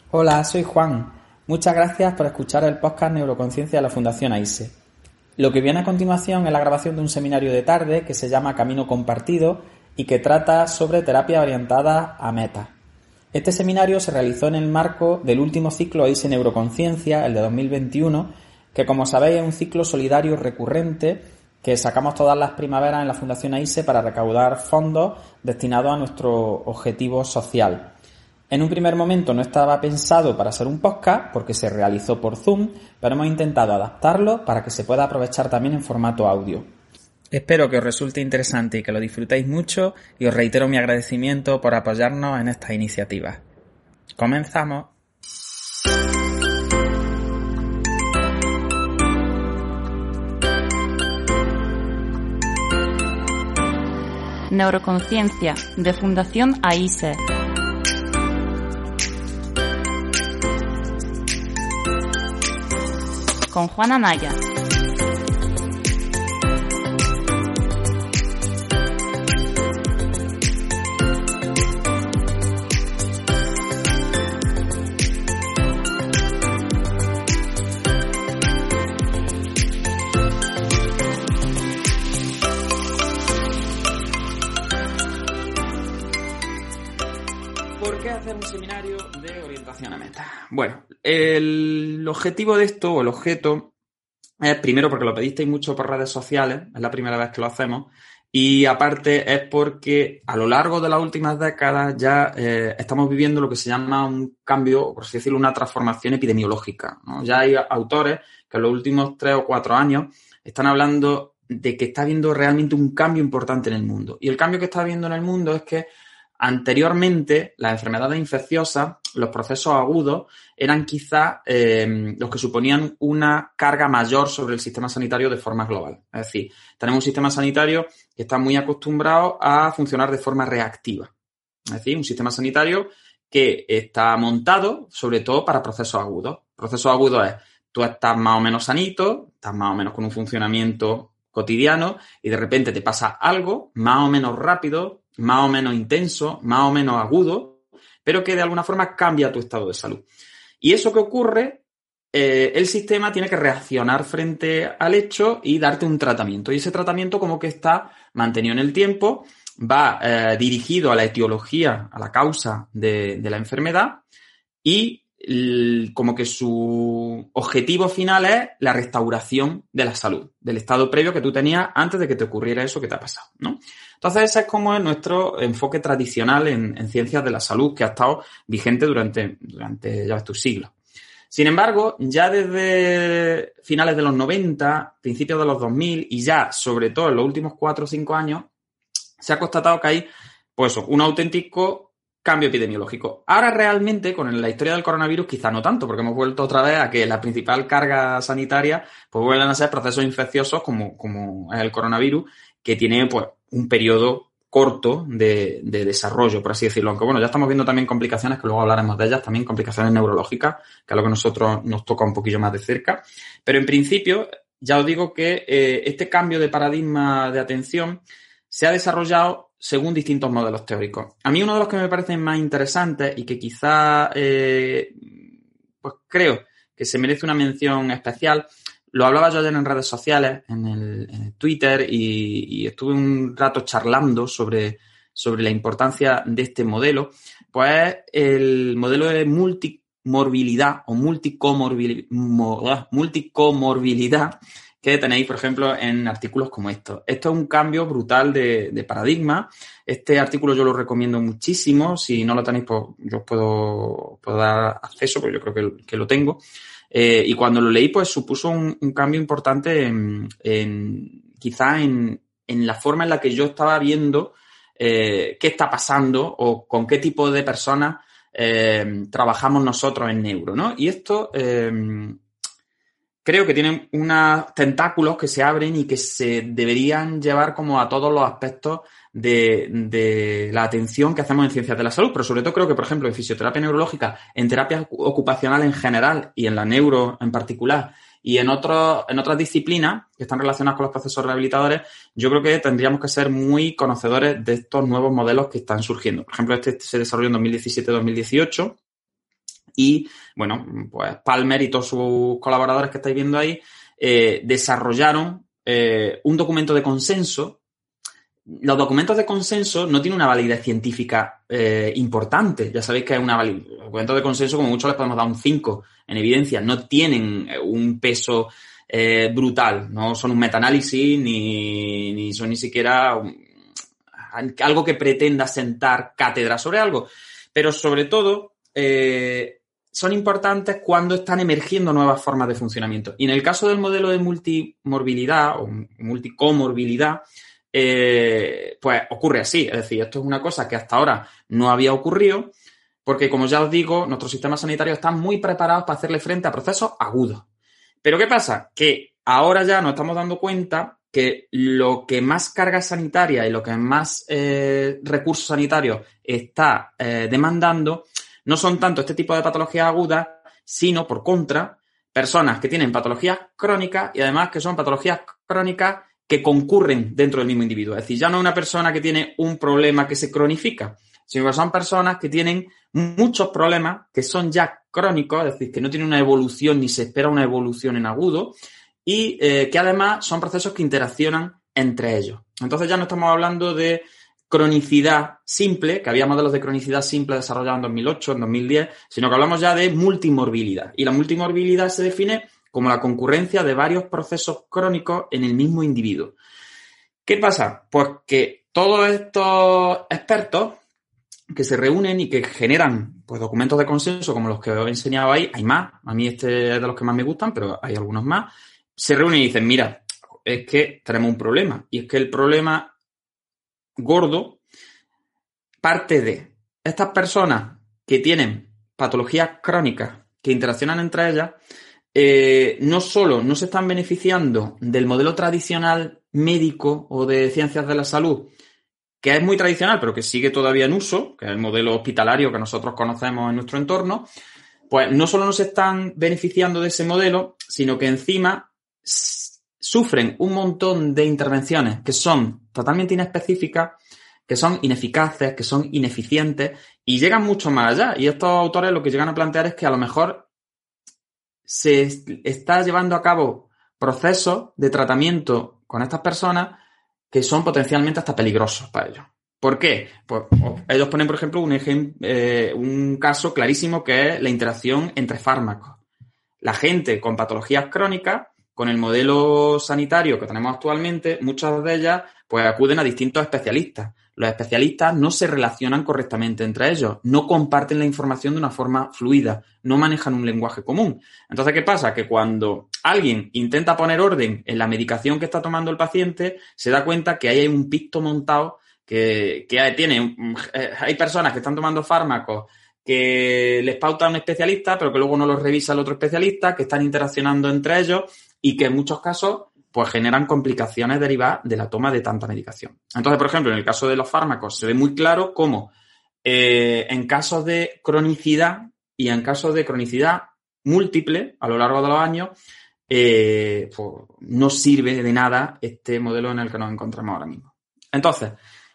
Hola, soy Juan. Muchas gracias por escuchar el podcast Neuroconciencia de la Fundación AISE. Lo que viene a continuación es la grabación de un seminario de tarde que se llama Camino Compartido y que trata sobre terapia orientada a metas. Este seminario se realizó en el marco del último ciclo AISE Neuroconciencia, el de 2021, que como sabéis es un ciclo solidario recurrente que sacamos todas las primaveras en la Fundación AISE para recaudar fondos destinados a nuestro objetivo social. En un primer momento no estaba pensado para ser un podcast porque se realizó por Zoom, pero hemos intentado adaptarlo para que se pueda aprovechar también en formato audio. Espero que os resulte interesante y que lo disfrutéis mucho y os reitero mi agradecimiento por apoyarnos en estas iniciativas. ¡Comenzamos! Neuroconciencia, de Fundación AISE. Con Juan Anaya. ¿Por qué hacer un seminario de orientación a metas? Bueno, el objetivo de esto, o el objeto, es primero porque lo pedisteis mucho por redes sociales, es la primera vez que lo hacemos, y aparte es porque a lo largo de las últimas décadas ya estamos viviendo lo que se llama un cambio, por así decirlo, una transformación epidemiológica, ¿no? Ya hay autores que en los últimos 3 o 4 años están hablando de que está habiendo realmente un cambio importante en el mundo. Y el cambio que está habiendo en el mundo es que anteriormente, las enfermedades infecciosas, los procesos agudos, eran quizá los que suponían una carga mayor sobre el sistema sanitario de forma global. Es decir, tenemos un sistema sanitario que está muy acostumbrado a funcionar de forma reactiva. Es decir, un sistema sanitario que está montado sobre todo para procesos agudos. Procesos agudos es, tú estás más o menos sanito, estás más o menos con un funcionamiento cotidiano y de repente te pasa algo más o menos rápido, más o menos intenso, más o menos agudo, pero que de alguna forma cambia tu estado de salud. Y eso que ocurre, el sistema tiene que reaccionar frente al hecho y darte un tratamiento. Y ese tratamiento como que está mantenido en el tiempo, va dirigido a la etiología, a la causa de la enfermedad y como que su objetivo final es la restauración de la salud, del estado previo que tú tenías antes de que te ocurriera eso que te ha pasado, ¿no? Entonces ese es como es nuestro enfoque tradicional en ciencias de la salud que ha estado vigente durante ya ves tus siglos. Sin embargo, ya desde finales de los 90, principios de los 2000 y ya sobre todo en los últimos 4 o 5 años se ha constatado que hay pues un auténtico cambio epidemiológico. Ahora realmente, con la historia del coronavirus, quizá no tanto, porque hemos vuelto otra vez a que la principal carga sanitaria pues vuelven a ser procesos infecciosos como es el coronavirus, que tiene pues un periodo corto de desarrollo, por así decirlo. Aunque bueno, ya estamos viendo también complicaciones, que luego hablaremos de ellas, también complicaciones neurológicas, que es lo que a nosotros nos toca un poquillo más de cerca. Pero en principio, ya os digo que este cambio de paradigma de atención se ha desarrollado según distintos modelos teóricos. A mí uno de los que me parecen más interesantes y que quizá pues creo que se merece una mención especial, lo hablaba yo ayer en redes sociales, en el Twitter, y estuve un rato charlando sobre la importancia de este modelo, pues el modelo de multimorbilidad o multicomorbilidad que tenéis, por ejemplo, en artículos como estos. Esto es un cambio brutal de paradigma. Este artículo yo lo recomiendo muchísimo. Si no lo tenéis, pues yo os puedo dar acceso, porque yo creo que lo tengo. Y cuando lo leí, pues supuso un cambio importante quizá en la forma en la que yo estaba viendo qué está pasando o con qué tipo de personas trabajamos nosotros en neuro, ¿no? Y esto creo que tienen unos tentáculos que se abren y que se deberían llevar como a todos los aspectos de la atención que hacemos en ciencias de la salud, pero sobre todo creo que, por ejemplo, en fisioterapia neurológica, en terapia ocupacional en general y en la neuro en particular, y en otras disciplinas que están relacionadas con los procesos rehabilitadores, yo creo que tendríamos que ser muy conocedores de estos nuevos modelos que están surgiendo. Por ejemplo, este se desarrolló en 2017-2018 Y, bueno, pues Palmer y todos sus colaboradores que estáis viendo ahí desarrollaron un documento de consenso. Los documentos de consenso no tienen una validez científica importante. Ya sabéis que es los documentos de consenso, como mucho les podemos dar un 5 en evidencia. No tienen un peso brutal. No son un metaanálisis ni son ni siquiera algo que pretenda sentar cátedra sobre algo. Pero sobre todo son importantes cuando están emergiendo nuevas formas de funcionamiento. Y en el caso del modelo de multimorbilidad o multicomorbilidad, pues ocurre así. Es decir, esto es una cosa que hasta ahora no había ocurrido porque, como ya os digo, nuestros sistemas sanitarios están muy preparados para hacerle frente a procesos agudos. Pero ¿qué pasa? Que ahora ya nos estamos dando cuenta que lo que más carga sanitaria y lo que más recursos sanitarios está demandando no son tanto este tipo de patologías agudas, sino, por contra, personas que tienen patologías crónicas y además que son patologías crónicas que concurren dentro del mismo individuo. Es decir, ya no es una persona que tiene un problema que se cronifica, sino que son personas que tienen muchos problemas que son ya crónicos, es decir, que no tienen una evolución ni se espera una evolución en agudo y que además son procesos que interaccionan entre ellos. Entonces ya no estamos hablando de cronicidad simple, que había modelos de cronicidad simple desarrollados en 2008, en 2010, sino que hablamos ya de multimorbilidad. Y la multimorbilidad se define como la concurrencia de varios procesos crónicos en el mismo individuo. ¿Qué pasa? Pues que todos estos expertos que se reúnen y que generan pues documentos de consenso como los que os he enseñado ahí, hay más, a mí este es de los que más me gustan, pero hay algunos más, se reúnen y dicen, mira, es que tenemos un problema, y es que el problema gordo parte de estas personas que tienen patologías crónicas que interaccionan entre ellas, no solo no se están beneficiando del modelo tradicional médico o de ciencias de la salud, que es muy tradicional, pero que sigue todavía en uso, que es el modelo hospitalario que nosotros conocemos en nuestro entorno, pues no solo no se están beneficiando de ese modelo, sino que encima sufren un montón de intervenciones que son totalmente inespecíficas, que son ineficaces, que son ineficientes y llegan mucho más allá. Y estos autores lo que llegan a plantear es que a lo mejor se está llevando a cabo procesos de tratamiento con estas personas que son potencialmente hasta peligrosos para ellos. ¿Por qué? Pues ellos ponen, por ejemplo, un caso clarísimo que es la interacción entre fármacos. La gente con patologías crónicas, con el modelo sanitario que tenemos actualmente, muchas de ellas pues acuden a distintos especialistas. Los especialistas no se relacionan correctamente entre ellos, no comparten la información de una forma fluida, no manejan un lenguaje común. Entonces, ¿qué pasa? Que cuando alguien intenta poner orden en la medicación que está tomando el paciente, se da cuenta que ahí hay un picto montado que hay personas que están tomando fármacos que les pauta un especialista, pero que luego no los revisa el otro especialista, que están interaccionando entre ellos y que en muchos casos pues generan complicaciones derivadas de la toma de tanta medicación. Entonces, por ejemplo, en el caso de los fármacos se ve muy claro cómo en casos de cronicidad y en casos de cronicidad múltiple a lo largo de los años, pues no sirve de nada este modelo en el que nos encontramos ahora mismo. Entonces,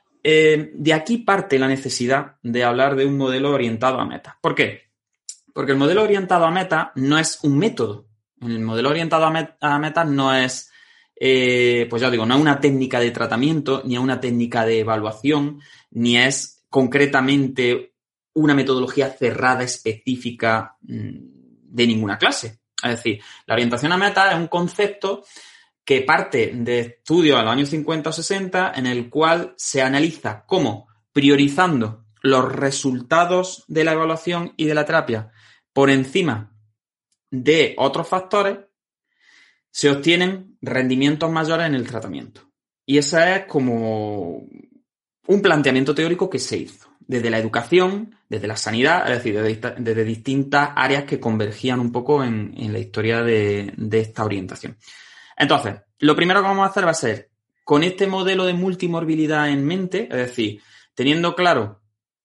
de aquí parte la necesidad de hablar de un modelo orientado a metas. ¿Por qué? Porque el modelo orientado a metas no es un método. El modelo orientado a metas no es, pues ya digo, no es una técnica de tratamiento, ni es una técnica de evaluación, ni es concretamente una metodología cerrada, específica de ninguna clase. Es decir, la orientación a metas es un concepto que parte de estudios en los años 50 o 60 en el cual se analiza cómo, priorizando los resultados de la evaluación y de la terapia por encima de otros factores, se obtienen rendimientos mayores en el tratamiento. Y ese es como un planteamiento teórico que se hizo desde la educación, desde la sanidad, es decir, desde distintas áreas que convergían un poco en la historia de esta orientación. Entonces, lo primero que vamos a hacer va a ser, con este modelo de multimorbilidad en mente, es decir, teniendo claro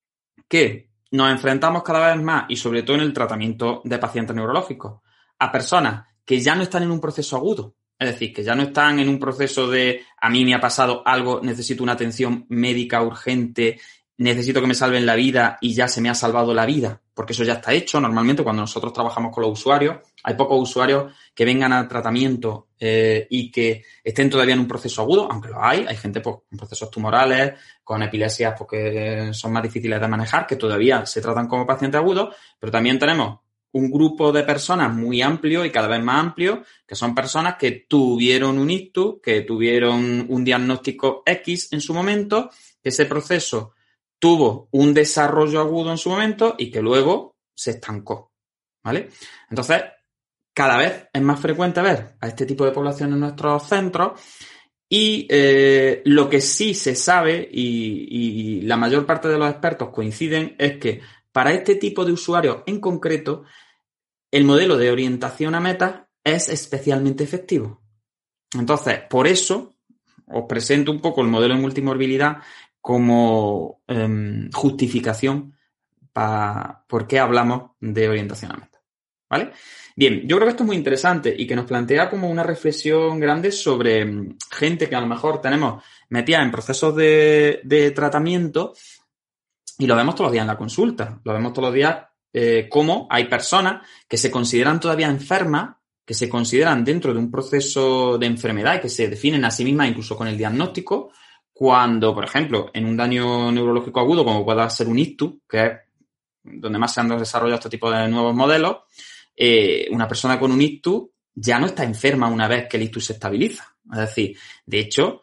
que nos enfrentamos cada vez más, y sobre todo en el tratamiento de pacientes neurológicos, a personas que ya no están en un proceso agudo, es decir, que ya no están en un proceso de a mí me ha pasado algo, necesito una atención médica urgente, necesito que me salven la vida y ya se me ha salvado la vida porque eso ya está hecho. Normalmente cuando nosotros trabajamos con los usuarios, hay pocos usuarios que vengan al tratamiento y que estén todavía en un proceso agudo, aunque lo hay gente pues, con procesos tumorales, con epilepsias porque son más difíciles de manejar, que todavía se tratan como pacientes agudos, pero también tenemos un grupo de personas muy amplio y cada vez más amplio, que son personas que tuvieron un ictus, que tuvieron un diagnóstico X en su momento, que ese proceso tuvo un desarrollo agudo en su momento y que luego se estancó, ¿vale? Entonces, cada vez es más frecuente ver a este tipo de población en nuestros centros y lo que sí se sabe y la mayor parte de los expertos coinciden es que para este tipo de usuarios en concreto, el modelo de orientación a metas es especialmente efectivo. Entonces, por eso os presento un poco el modelo de multimorbilidad como justificación para por qué hablamos de orientación a metas, ¿vale? Bien, yo creo que esto es muy interesante y que nos plantea como una reflexión grande sobre gente que a lo mejor tenemos metida en procesos de tratamiento y lo vemos todos los días en la consulta, lo vemos todos los días cómo hay personas que se consideran todavía enfermas, que se consideran dentro de un proceso de enfermedad y que se definen a sí mismas incluso con el diagnóstico, cuando, por ejemplo, en un daño neurológico agudo, como pueda ser un ictus, que es donde más se han desarrollado este tipo de nuevos modelos, una persona con un ictus ya no está enferma una vez que el ictus se estabiliza. Es decir, de hecho,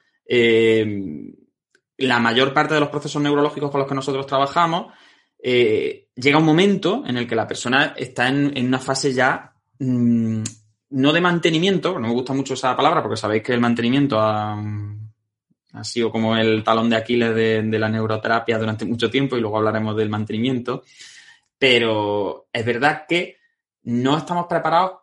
la mayor parte de los procesos neurológicos con los que nosotros trabajamos, llega un momento en el que la persona está en una fase ya no de mantenimiento, no me gusta mucho esa palabra porque sabéis que el mantenimiento ha sido como el talón de Aquiles de la neuroterapia durante mucho tiempo y luego hablaremos del mantenimiento, pero es verdad que no estamos preparados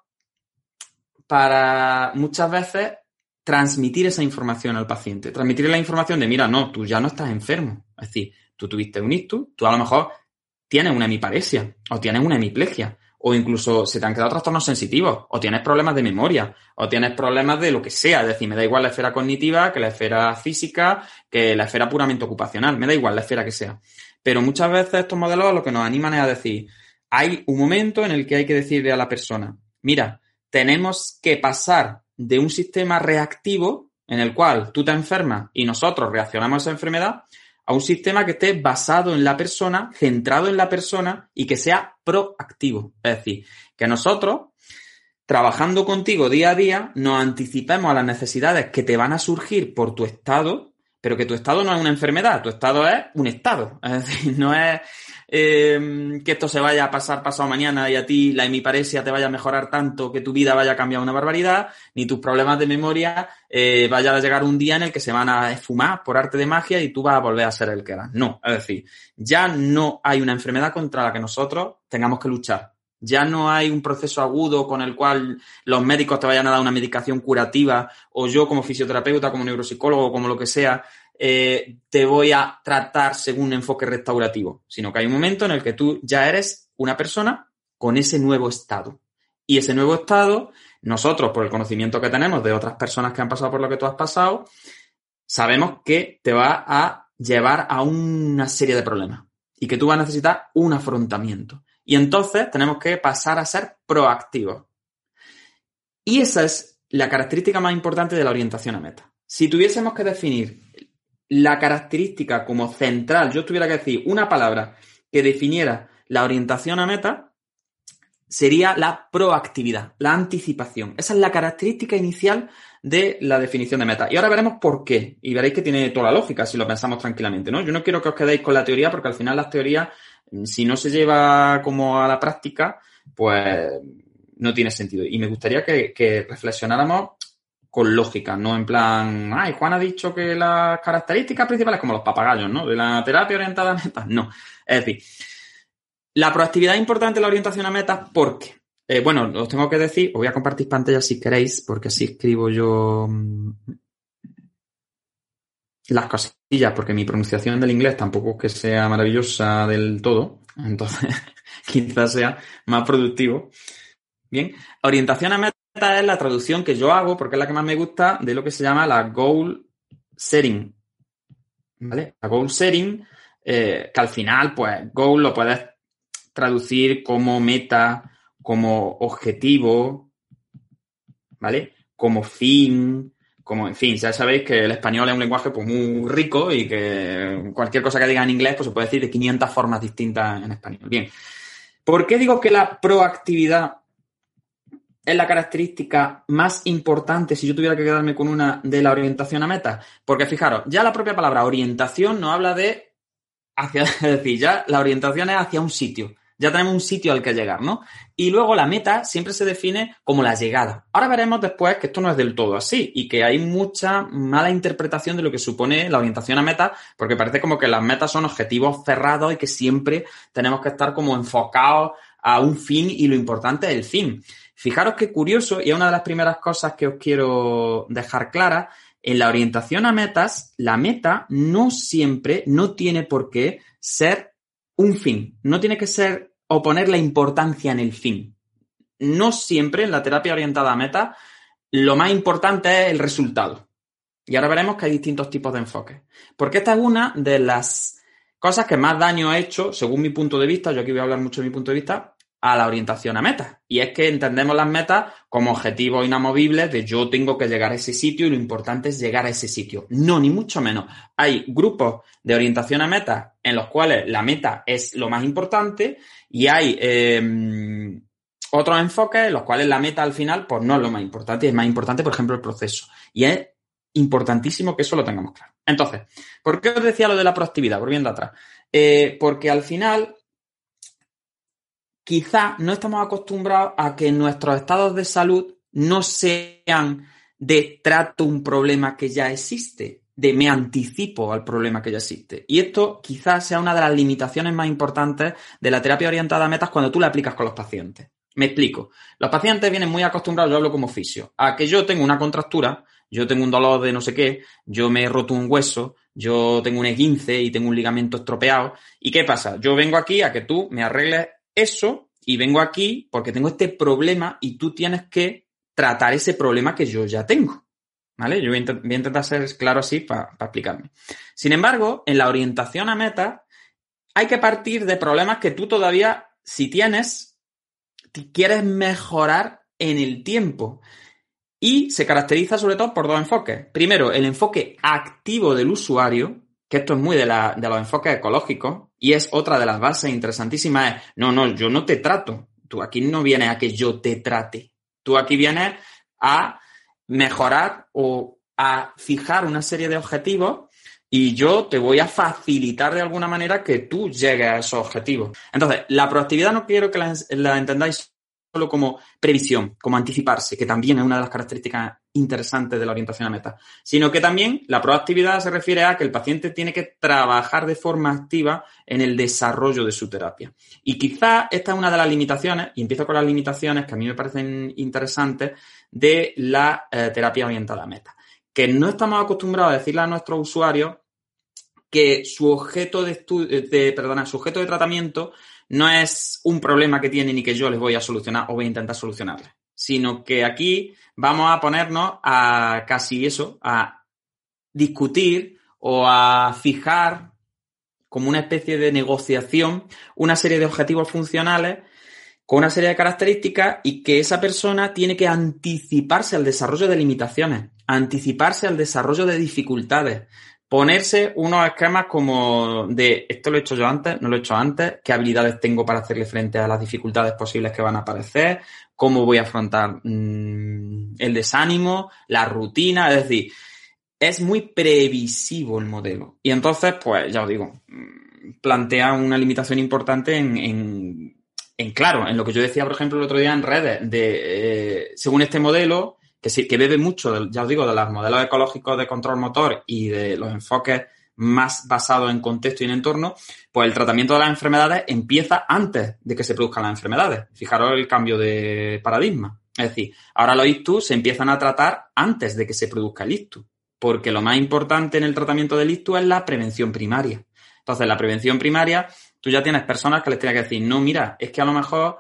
para muchas veces transmitir esa información al paciente, transmitir la información de, mira, no, tú ya no estás enfermo. Es decir, tú tuviste un ictus, tú a lo mejor tienes una hemiparesia o tienes una hemiplegia o incluso se te han quedado trastornos sensitivos o tienes problemas de memoria o tienes problemas de lo que sea. Es decir, me da igual la esfera cognitiva que la esfera física, que la esfera puramente ocupacional. Me da igual la esfera que sea. Pero muchas veces estos modelos lo que nos animan es a decir, hay un momento en el que hay que decirle a la persona, mira, tenemos que pasar de un sistema reactivo en el cual tú te enfermas y nosotros reaccionamos a esa enfermedad a un sistema que esté basado en la persona, centrado en la persona y que sea proactivo. Es decir, que nosotros, trabajando contigo día a día, nos anticipemos a las necesidades que te van a surgir por tu estado, pero que tu estado no es una enfermedad, tu estado es un estado. Es decir, no es que esto se vaya a pasar pasado mañana y a ti la hemiparesia te vaya a mejorar tanto que tu vida vaya a cambiar una barbaridad, ni tus problemas de memoria vaya a llegar un día en el que se van a esfumar por arte de magia y tú vas a volver a ser el que eras. No, es decir, ya no hay una enfermedad contra la que nosotros tengamos que luchar. Ya no hay un proceso agudo con el cual los médicos te vayan a dar una medicación curativa o yo como fisioterapeuta, como neuropsicólogo, como lo que sea, te voy a tratar según un enfoque restaurativo, sino que hay un momento en el que tú ya eres una persona con ese nuevo estado. Y ese nuevo estado, nosotros, por el conocimiento que tenemos de otras personas que han pasado por lo que tú has pasado, sabemos que te va a llevar a una serie de problemas y que tú vas a necesitar un afrontamiento. Y entonces tenemos que pasar a ser proactivos. Y esa es la característica más importante de la orientación a meta. Si tuviésemos que definir la característica como central, yo tuviera que decir una palabra que definiera la orientación a meta, sería la proactividad, la anticipación. Esa es la característica inicial de la definición de meta. Y ahora veremos por qué. Y veréis que tiene toda la lógica si lo pensamos tranquilamente, ¿no? Yo no quiero que os quedéis con la teoría porque al final las teorías, si no se lleva como a la práctica, pues no tiene sentido. Y me gustaría que reflexionáramos con lógica, no en plan, ay, Juan ha dicho que las características principales, como los papagayos, ¿no? De la terapia orientada a metas, no. Es decir, la proactividad es importante en la orientación a metas porque, bueno, os tengo que decir, os voy a compartir pantalla si queréis, porque así escribo yo las cosillas, porque mi pronunciación del inglés tampoco es que sea maravillosa del todo, entonces quizás sea más productivo. Bien, orientación a metas es la traducción que yo hago, porque es la que más me gusta, de lo que se llama la goal setting, ¿vale? La goal setting, que al final, pues, goal lo puedes traducir como meta, como objetivo, ¿vale? Como fin, como, en fin, ya sabéis que el español es un lenguaje pues muy rico y que cualquier cosa que diga en inglés pues se puede decir de 500 formas distintas en español. Bien, ¿por qué digo que la proactividad es la característica más importante si yo tuviera que quedarme con una de la orientación a meta? Porque fijaros, ya la propia palabra orientación nos habla de hacia, es decir, ya la orientación es hacia un sitio. Ya tenemos un sitio al que llegar, ¿no? Y luego la meta siempre se define como la llegada. Ahora veremos después que esto no es del todo así y que hay mucha mala interpretación de lo que supone la orientación a meta, porque parece como que las metas son objetivos cerrados y que siempre tenemos que estar como enfocados a un fin y lo importante es el fin. Fijaros qué curioso, y es una de las primeras cosas que os quiero dejar clara. En la orientación a metas, la meta no siempre, no tiene por qué ser un fin. No tiene que ser o poner la importancia en el fin. No siempre en la terapia orientada a metas lo más importante es el resultado. Y ahora veremos que hay distintos tipos de enfoques. Porque esta es una de las cosas que más daño ha hecho, según mi punto de vista, yo aquí voy a hablar mucho de mi punto de vista, a la orientación a metas. Y es que entendemos las metas como objetivos inamovibles de yo tengo que llegar a ese sitio y lo importante es llegar a ese sitio. No, ni mucho menos. Hay grupos de orientación a metas en los cuales la meta es lo más importante y hay otros enfoques en los cuales la meta al final pues no es lo más importante y es más importante, por ejemplo, el proceso. Y es importantísimo que eso lo tengamos claro. Entonces, ¿por qué os decía lo de la proactividad? Volviendo atrás. Porque al final quizá no estamos acostumbrados a que nuestros estados de salud no sean de trato un problema que ya existe, de me anticipo al problema que ya existe. Y esto quizás sea una de las limitaciones más importantes de la terapia orientada a metas cuando tú la aplicas con los pacientes. Me explico. Los pacientes vienen muy acostumbrados, yo hablo como fisio, a que yo tengo una contractura, yo tengo un dolor de no sé qué, yo me he roto un hueso, yo tengo un esguince y tengo un ligamento estropeado. ¿Y qué pasa? Yo vengo aquí a que tú me arregles eso y vengo aquí porque tengo este problema y tú tienes que tratar ese problema que yo ya tengo, ¿vale? Yo voy a intentar ser claro así para explicarme. Sin embargo, en la orientación a metas hay que partir de problemas que tú todavía, si tienes, quieres mejorar en el tiempo. Y se caracteriza sobre todo por dos enfoques. Primero, el enfoque activo del usuario, que esto es muy de los enfoques ecológicos, y es otra de las bases interesantísimas, es, no, yo no te trato. Tú aquí no vienes a que yo te trate. Tú aquí vienes a mejorar o a fijar una serie de objetivos y yo te voy a facilitar de alguna manera que tú llegues a esos objetivos. Entonces, la proactividad no quiero que la entendáis solo como previsión, como anticiparse, que también es una de las características interesantes de la orientación a metas, sino que también la proactividad se refiere a que el paciente tiene que trabajar de forma activa en el desarrollo de su terapia. Y quizá esta es una de las limitaciones, y empiezo con las limitaciones que a mí me parecen interesantes, de la terapia orientada a metas, que no estamos acostumbrados a decirle a nuestros usuarios que su objeto su objeto de tratamiento no es un problema que tienen y que yo les voy a solucionar o voy a intentar solucionarles, sino que aquí vamos a ponernos a casi eso, a discutir o a fijar como una especie de negociación una serie de objetivos funcionales con una serie de características y que esa persona tiene que anticiparse al desarrollo de limitaciones, anticiparse al desarrollo de dificultades, ponerse unos esquemas como de esto lo he hecho yo antes, no lo he hecho antes, qué habilidades tengo para hacerle frente a las dificultades posibles que van a aparecer, cómo voy a afrontar el desánimo, la rutina, es decir, es muy previsivo el modelo. Y entonces, pues ya os digo, plantea una limitación importante en claro, en lo que yo decía, por ejemplo, el otro día en redes, de según este modelo, que bebe mucho, ya os digo, de los modelos ecológicos de control motor y de los enfoques más basados en contexto y en entorno, pues el tratamiento de las enfermedades empieza antes de que se produzcan las enfermedades. Fijaros el cambio de paradigma. Es decir, ahora los ictus se empiezan a tratar antes de que se produzca el ictus, porque lo más importante en el tratamiento del ictus es la prevención primaria. Entonces, la prevención primaria, tú ya tienes personas que les tienes que decir, no, mira, es que a lo mejor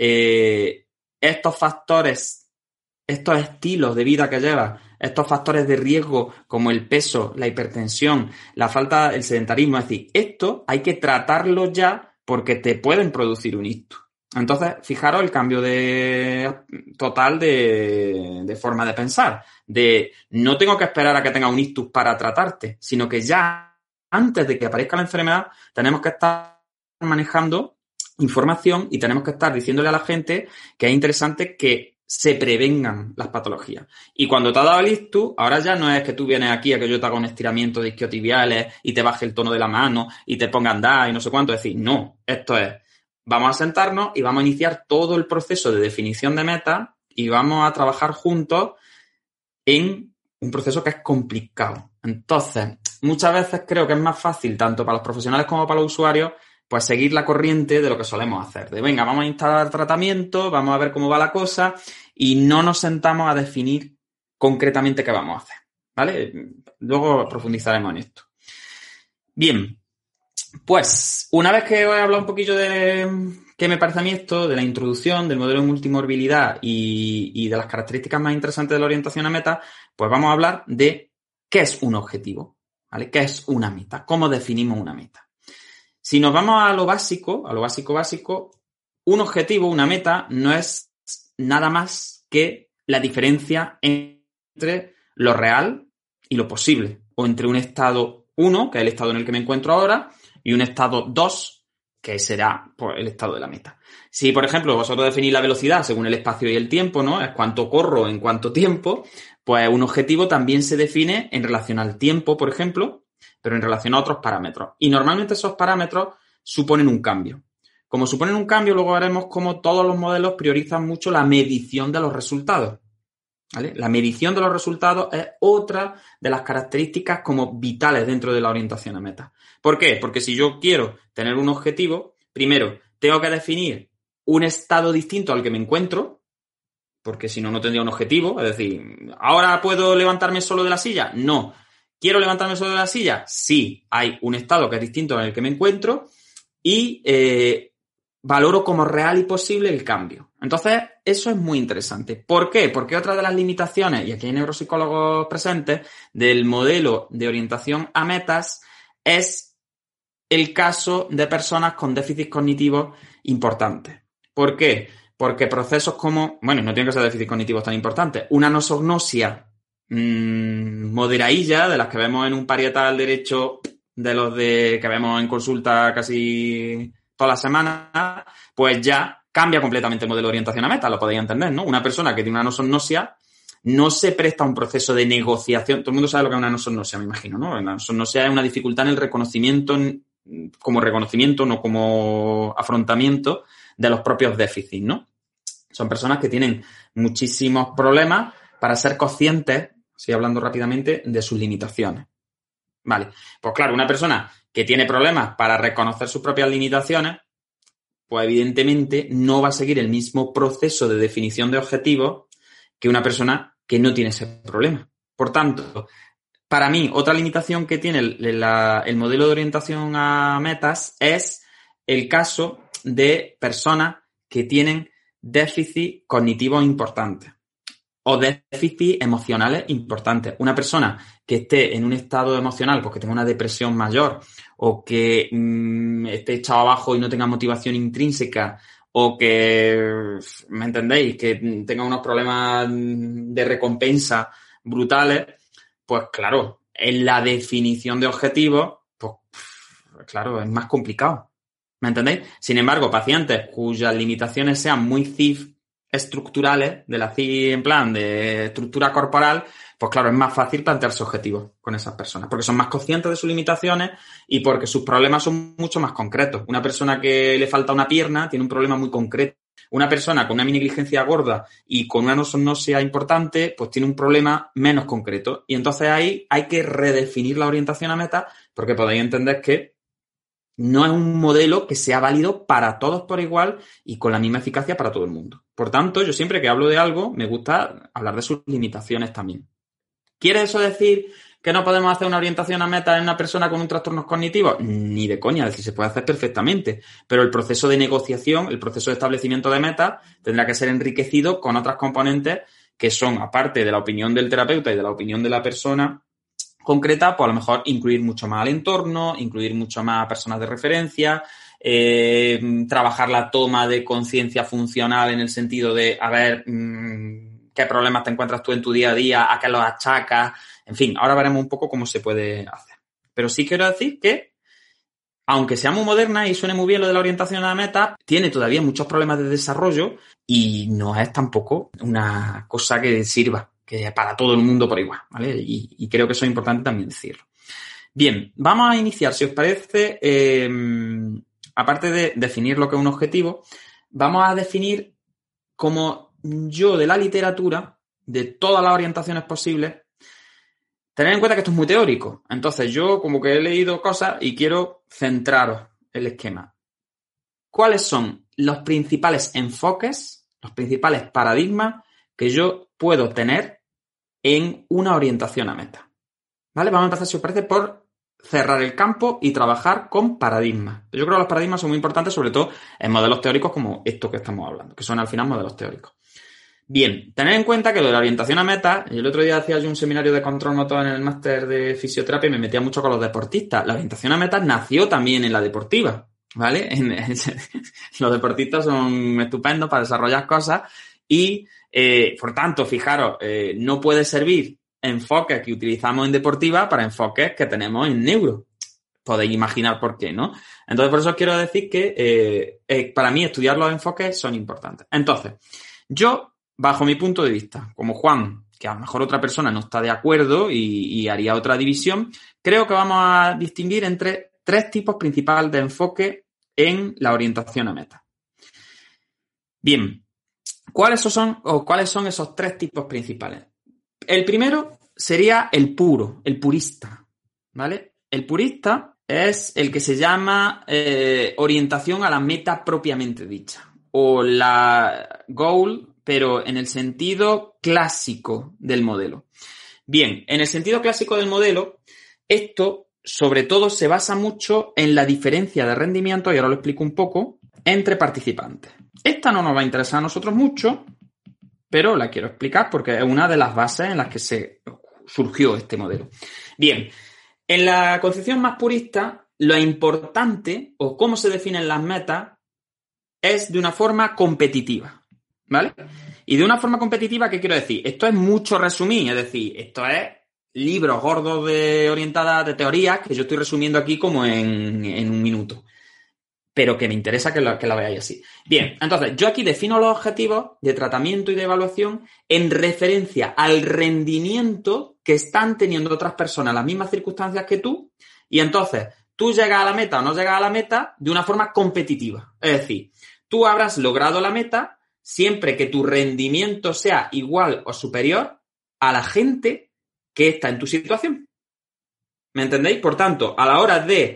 estos factores, estos estilos de vida que llevas, estos factores de riesgo como el peso, la hipertensión, la falta, el sedentarismo, es decir, esto hay que tratarlo ya porque te pueden producir un ictus. Entonces, fijaros el cambio total de forma de pensar. De no tengo que esperar a que tenga un ictus para tratarte, sino que ya antes de que aparezca la enfermedad tenemos que estar manejando información y tenemos que estar diciéndole a la gente que es interesante que se prevengan las patologías. Y cuando te ha dado el ictus, ahora ya no es que tú vienes aquí a que yo te haga un estiramiento de isquiotibiales y te baje el tono de la mano y te ponga a andar y no sé cuánto. Es decir, no, esto es, vamos a sentarnos y vamos a iniciar todo el proceso de definición de metas y vamos a trabajar juntos en un proceso que es complicado. Entonces, muchas veces creo que es más fácil, tanto para los profesionales como para los usuarios, pues seguir la corriente de lo que solemos hacer. De venga, vamos a instalar tratamiento, vamos a ver cómo va la cosa y no nos sentamos a definir concretamente qué vamos a hacer, ¿vale? Luego profundizaremos en esto. Bien, pues una vez que os he hablado un poquillo de qué me parece a mí esto, de la introducción, del modelo de multimorbilidad y de las características más interesantes de la orientación a meta, pues vamos a hablar de qué es un objetivo, ¿vale? ¿Qué es una meta? ¿Cómo definimos una meta? Si nos vamos a lo básico, un objetivo, una meta, no es nada más que la diferencia entre lo real y lo posible, o entre un estado 1, que es el estado en el que me encuentro ahora, y un estado 2, que será pues, el estado de la meta. Si, por ejemplo, vosotros definís la velocidad según el espacio y el tiempo, ¿no? Es cuánto corro en cuánto tiempo, pues un objetivo también se define en relación al tiempo, por ejemplo, pero en relación a otros parámetros. Y normalmente esos parámetros suponen un cambio. Como suponen un cambio, luego veremos cómo todos los modelos priorizan mucho la medición de los resultados, ¿vale? La medición de los resultados es otra de las características como vitales dentro de la orientación a meta. ¿Por qué? Porque si yo quiero tener un objetivo, primero tengo que definir un estado distinto al que me encuentro, porque si no, no tendría un objetivo. Es decir, ¿ahora puedo levantarme solo de la silla? No. ¿Quiero levantarme solo de la silla? Sí, hay un estado que es distinto en el que me encuentro y valoro como real y posible el cambio. Entonces, eso es muy interesante. ¿Por qué? Porque otra de las limitaciones, y aquí hay neuropsicólogos presentes, del modelo de orientación a metas es el caso de personas con déficits cognitivos importantes. ¿Por qué? Porque procesos como, bueno, no tienen que ser déficits cognitivos tan importantes, una anosognosia moderadilla, de las que vemos en un parietal derecho, de los que vemos en consulta casi todas las semanas, pues ya cambia completamente el modelo de orientación a meta, lo podéis entender, ¿no? Una persona que tiene una anosognosia no se presta a un proceso de negociación. Todo el mundo sabe lo que es una anosognosia, me imagino, ¿no? La anosognosia es una dificultad en el reconocimiento, no como afrontamiento de los propios déficits, ¿no? Son personas que tienen muchísimos problemas para ser conscientes, estoy hablando rápidamente, de sus limitaciones. Vale, pues claro, una persona que tiene problemas para reconocer sus propias limitaciones, pues evidentemente no va a seguir el mismo proceso de definición de objetivos que una persona que no tiene ese problema. Por tanto, para mí, otra limitación que tiene el modelo de orientación a metas es el caso de personas que tienen déficit cognitivos importantes o déficits emocionales importantes. Una persona que esté en un estado emocional, pues que tenga una depresión mayor o que esté echado abajo y no tenga motivación intrínseca o que, ¿me entendéis?, que tenga unos problemas de recompensa brutales, pues claro, en la definición de objetivos, pues claro, es más complicado. ¿Me entendéis? Sin embargo, pacientes cuyas limitaciones sean muy CIF estructurales, de la CIF en plan de estructura corporal, pues claro, es más fácil plantearse objetivos con esas personas, porque son más conscientes de sus limitaciones y porque sus problemas son mucho más concretos. Una persona que le falta una pierna tiene un problema muy concreto. Una persona con una miniglicencia gorda y con una anosognosia importante, pues tiene un problema menos concreto. Y entonces ahí hay que redefinir la orientación a meta, porque podéis entender que no es un modelo que sea válido para todos por igual y con la misma eficacia para todo el mundo. Por tanto, yo siempre que hablo de algo, me gusta hablar de sus limitaciones también. ¿Quiere eso decir que no podemos hacer una orientación a meta en una persona con un trastorno cognitivo? Ni de coña, es decir, se puede hacer perfectamente. Pero el proceso de negociación, el proceso de establecimiento de metas, tendrá que ser enriquecido con otras componentes que son, aparte de la opinión del terapeuta y de la opinión de la persona concreta, pues a lo mejor incluir mucho más al entorno, incluir mucho más a personas de referencia, trabajar la toma de conciencia funcional en el sentido de, a ver, qué problemas te encuentras tú en tu día a día, a qué los achacas, en fin, ahora veremos un poco cómo se puede hacer. Pero sí quiero decir que, aunque sea muy moderna y suene muy bien lo de la orientación a la meta, tiene todavía muchos problemas de desarrollo y no es tampoco una cosa que sirva que para todo el mundo por igual, ¿vale? Y creo que eso es importante también decirlo. Bien, vamos a iniciar, si os parece, aparte de definir lo que es un objetivo, vamos a definir cómo yo de la literatura, de todas las orientaciones posibles, tener en cuenta que esto es muy teórico. Entonces yo como que he leído cosas y quiero centraros el esquema. ¿Cuáles son los principales enfoques, los principales paradigmas que yo puedo tener en una orientación a meta? ¿Vale? Vamos a empezar, si os parece, por cerrar el campo y trabajar con paradigmas. Yo creo que los paradigmas son muy importantes, sobre todo en modelos teóricos como esto que estamos hablando, que son al final modelos teóricos. Bien, tened en cuenta que lo de la orientación a meta, el otro día hacía yo un seminario de control motor en el máster de fisioterapia y me metía mucho con los deportistas. La orientación a meta nació también en la deportiva, ¿vale? Los deportistas son estupendos para desarrollar cosas y, por tanto, fijaros, no puede servir enfoques que utilizamos en deportiva para enfoques que tenemos en neuro. Podéis imaginar por qué, ¿no? Entonces, por eso os quiero decir que para mí estudiar los enfoques son importantes. Entonces, yo, bajo mi punto de vista, como Juan, que a lo mejor otra persona no está de acuerdo y haría otra división, creo que vamos a distinguir entre 3 tipos principales de enfoque en la orientación a meta. Bien, ¿cuáles son esos 3 tipos principales? El primero sería el puro, el purista, ¿vale? El purista es el que se llama orientación a la meta propiamente dicha, o la goal, pero en el sentido clásico del modelo. Bien, en el sentido clásico del modelo, esto sobre todo se basa mucho en la diferencia de rendimiento, y ahora lo explico un poco, entre participantes. Esta no nos va a interesar a nosotros mucho, pero la quiero explicar porque es una de las bases en las que se surgió este modelo. Bien, en la concepción más purista, lo importante, o cómo se definen las metas, es de una forma competitiva, ¿vale? Y de una forma competitiva, ¿qué quiero decir? Esto es mucho resumir, es decir, esto es libros gordos orientadas de teorías que yo estoy resumiendo aquí como en un minuto. Pero que me interesa que la veáis así. Bien, entonces, yo aquí defino los objetivos de tratamiento y de evaluación en referencia al rendimiento que están teniendo otras personas en las mismas circunstancias que tú, y entonces tú llegas a la meta o no llegas a la meta de una forma competitiva. Es decir, tú habrás logrado la meta siempre que tu rendimiento sea igual o superior a la gente que está en tu situación. ¿Me entendéis? Por tanto, a la hora de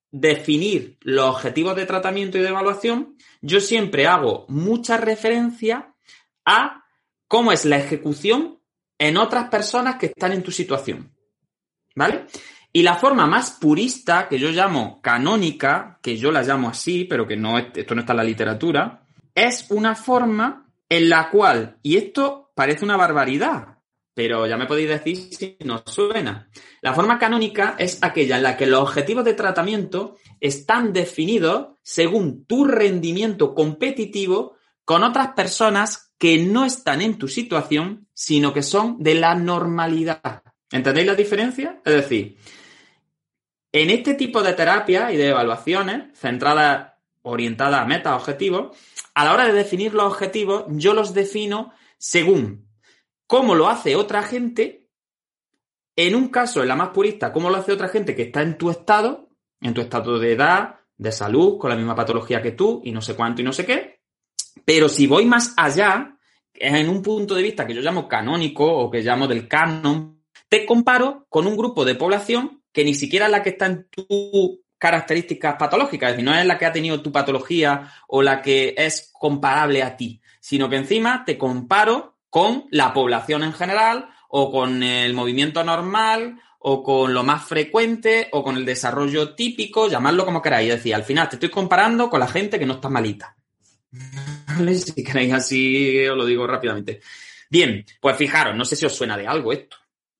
definir los objetivos de tratamiento y de evaluación, yo siempre hago mucha referencia a cómo es la ejecución en otras personas que están en tu situación, ¿vale? Y la forma más purista, que yo llamo canónica, que yo la llamo así, pero que no, esto no está en la literatura, es una forma en la cual, y esto parece una barbaridad, pero ya me podéis decir si nos suena. La forma canónica es aquella en la que los objetivos de tratamiento están definidos según tu rendimiento competitivo con otras personas que no están en tu situación, sino que son de la normalidad. ¿Entendéis la diferencia? Es decir, en este tipo de terapias y de evaluaciones centradas, orientadas a metas, objetivos, a la hora de definir los objetivos, yo los defino según cómo lo hace otra gente, en un caso, en la más purista, cómo lo hace otra gente que está en tu estado de edad, de salud, con la misma patología que tú, y no sé cuánto y no sé qué. Pero si voy más allá, en un punto de vista que yo llamo canónico o que llamo del canon, te comparo con un grupo de población que ni siquiera es la que está en tus características patológicas, es decir, no es la que ha tenido tu patología o la que es comparable a ti, sino que encima te comparo con la población en general, o con el movimiento normal, o con lo más frecuente, o con el desarrollo típico, llamadlo como queráis. Es decir, al final te estoy comparando con la gente que no está malita. ¿Vale? Si queréis así, os lo digo rápidamente. Bien, pues fijaros, no sé si os suena de algo esto.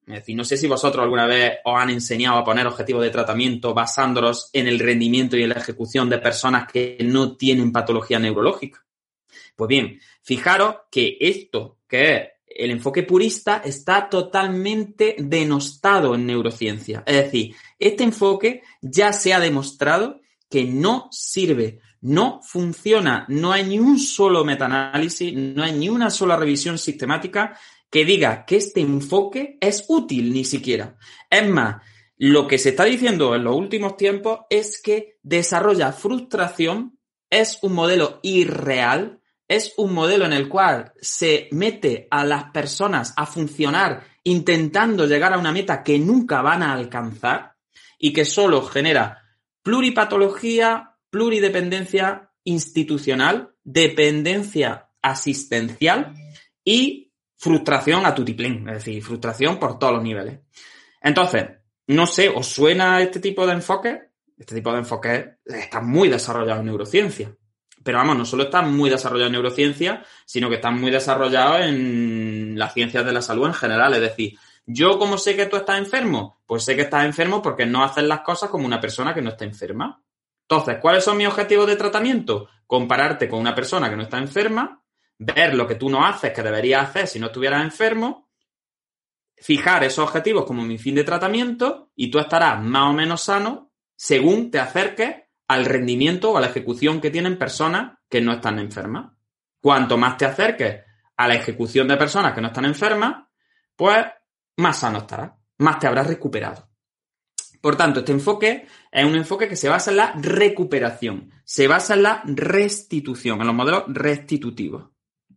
Es decir, no sé si vosotros alguna vez os han enseñado a poner objetivos de tratamiento basándolos en el rendimiento y en la ejecución de personas que no tienen patología neurológica. Pues bien, fijaros que esto, que es el enfoque purista, está totalmente denostado en neurociencia. Es decir, este enfoque ya se ha demostrado que no sirve, no funciona, no hay ni un solo metaanálisis, no hay ni una sola revisión sistemática que diga que este enfoque es útil ni siquiera. Es más, lo que se está diciendo en los últimos tiempos es que desarrolla frustración, es un modelo irreal, es un modelo en el cual se mete a las personas a funcionar intentando llegar a una meta que nunca van a alcanzar y que solo genera pluripatología, pluridependencia institucional, dependencia asistencial y frustración a tutiplén, es decir, frustración por todos los niveles. Entonces, no sé, ¿os suena este tipo de enfoque? Este tipo de enfoque está muy desarrollado en neurociencia. Pero vamos, no solo está muy desarrollado en neurociencia, sino que está muy desarrollado en las ciencias de la salud en general. Es decir, ¿yo cómo sé que tú estás enfermo? Pues sé que estás enfermo porque no haces las cosas como una persona que no está enferma. Entonces, ¿cuáles son mis objetivos de tratamiento? Compararte con una persona que no está enferma, ver lo que tú no haces que deberías hacer si no estuvieras enfermo, fijar esos objetivos como mi fin de tratamiento y tú estarás más o menos sano según te acerques al rendimiento o a la ejecución que tienen personas que no están enfermas. Cuanto más te acerques a la ejecución de personas que no están enfermas, pues más sano estarás, más te habrás recuperado. Por tanto, este enfoque es un enfoque que se basa en la recuperación, se basa en la restitución, en los modelos restitutivos.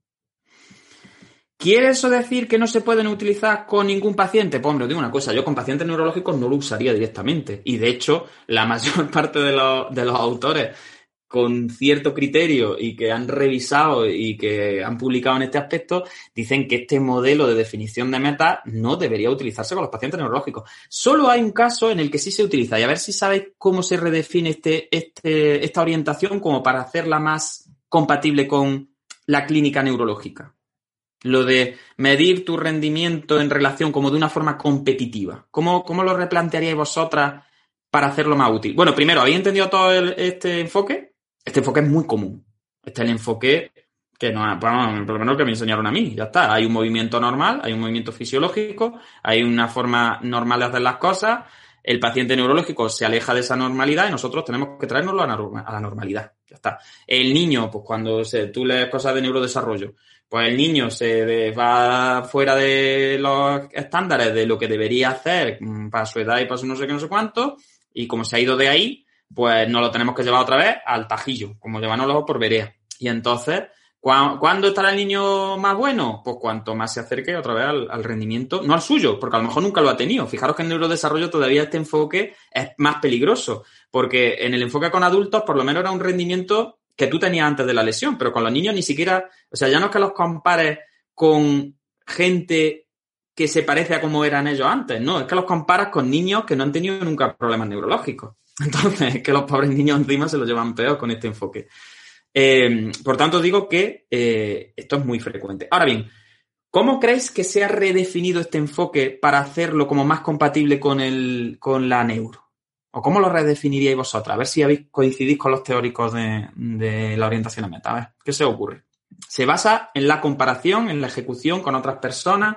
¿Quiere eso decir que no se pueden utilizar con ningún paciente? Pues hombre, os digo una cosa, yo con pacientes neurológicos no lo usaría directamente. Y de hecho, la mayor parte de los autores con cierto criterio y que han revisado y que han publicado en este aspecto, dicen que este modelo de definición de meta no debería utilizarse con los pacientes neurológicos. Solo hay un caso en el que sí se utiliza y a ver si sabéis cómo se redefine esta orientación como para hacerla más compatible con la clínica neurológica. Lo de medir tu rendimiento en relación como de una forma competitiva. ¿Cómo lo replantearíais vosotras para hacerlo más útil? Bueno, primero, ¿habéis entendido todo este enfoque? Este enfoque es muy común. Este es el enfoque que no, bueno, por lo menos que me enseñaron a mí. Ya está. Hay un movimiento normal, hay un movimiento fisiológico, hay una forma normal de hacer las cosas. El paciente neurológico se aleja de esa normalidad y nosotros tenemos que traernoslo a la normalidad. Ya está. El niño, pues cuando tú lees cosas de neurodesarrollo, pues el niño se va fuera de los estándares de lo que debería hacer para su edad y para su no sé qué, no sé cuánto, y como se ha ido de ahí, pues nos lo tenemos que llevar otra vez al tajillo, como llevárnoslo por vereda. Y entonces, ¿cuándo estará el niño más bueno? Pues cuanto más se acerque otra vez al rendimiento, no al suyo, porque a lo mejor nunca lo ha tenido. Fijaros que en neurodesarrollo todavía este enfoque es más peligroso, porque en el enfoque con adultos por lo menos era un rendimiento que tú tenías antes de la lesión, pero con los niños ni siquiera, o sea, ya no es que los compares con gente que se parece a cómo eran ellos antes, no, es que los comparas con niños que no han tenido nunca problemas neurológicos. Entonces, es que los pobres niños encima se lo llevan peor con este enfoque. Por tanto, digo que esto es muy frecuente. Ahora bien, ¿cómo creéis que se ha redefinido este enfoque para hacerlo como más compatible con la neuro? ¿O cómo lo redefiniríais vosotras? A ver si coincidís con los teóricos de la orientación a meta. A ver, ¿qué se os ocurre? Se basa en la comparación, en la ejecución con otras personas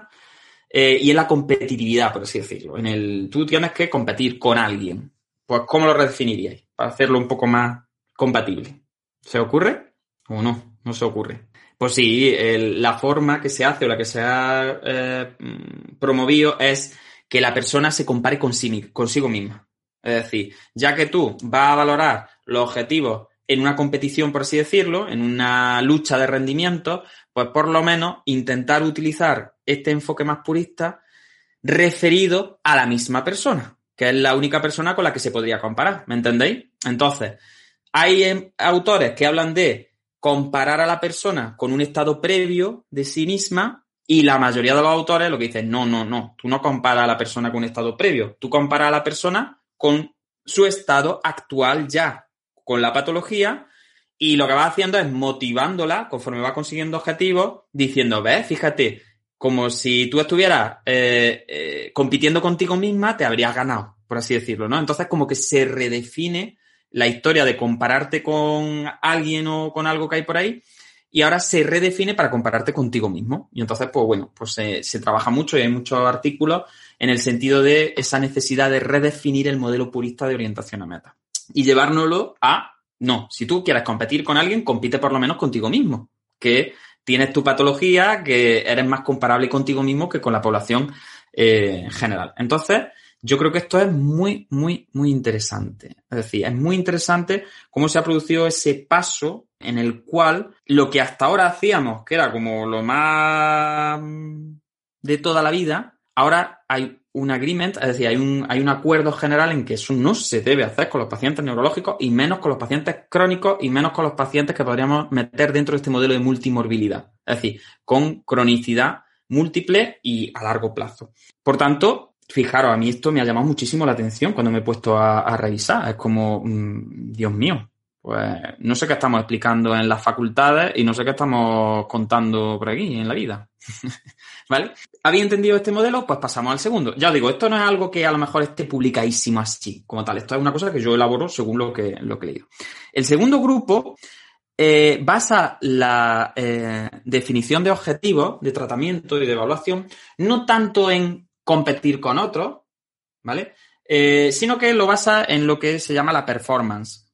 y en la competitividad, por así decirlo. Tú tienes que competir con alguien. Pues, ¿cómo lo redefiniríais? Para hacerlo un poco más compatible. ¿Se os ocurre? ¿O no? No se ocurre. Pues sí, la forma que se hace o la que se ha promovido es que la persona se compare consigo misma. Es decir, ya que tú vas a valorar los objetivos en una competición, por así decirlo, en una lucha de rendimiento, pues por lo menos intentar utilizar este enfoque más purista referido a la misma persona, que es la única persona con la que se podría comparar, ¿me entendéis? Entonces, hay autores que hablan de comparar a la persona con un estado previo de sí misma y la mayoría de los autores lo que dicen, no, tú no comparas a la persona con un estado previo, tú comparas a la persona con su estado actual ya, con la patología, y lo que va haciendo es motivándola conforme va consiguiendo objetivos, diciendo, ves, fíjate, como si tú estuvieras compitiendo contigo misma, te habrías ganado, por así decirlo, ¿no? Entonces, como que se redefine la historia de compararte con alguien o con algo que hay por ahí, y ahora se redefine para compararte contigo mismo. Y entonces, pues bueno, pues se trabaja mucho y hay muchos artículos en el sentido de esa necesidad de redefinir el modelo purista de orientación a meta. Y llevárnoslo a, no, si tú quieres competir con alguien, compite por lo menos contigo mismo, que tienes tu patología, que eres más comparable contigo mismo que con la población general. Entonces, yo creo que esto es muy, muy, muy interesante. Es decir, es muy interesante cómo se ha producido ese paso en el cual lo que hasta ahora hacíamos, que era como lo más de toda la vida, ahora hay un agreement, es decir, hay un acuerdo general en que eso no se debe hacer con los pacientes neurológicos y menos con los pacientes crónicos y menos con los pacientes que podríamos meter dentro de este modelo de multimorbilidad. Es decir, con cronicidad múltiple y a largo plazo. Por tanto, fijaros, a mí esto me ha llamado muchísimo la atención cuando me he puesto a revisar. Es como, Dios mío, pues no sé qué estamos explicando en las facultades y no sé qué estamos contando por aquí en la vida. ¿Vale? ¿Habéis entendido este modelo? Pues pasamos al segundo. Ya os digo, esto no es algo que a lo mejor esté publicadísimo así, como tal. Esto es una cosa que yo elaboro según lo que he leído. El segundo grupo basa la definición de objetivos de tratamiento y de evaluación no tanto en competir con otros, ¿vale? Sino que lo basa en lo que se llama la performance,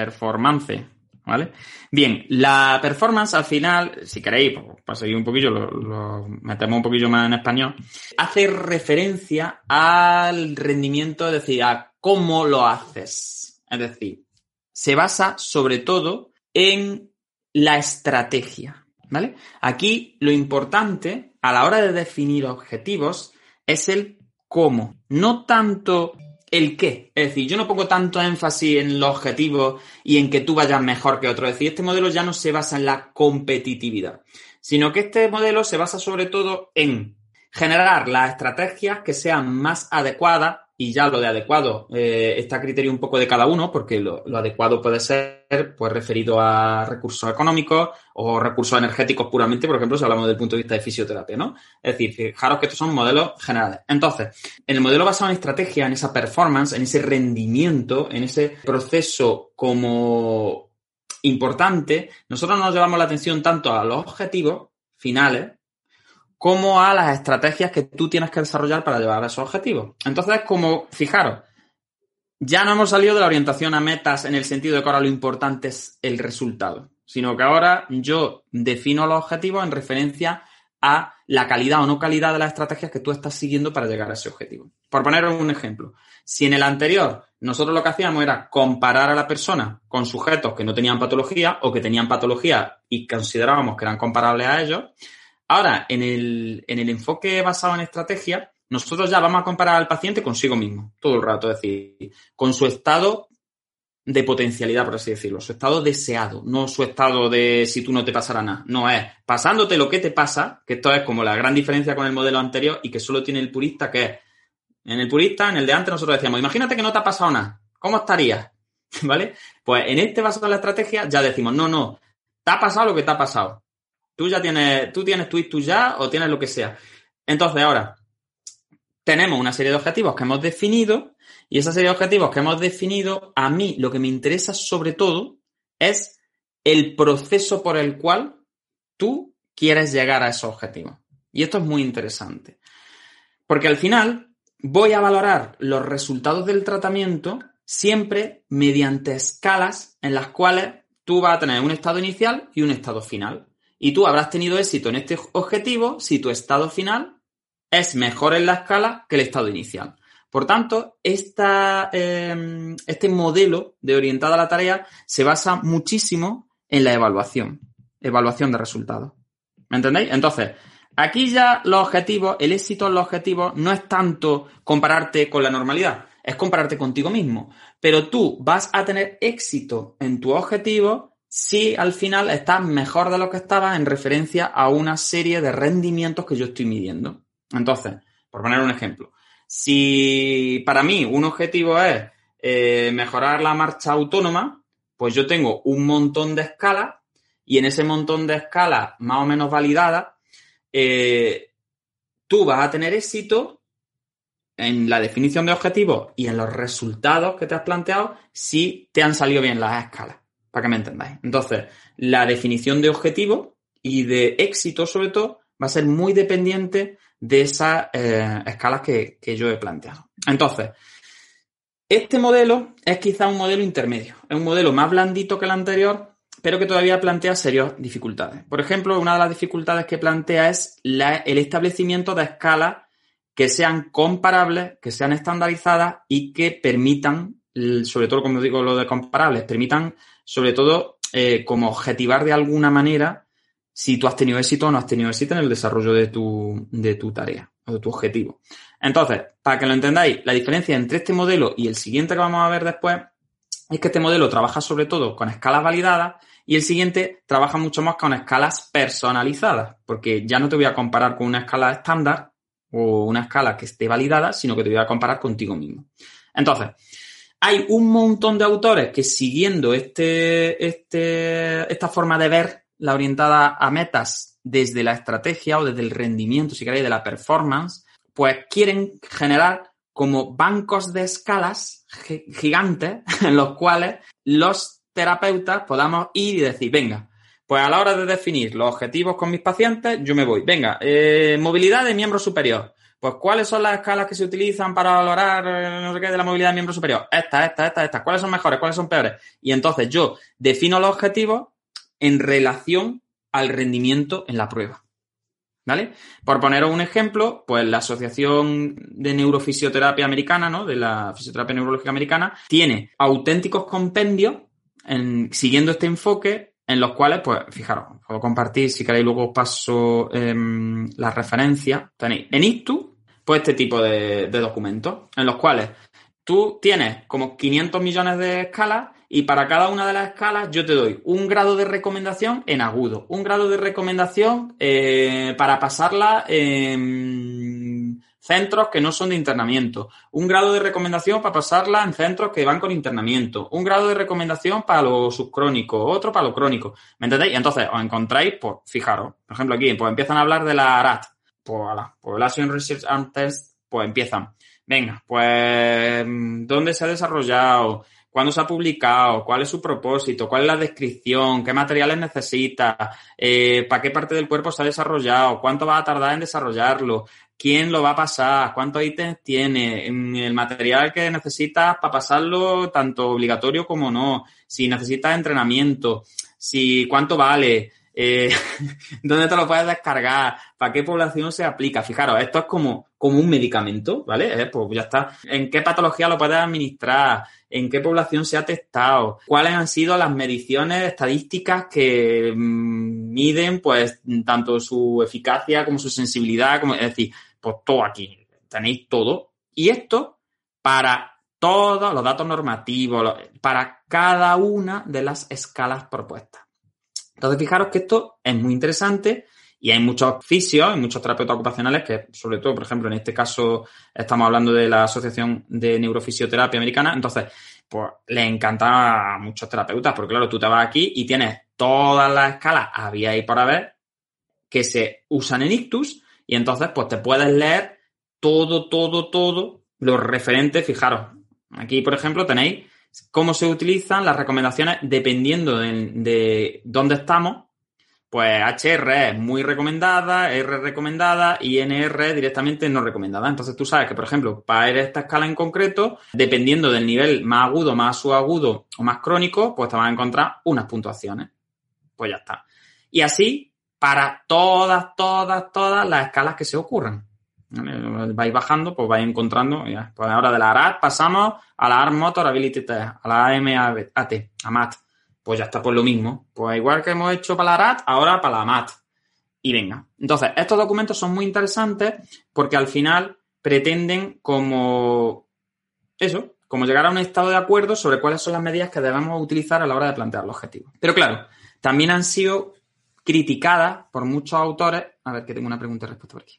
¿vale? Bien, la performance al final, si queréis, para seguir un poquillo, lo metemos un poquillo más en español, hace referencia al rendimiento, es decir, a cómo lo haces. Es decir, se basa sobre todo en la estrategia, ¿vale? Aquí lo importante a la hora de definir objetivos es el cómo, no tanto el qué. Es decir, yo no pongo tanto énfasis en los objetivos y en que tú vayas mejor que otro. Es decir, este modelo ya no se basa en la competitividad, sino que este modelo se basa sobre todo en generar las estrategias que sean más adecuadas, y ya lo de adecuado está a criterio un poco de cada uno, porque lo adecuado puede ser pues referido a recursos económicos o recursos energéticos puramente, por ejemplo, si hablamos desde el punto de vista de fisioterapia, ¿no? Es decir, fijaros que estos son modelos generales. Entonces, en el modelo basado en estrategia, en esa performance, en ese rendimiento, en ese proceso como importante, nosotros nos llevamos la atención tanto a los objetivos finales como a las estrategias que tú tienes que desarrollar para llevar a esos objetivos. Entonces, como, fijaros, ya no hemos salido de la orientación a metas en el sentido de que ahora lo importante es el resultado, sino que ahora yo defino los objetivos en referencia a la calidad o no calidad de las estrategias que tú estás siguiendo para llegar a ese objetivo. Por poner un ejemplo, si en el anterior nosotros lo que hacíamos era comparar a la persona con sujetos que no tenían patología o que tenían patología y considerábamos que eran comparables a ellos, ahora, en el enfoque basado en estrategia, nosotros ya vamos a comparar al paciente consigo mismo, todo el rato, es decir, con su estado de potencialidad, por así decirlo, su estado deseado, no su estado de si tú no te pasará nada. No, es pasándote lo que te pasa, que esto es como la gran diferencia con el modelo anterior y que solo tiene el purista, que es, en el purista, en el de antes, nosotros decíamos, imagínate que no te ha pasado nada, ¿cómo estarías? ¿Vale? Pues en este basado en la estrategia ya decimos, no, te ha pasado lo que te ha pasado. Tú tienes tu ictus ya o tienes lo que sea. Entonces, ahora, tenemos una serie de objetivos que hemos definido y esa serie de objetivos que hemos definido, a mí lo que me interesa sobre todo es el proceso por el cual tú quieres llegar a esos objetivos. Y esto es muy interesante. Porque al final voy a valorar los resultados del tratamiento siempre mediante escalas en las cuales tú vas a tener un estado inicial y un estado final. Y tú habrás tenido éxito en este objetivo si tu estado final es mejor en la escala que el estado inicial. Por tanto, este modelo de orientada a la tarea se basa muchísimo en la evaluación de resultados. ¿Me entendéis? Entonces, aquí ya los objetivos, el éxito en los objetivos no es tanto compararte con la normalidad, es compararte contigo mismo. Pero tú vas a tener éxito en tu objetivo si al final estás mejor de lo que estabas en referencia a una serie de rendimientos que yo estoy midiendo. Entonces, por poner un ejemplo, si para mí un objetivo es mejorar la marcha autónoma, pues yo tengo un montón de escalas y en ese montón de escalas más o menos validadas tú vas a tener éxito en la definición de objetivos y en los resultados que te has planteado si te han salido bien las escalas, para que me entendáis. Entonces, la definición de objetivos y de éxito, sobre todo, va a ser muy dependiente de esas escalas que yo he planteado. Entonces, este modelo es quizá un modelo intermedio. Es un modelo más blandito que el anterior, pero que todavía plantea serias dificultades. Por ejemplo, una de las dificultades que plantea es el establecimiento de escalas que sean comparables, que sean estandarizadas y que permitan, sobre todo, como digo, lo de comparables, permitan, sobre todo, como objetivar de alguna manera si tú has tenido éxito o no has tenido éxito en el desarrollo de tu tarea o de tu objetivo. Entonces, para que lo entendáis, la diferencia entre este modelo y el siguiente que vamos a ver después es que este modelo trabaja sobre todo con escalas validadas y el siguiente trabaja mucho más con escalas personalizadas, porque ya no te voy a comparar con una escala estándar o una escala que esté validada, sino que te voy a comparar contigo mismo. Entonces, hay un montón de autores que siguiendo esta forma de ver la orientada a metas desde la estrategia o desde el rendimiento, si queréis, de la performance, pues quieren generar como bancos de escalas gigantes en los cuales los terapeutas podamos ir y decir, venga, pues a la hora de definir los objetivos con mis pacientes, yo me voy. Venga, movilidad de miembro superior. Pues, ¿cuáles son las escalas que se utilizan para valorar no sé qué de la movilidad de miembro superior? Estas. ¿Cuáles son mejores? ¿Cuáles son peores? Y entonces yo defino los objetivos en relación al rendimiento en la prueba. ¿Vale? Por poneros un ejemplo, pues la Asociación de Neurofisioterapia Americana, ¿no? De la Fisioterapia Neurológica Americana, tiene auténticos compendios siguiendo este enfoque en los cuales, pues, fijaros, puedo compartir, si queréis luego os paso las referencias. Tenéis en ICTU, pues este tipo de documentos, en los cuales tú tienes como 500 millones de escalas y para cada una de las escalas yo te doy un grado de recomendación en agudo, un grado de recomendación para pasarla en centros que no son de internamiento, un grado de recomendación para pasarla en centros que van con internamiento, un grado de recomendación para los subcrónicos, otro para los crónicos, ¿me entendéis? Y entonces os encontráis, pues fijaros, por ejemplo aquí, pues empiezan a hablar de la ARAT, pues Population Research and Test, pues empiezan, venga, pues ¿dónde se ha desarrollado? ¿Cuándo se ha publicado? ¿Cuál es su propósito? ¿Cuál es la descripción? ¿Qué materiales necesita? ¿Para qué parte del cuerpo se ha desarrollado? ¿Cuánto va a tardar en desarrollarlo? ¿Quién lo va a pasar? ¿Cuántos ítems tiene? El material que necesitas para pasarlo, tanto obligatorio como no. Si necesitas entrenamiento. ¿Cuánto vale? ¿Dónde te lo puedes descargar? ¿Para qué población se aplica? Fijaros, esto es como un medicamento, ¿vale? Pues ya está. ¿En qué patología lo puedes administrar? ¿En qué población se ha testado? ¿Cuáles han sido las mediciones estadísticas que miden, pues, tanto su eficacia como su sensibilidad? Es decir, pues todo aquí. Tenéis todo. Y esto para todos los datos normativos, para cada una de las escalas propuestas. Entonces, fijaros que esto es muy interesante y hay muchos fisios, hay muchos terapeutas ocupacionales que, sobre todo, por ejemplo, en este caso estamos hablando de la Asociación de Neurofisioterapia Americana, entonces, pues les encanta a muchos terapeutas, porque claro, tú te vas aquí y tienes todas las escalas había y por haber que se usan en ictus y entonces, pues te puedes leer todo lo referente, fijaros, aquí, por ejemplo, tenéis cómo se utilizan las recomendaciones dependiendo de dónde estamos. Pues HR es muy recomendada, R recomendada y NR directamente no recomendada. Entonces tú sabes que, por ejemplo, para esta escala en concreto, dependiendo del nivel más agudo, más subagudo o más crónico, pues te vas a encontrar unas puntuaciones. Pues ya está. Y así para todas las escalas que se ocurran. Vais bajando, pues vais encontrando. Ya. Pues ahora de la ARAT pasamos a la Arm Motor Ability Test, a la AMAT, a MAT. Pues ya está, pues lo mismo. Pues igual que hemos hecho para la ARAT, ahora para la MAT. Y venga. Entonces, estos documentos son muy interesantes porque al final pretenden como llegar a un estado de acuerdo sobre cuáles son las medidas que debemos utilizar a la hora de plantear los objetivos. Pero claro, también han sido criticadas por muchos autores. A ver, que tengo una pregunta y respuesta por aquí.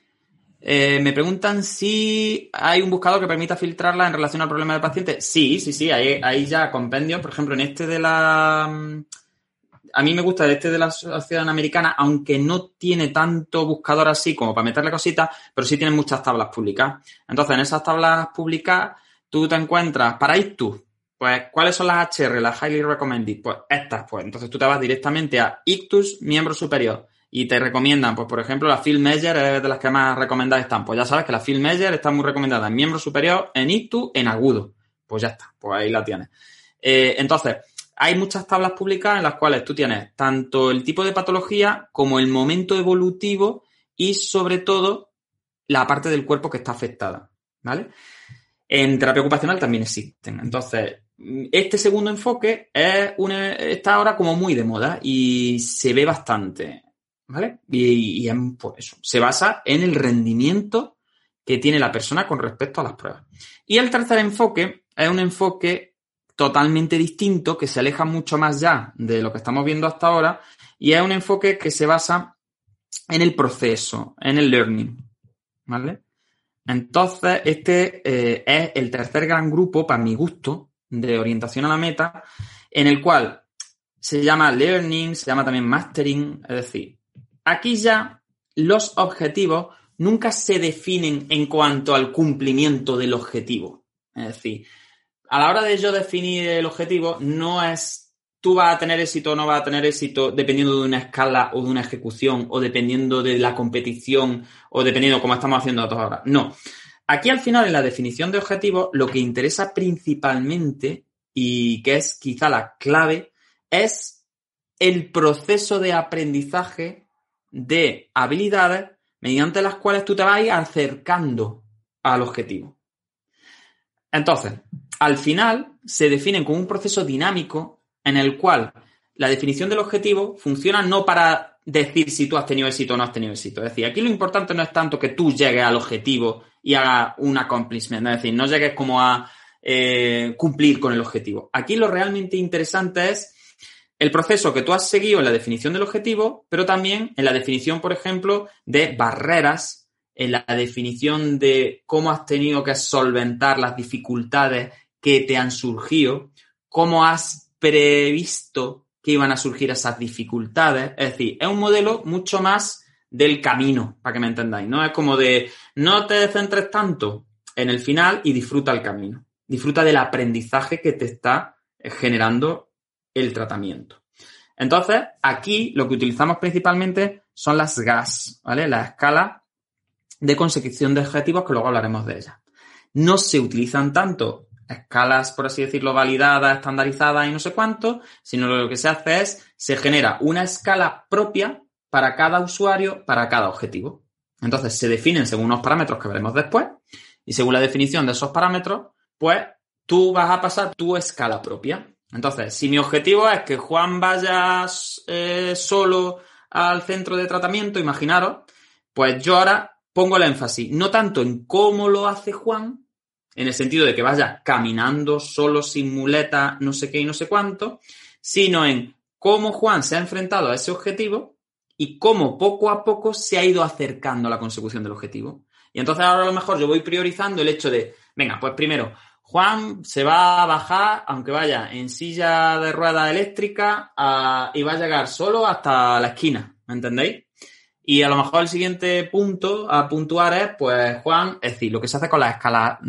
Me preguntan si hay un buscador que permita filtrarla en relación al problema del paciente. Sí, hay ya compendios. Por ejemplo, en este de la a mí me gusta este de la Asociación Americana, aunque no tiene tanto buscador así como para meterle cositas, pero sí tiene muchas tablas publicadas. Entonces, en esas tablas publicadas, tú te encuentras para ictus, pues, ¿cuáles son las HR, las highly recommended? Pues estas, pues, entonces tú te vas directamente a ictus, miembro superior, y te recomiendan, pues, por ejemplo, la Field Measure es de las que más recomendadas están. Pues ya sabes que la Field Measure está muy recomendada en miembro superior, en ictus, en agudo. Pues ya está, pues ahí la tienes. Entonces, hay muchas tablas publicadas en las cuales tú tienes tanto el tipo de patología como el momento evolutivo y, sobre todo, la parte del cuerpo que está afectada, ¿vale? En terapia ocupacional también existen. Entonces, este segundo enfoque está ahora como muy de moda y se ve bastante, ¿vale? Y pues eso, se basa en el rendimiento que tiene la persona con respecto a las pruebas. Y el tercer enfoque es un enfoque totalmente distinto, que se aleja mucho más ya de lo que estamos viendo hasta ahora, y es un enfoque que se basa en el proceso, en el learning, ¿vale? Entonces, este es el tercer gran grupo, para mi gusto, de orientación a la meta, en el cual se llama learning, se llama también mastering, es decir, aquí ya los objetivos nunca se definen en cuanto al cumplimiento del objetivo. Es decir, a la hora de yo definir el objetivo, no es tú vas a tener éxito o no vas a tener éxito dependiendo de una escala o de una ejecución o dependiendo de la competición o dependiendo de cómo estamos haciendo hasta ahora. No. Aquí al final, en la definición de objetivos, lo que interesa principalmente y que es quizá la clave es el proceso de aprendizaje de habilidades mediante las cuales tú te vas a ir acercando al objetivo. Entonces, al final se definen como un proceso dinámico en el cual la definición del objetivo funciona no para decir si tú has tenido éxito o no has tenido éxito. Es decir, aquí lo importante no es tanto que tú llegues al objetivo y hagas un accomplishment, es decir, no llegues como a cumplir con el objetivo. Aquí lo realmente interesante es el proceso que tú has seguido en la definición del objetivo, pero también en la definición, por ejemplo, de barreras, en la definición de cómo has tenido que solventar las dificultades que te han surgido, cómo has previsto que iban a surgir esas dificultades. Es decir, es un modelo mucho más del camino, para que me entendáis, ¿no? Es como de no te centres tanto en el final y disfruta el camino. Disfruta del aprendizaje que te está generando el tratamiento. Entonces, aquí lo que utilizamos principalmente son las GAS, ¿vale? Las escalas de consecución de objetivos, que luego hablaremos de ellas. No se utilizan tanto escalas, por así decirlo, validadas, estandarizadas y no sé cuánto, sino lo que se hace es, se genera una escala propia para cada usuario, para cada objetivo. Entonces, se definen según unos parámetros que veremos después, y según la definición de esos parámetros, pues tú vas a pasar tu escala propia. Entonces, si mi objetivo es que Juan vaya solo al centro de tratamiento, imaginaros, pues yo ahora pongo el énfasis no tanto en cómo lo hace Juan, en el sentido de que vaya caminando solo, sin muleta, no sé qué y no sé cuánto, sino en cómo Juan se ha enfrentado a ese objetivo y cómo poco a poco se ha ido acercando a la consecución del objetivo. Y entonces ahora a lo mejor yo voy priorizando el hecho de, venga, pues primero, Juan se va a bajar, aunque vaya en silla de ruedas eléctrica, y va a llegar solo hasta la esquina, ¿me entendéis? Y a lo mejor el siguiente punto a puntuar es, pues, Juan, es decir, lo que se hace con las escalas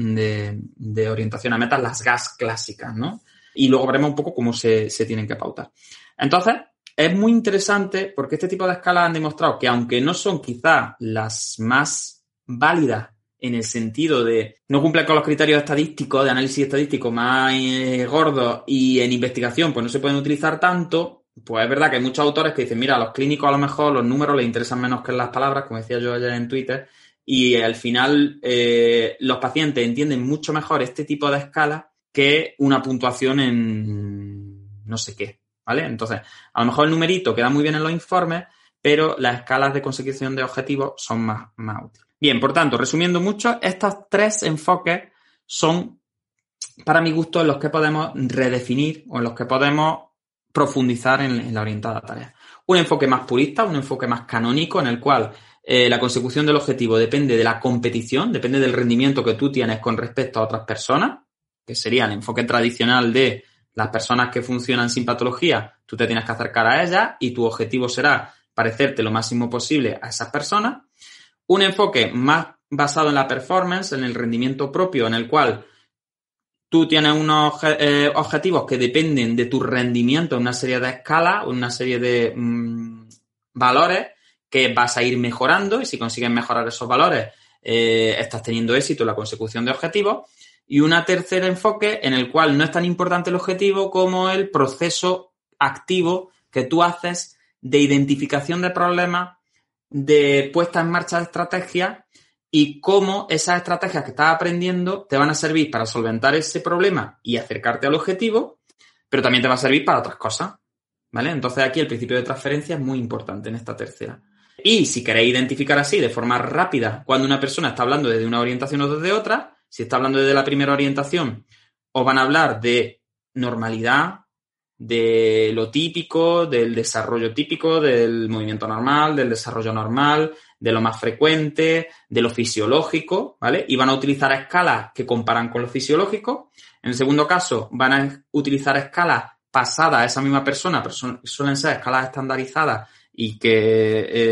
de orientación a metas, las GAS clásicas, ¿no? Y luego veremos un poco cómo se tienen que pautar. Entonces, es muy interesante porque este tipo de escalas han demostrado que, aunque no son quizás las más válidas en el sentido de no cumplen con los criterios estadísticos, de análisis estadístico más gordos y en investigación pues no se pueden utilizar tanto, pues es verdad que hay muchos autores que dicen, mira, a los clínicos a lo mejor los números les interesan menos que las palabras, como decía yo ayer en Twitter, y al final los pacientes entienden mucho mejor este tipo de escala que una puntuación en no sé qué, ¿vale? Entonces, a lo mejor el numerito queda muy bien en los informes, pero las escalas de consecución de objetivos son más útiles. Bien, por tanto, resumiendo mucho, estos tres enfoques son, para mi gusto, en los que podemos redefinir o en los que podemos profundizar en la orientada a tareas. Un enfoque más purista, un enfoque más canónico, en el cual la consecución del objetivo depende de la competición, depende del rendimiento que tú tienes con respecto a otras personas, que sería el enfoque tradicional de las personas que funcionan sin patología, Tú te tienes que acercar a ellas y tu objetivo será parecerte lo máximo posible a esas personas. Un enfoque más basado en la performance, en el rendimiento propio, en el cual tú tienes unos objetivos que dependen de tu rendimiento en una serie de escalas, una serie de valores que vas a ir mejorando, y si consigues mejorar esos valores, estás teniendo éxito en la consecución de objetivos. Y un tercer enfoque en el cual no es tan importante el objetivo como el proceso activo que tú haces de identificación de problemas, de puesta en marcha de estrategias, y cómo esas estrategias que estás aprendiendo te van a servir para solventar ese problema y acercarte al objetivo, pero también te va a servir para otras cosas, ¿vale? Entonces aquí el principio de transferencia es muy importante en esta tercera. Y si queréis identificar así de forma rápida cuando una persona está hablando desde una orientación o desde otra, si está hablando desde la primera orientación, os van a hablar de normalidad, de lo típico, del desarrollo típico, del movimiento normal, del desarrollo normal, de lo más frecuente, de lo fisiológico, ¿vale? Y van a utilizar escalas que comparan con lo fisiológico. En el segundo caso, van a utilizar escalas pasadas a esa misma persona, pero suelen ser escalas estandarizadas y que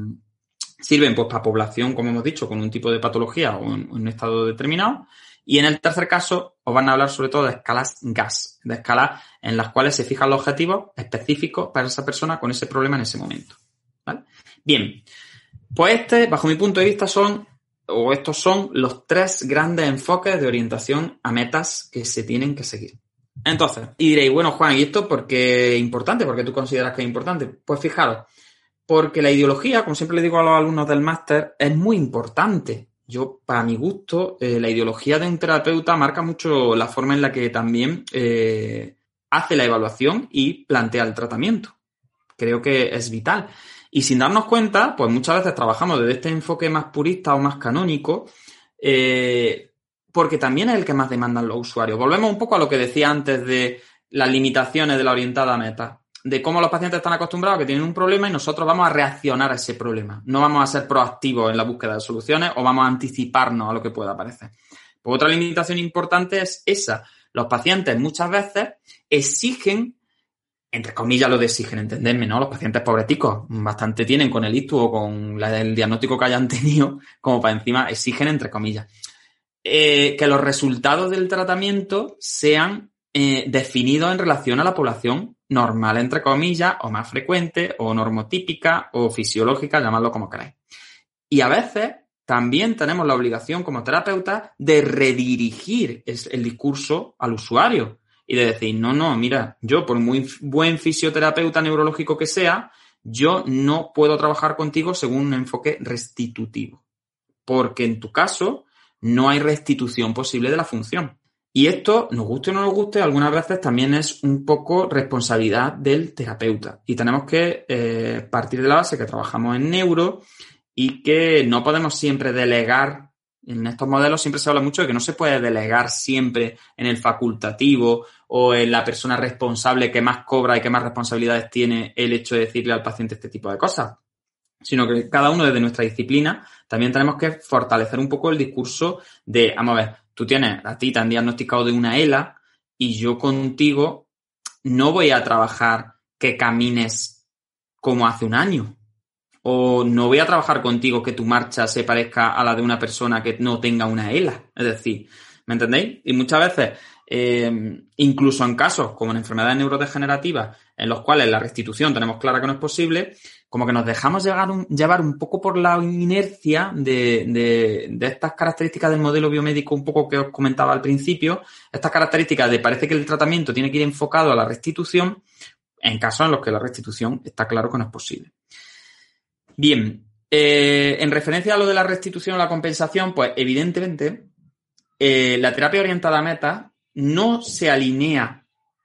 sirven pues para población, como hemos dicho, con un tipo de patología o en un estado determinado. Y en el tercer caso, os van a hablar sobre todo de escalas GAS, de escalas en las cuales se fijan los objetivos específicos para esa persona con ese problema en ese momento, ¿vale? Bien, pues bajo mi punto de vista, estos son los 3 grandes enfoques de orientación a metas que se tienen que seguir. Entonces, y diréis, bueno, Juan, ¿y esto por qué es importante? ¿Por qué tú consideras que es importante? Pues fijaros, porque la ideología, como siempre le digo a los alumnos del máster, es muy importante. Yo, para mi gusto, la ideología de un terapeuta marca mucho la forma en la que también hace la evaluación y plantea el tratamiento. Creo que es vital. Y sin darnos cuenta, pues muchas veces trabajamos desde este enfoque más purista o más canónico, porque también es el que más demandan los usuarios. Volvemos un poco a lo que decía antes de las limitaciones de la orientada a meta, de cómo los pacientes están acostumbrados a que tienen un problema y nosotros vamos a reaccionar a ese problema. No vamos a ser proactivos en la búsqueda de soluciones o vamos a anticiparnos a lo que pueda aparecer. Pues otra limitación importante es esa. Los pacientes muchas veces exigen, entre comillas lo de exigen, entenderme, ¿no? Los pacientes pobreticos bastante tienen con el ictus o con el diagnóstico que hayan tenido, como para encima exigen, entre comillas, que los resultados del tratamiento sean definidos en relación a la población normal, entre comillas, o más frecuente, o normotípica, o fisiológica, llamadlo como queráis. Y a veces también tenemos la obligación como terapeutas de redirigir el discurso al usuario y de decir, no, mira, yo por muy buen fisioterapeuta neurológico que sea, yo no puedo trabajar contigo según un enfoque restitutivo, porque en tu caso no hay restitución posible de la función. Y esto, nos guste o no nos guste, algunas veces también es un poco responsabilidad del terapeuta. Y tenemos que partir de la base que trabajamos en neuro y que no podemos siempre delegar. En estos modelos siempre se habla mucho de que no se puede delegar siempre en el facultativo o en la persona responsable que más cobra y que más responsabilidades tiene el hecho de decirle al paciente este tipo de cosas, sino que cada uno desde nuestra disciplina también tenemos que fortalecer un poco el discurso de, vamos a ver, a ti te han diagnosticado de una ELA y yo contigo no voy a trabajar que camines como hace un año. O no voy a trabajar contigo que tu marcha se parezca a la de una persona que no tenga una ELA. Es decir, ¿me entendéis? Y muchas veces, incluso en casos como en enfermedades neurodegenerativas, en los cuales la restitución tenemos clara que no es posible, como que nos dejamos llevar un poco por la inercia de estas características del modelo biomédico un poco que os comentaba al principio, estas características de parece que el tratamiento tiene que ir enfocado a la restitución, en casos en los que la restitución está claro que no es posible. Bien, en referencia a lo de la restitución o la compensación, pues evidentemente la terapia orientada a meta no se alinea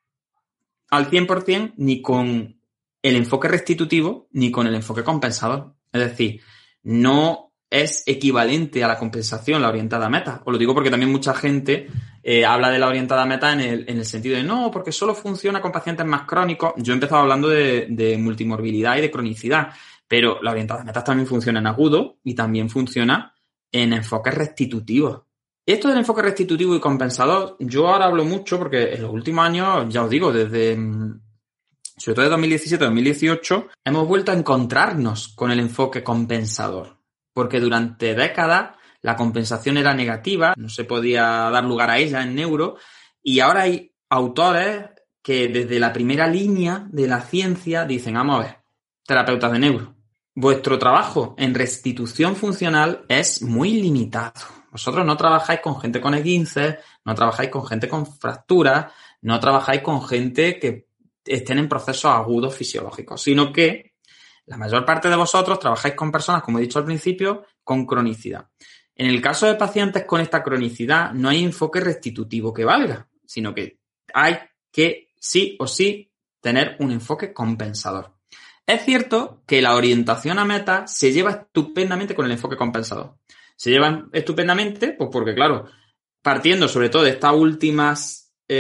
al 100% ni con el enfoque restitutivo ni con el enfoque compensador. Es decir, no es equivalente a la compensación la orientada a meta. Os lo digo porque también mucha gente habla de la orientada a meta en el sentido de no, porque solo funciona con pacientes más crónicos. Yo he empezado hablando de multimorbilidad y de cronicidad. Pero la orientada a metas también funciona en agudo y también funciona en enfoques restitutivos. Esto del enfoque restitutivo y compensador, yo ahora hablo mucho porque en los últimos años, ya os digo, desde sobre todo de 2017-2018, hemos vuelto a encontrarnos con el enfoque compensador. Porque durante décadas la compensación era negativa, no se podía dar lugar a ella en neuro, y ahora hay autores que desde la primera línea de la ciencia dicen, vamos a ver, terapeutas de neuro, vuestro trabajo en restitución funcional es muy limitado. Vosotros no trabajáis con gente con esguinces, no trabajáis con gente con fracturas, no trabajáis con gente que estén en procesos agudos fisiológicos, sino que la mayor parte de vosotros trabajáis con personas, como he dicho al principio, con cronicidad. En el caso de pacientes con esta cronicidad, no hay enfoque restitutivo que valga, sino que hay que sí o sí tener un enfoque compensador. Es cierto que la orientación a meta se lleva estupendamente con el enfoque compensador. Se llevan estupendamente, pues porque, claro, partiendo sobre todo de estas últimas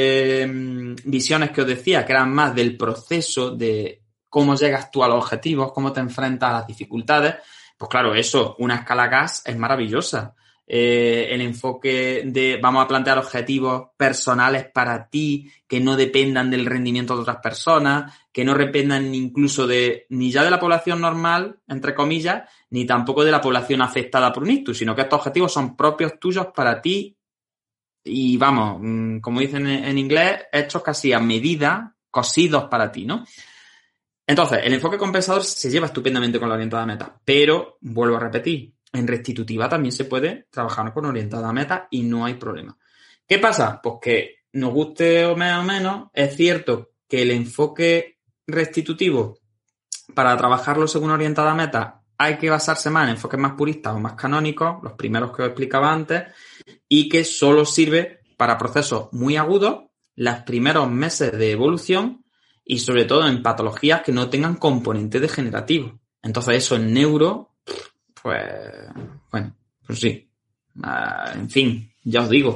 visiones que os decía, que eran más del proceso de cómo llegas tú a los objetivos, cómo te enfrentas a las dificultades, pues claro, eso, una escala GAS es maravillosa. El enfoque de vamos a plantear objetivos personales para ti que no dependan del rendimiento de otras personas, que no dependan incluso ni ya de la población normal, entre comillas, ni tampoco de la población afectada por un ictus, sino que estos objetivos son propios tuyos para ti y vamos, como dicen en inglés, hechos casi a medida, cosidos para ti, ¿no? Entonces, el enfoque compensador se lleva estupendamente con la orientada a meta, pero, vuelvo a repetir, en restitutiva también se puede trabajar con orientada a meta y no hay problema. ¿Qué pasa? Pues que nos guste o menos, es cierto que el enfoque restitutivo para trabajarlo según orientada a meta hay que basarse más en enfoques más puristas o más canónicos, los primeros que os explicaba antes, y que solo sirve para procesos muy agudos, los primeros meses de evolución y sobre todo en patologías que no tengan componente degenerativo. Entonces eso en neuro, pues bueno, pues sí. En fin, ya os digo.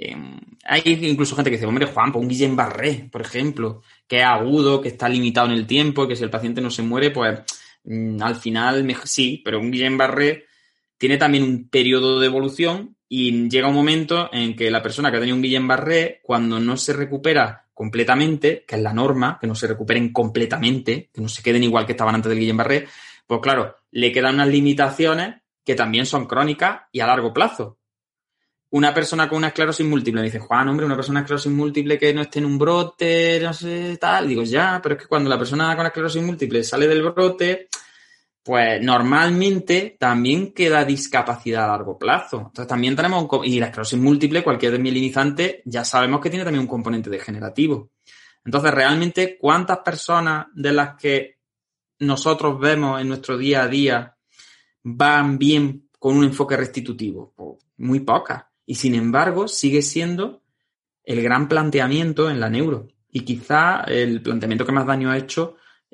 Hay incluso gente que dice, hombre, Juan, pues un Guillain-Barré, por ejemplo, que es agudo, que está limitado en el tiempo, que si el paciente no se muere, pues al final sí, pero un Guillain-Barré tiene también un periodo de evolución y llega un momento en que la persona que ha tenido un Guillain-Barré, cuando no se recupera completamente, que es la norma, que no se recuperen completamente, que no se queden igual que estaban antes del Guillain-Barré, pues claro, le quedan unas limitaciones que también son crónicas y a largo plazo. Una persona con una esclerosis múltiple me dice, Juan, hombre, una persona con esclerosis múltiple que no esté en un brote, no sé, tal. Digo, ya, pero es que cuando la persona con esclerosis múltiple sale del brote, pues normalmente también queda discapacidad a largo plazo. Entonces también tenemos, y la esclerosis múltiple, cualquier desmielinizante, ya sabemos que tiene también un componente degenerativo. Entonces, realmente, ¿cuántas personas de las que nosotros vemos en nuestro día a día van bien con un enfoque restitutivo? Pues muy pocas. Y sin embargo, sigue siendo el gran planteamiento en la neuro. Y quizá el planteamiento que más daño ha hecho,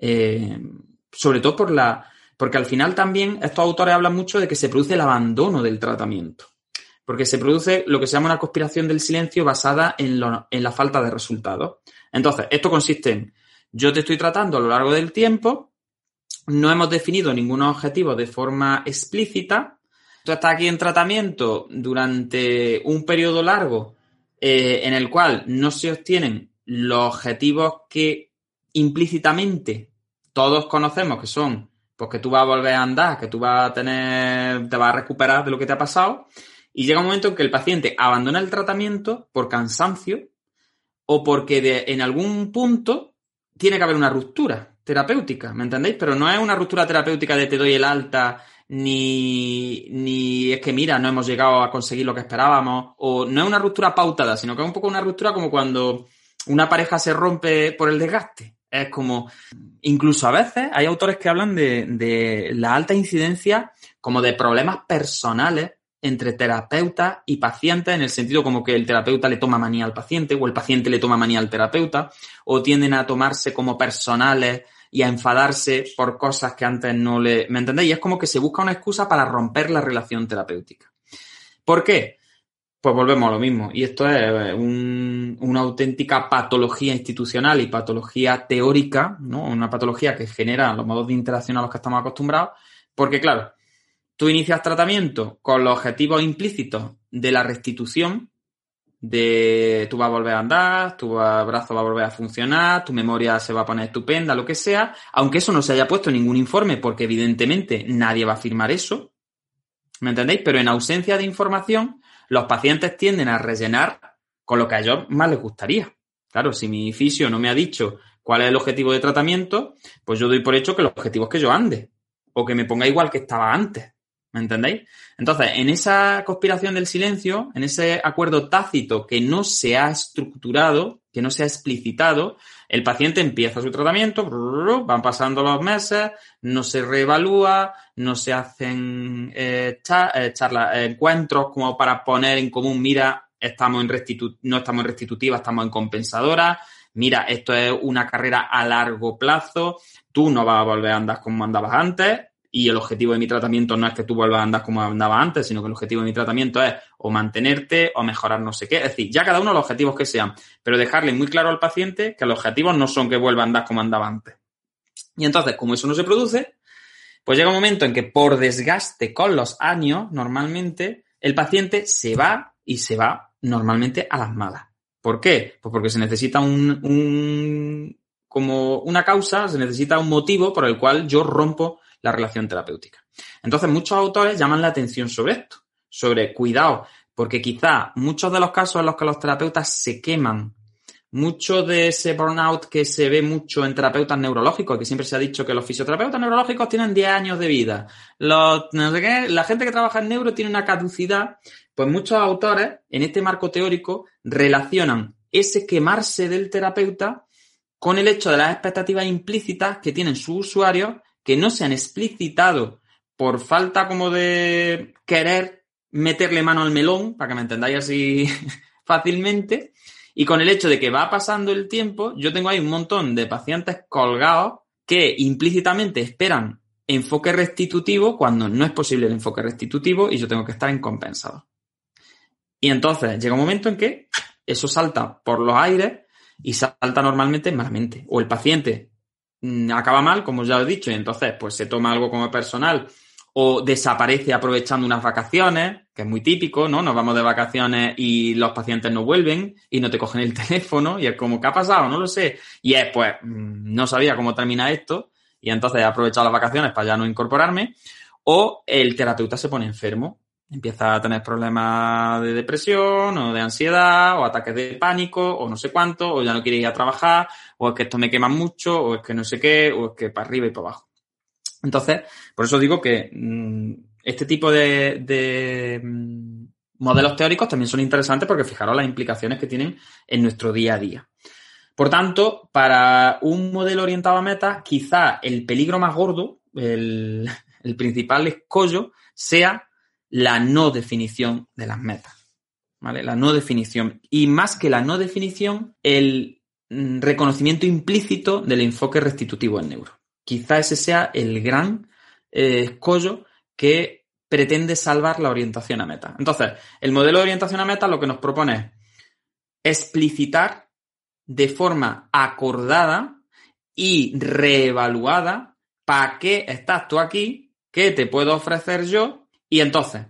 sobre todo porque al final también estos autores hablan mucho de que se produce el abandono del tratamiento. Porque se produce lo que se llama una conspiración del silencio basada en la falta de resultados. Entonces, esto consiste en, yo te estoy tratando a lo largo del tiempo, no hemos definido ningún objetivo de forma explícita, tú estás aquí en tratamiento durante un periodo largo en el cual no se obtienen los objetivos que implícitamente todos conocemos que son pues que tú vas a volver a andar, que tú te vas a recuperar de lo que te ha pasado, y llega un momento en que el paciente abandona el tratamiento por cansancio o porque en algún punto tiene que haber una ruptura terapéutica, ¿me entendéis? Pero no es una ruptura terapéutica de te doy el alta, ni es que mira, no hemos llegado a conseguir lo que esperábamos, o no es una ruptura pautada, sino que es un poco una ruptura como cuando una pareja se rompe por el desgaste. Es como, incluso a veces hay autores que hablan de la alta incidencia como de problemas personales entre terapeutas y pacientes, en el sentido como que el terapeuta le toma manía al paciente o el paciente le toma manía al terapeuta, o tienden a tomarse como personales y a enfadarse por cosas que antes no le... ¿Me entendéis? Y es como que se busca una excusa para romper la relación terapéutica. ¿Por qué? Pues volvemos a lo mismo. Y esto es una auténtica patología institucional y patología teórica, ¿no? Una patología que genera los modos de interacción a los que estamos acostumbrados. Porque, claro, tú inicias tratamiento con los objetivos implícitos de la restitución, tú vas a volver a andar, tu brazo va a volver a funcionar, tu memoria se va a poner estupenda, lo que sea, aunque eso no se haya puesto en ningún informe, porque evidentemente nadie va a firmar eso, ¿me entendéis? Pero en ausencia de información, los pacientes tienden a rellenar con lo que a ellos más les gustaría. Claro, si mi fisio no me ha dicho cuál es el objetivo de tratamiento, pues yo doy por hecho que el objetivo es que yo ande, o que me ponga igual que estaba antes. ¿Me entendéis? Entonces, en esa conspiración del silencio, en ese acuerdo tácito que no se ha estructurado, que no se ha explicitado, el paciente empieza su tratamiento, van pasando los meses, no se reevalúa, no se hacen encuentros como para poner en común, mira, no estamos en restitutiva, estamos en compensadora, mira, esto es una carrera a largo plazo, tú no vas a volver a andar como andabas antes. Y el objetivo de mi tratamiento no es que tú vuelvas a andar como andaba antes, sino que el objetivo de mi tratamiento es o mantenerte o mejorar no sé qué. Es decir, ya cada uno los objetivos que sean, pero dejarle muy claro al paciente que los objetivos no son que vuelva a andar como andaba antes. Y entonces, como eso no se produce, pues llega un momento en que por desgaste con los años, normalmente, el paciente se va normalmente a las malas. ¿Por qué? Pues porque se necesita como una causa, se necesita un motivo por el cual yo rompo la relación terapéutica. Entonces, muchos autores llaman la atención sobre esto, sobre cuidado, porque quizá muchos de los casos en los que los terapeutas se queman, mucho de ese burnout que se ve mucho en terapeutas neurológicos, que siempre se ha dicho que los fisioterapeutas neurológicos tienen 10 años de vida, la gente que trabaja en neuro tiene una caducidad, pues muchos autores en este marco teórico relacionan ese quemarse del terapeuta con el hecho de las expectativas implícitas que tienen sus usuarios que no se han explicitado por falta como de querer meterle mano al melón, para que me entendáis así fácilmente, y con el hecho de que va pasando el tiempo, yo tengo ahí un montón de pacientes colgados que implícitamente esperan enfoque restitutivo cuando no es posible el enfoque restitutivo y yo tengo que estar en compensador. Y entonces llega un momento en que eso salta por los aires y salta normalmente malamente. O el paciente acaba mal, como ya os he dicho, y entonces pues se toma algo como personal o desaparece aprovechando unas vacaciones, que es muy típico, ¿no? Nos vamos de vacaciones y los pacientes no vuelven y no te cogen el teléfono y es como, ¿qué ha pasado? No lo sé. Y es, pues, no sabía cómo termina esto y entonces he aprovechado las vacaciones para ya no incorporarme. O el terapeuta se pone enfermo, empieza a tener problemas de depresión o de ansiedad o ataques de pánico o no sé cuánto, o ya no quiere ir a trabajar, o es que esto me quema mucho, o es que no sé qué, o es que para arriba y para abajo. Entonces, por eso digo que este tipo de modelos teóricos también son interesantes porque fijaros las implicaciones que tienen en nuestro día a día. Por tanto, para un modelo orientado a metas, quizá el peligro más gordo, el principal escollo, sea la no definición de las metas, ¿vale? La no definición. Y más que la no definición, el reconocimiento implícito del enfoque restitutivo en neuro. Quizá ese sea el gran escollo que pretende salvar la orientación a meta. Entonces, el modelo de orientación a meta lo que nos propone es explicitar de forma acordada y reevaluada para qué estás tú aquí, qué te puedo ofrecer yo, y entonces,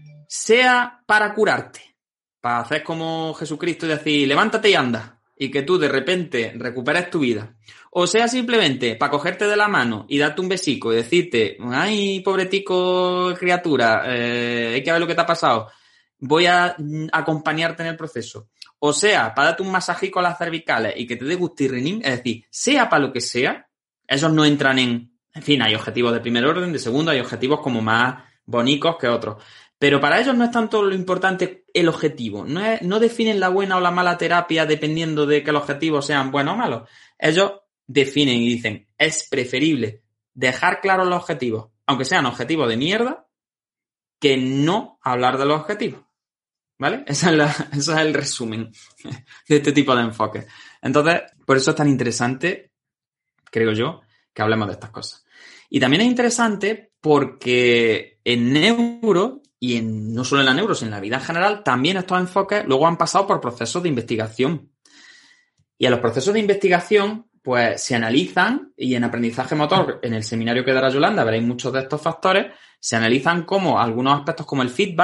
sea para curarte, para hacer como Jesucristo y decir, levántate y anda, y que tú de repente recuperes tu vida, o sea simplemente para cogerte de la mano y darte un besico y decirte, ay, pobretico criatura, hay que ver lo que te ha pasado, voy a acompañarte en el proceso, o sea, para darte un masajico a las cervicales y que te dé gustirrinín, es decir, sea para lo que sea, esos no entran en fin, hay objetivos de primer orden, de segundo, hay objetivos como más bonitos que otros. Pero para ellos no es tanto lo importante el objetivo. No definen la buena o la mala terapia dependiendo de que los objetivos sean buenos o malos. Ellos definen y dicen, es preferible dejar claros los objetivos, aunque sean objetivos de mierda, que no hablar de los objetivos. ¿Vale? Ese es el resumen de este tipo de enfoque. Entonces, por eso es tan interesante, creo yo, que hablemos de estas cosas. Y también es interesante porque en neuro, y no solo en la neuro, sino en la vida en general, también estos enfoques luego han pasado por procesos de investigación. Y en los procesos de investigación, pues se analizan, y en aprendizaje motor, en el seminario que dará Yolanda, veréis muchos de estos factores, se analizan como algunos aspectos como el feedback,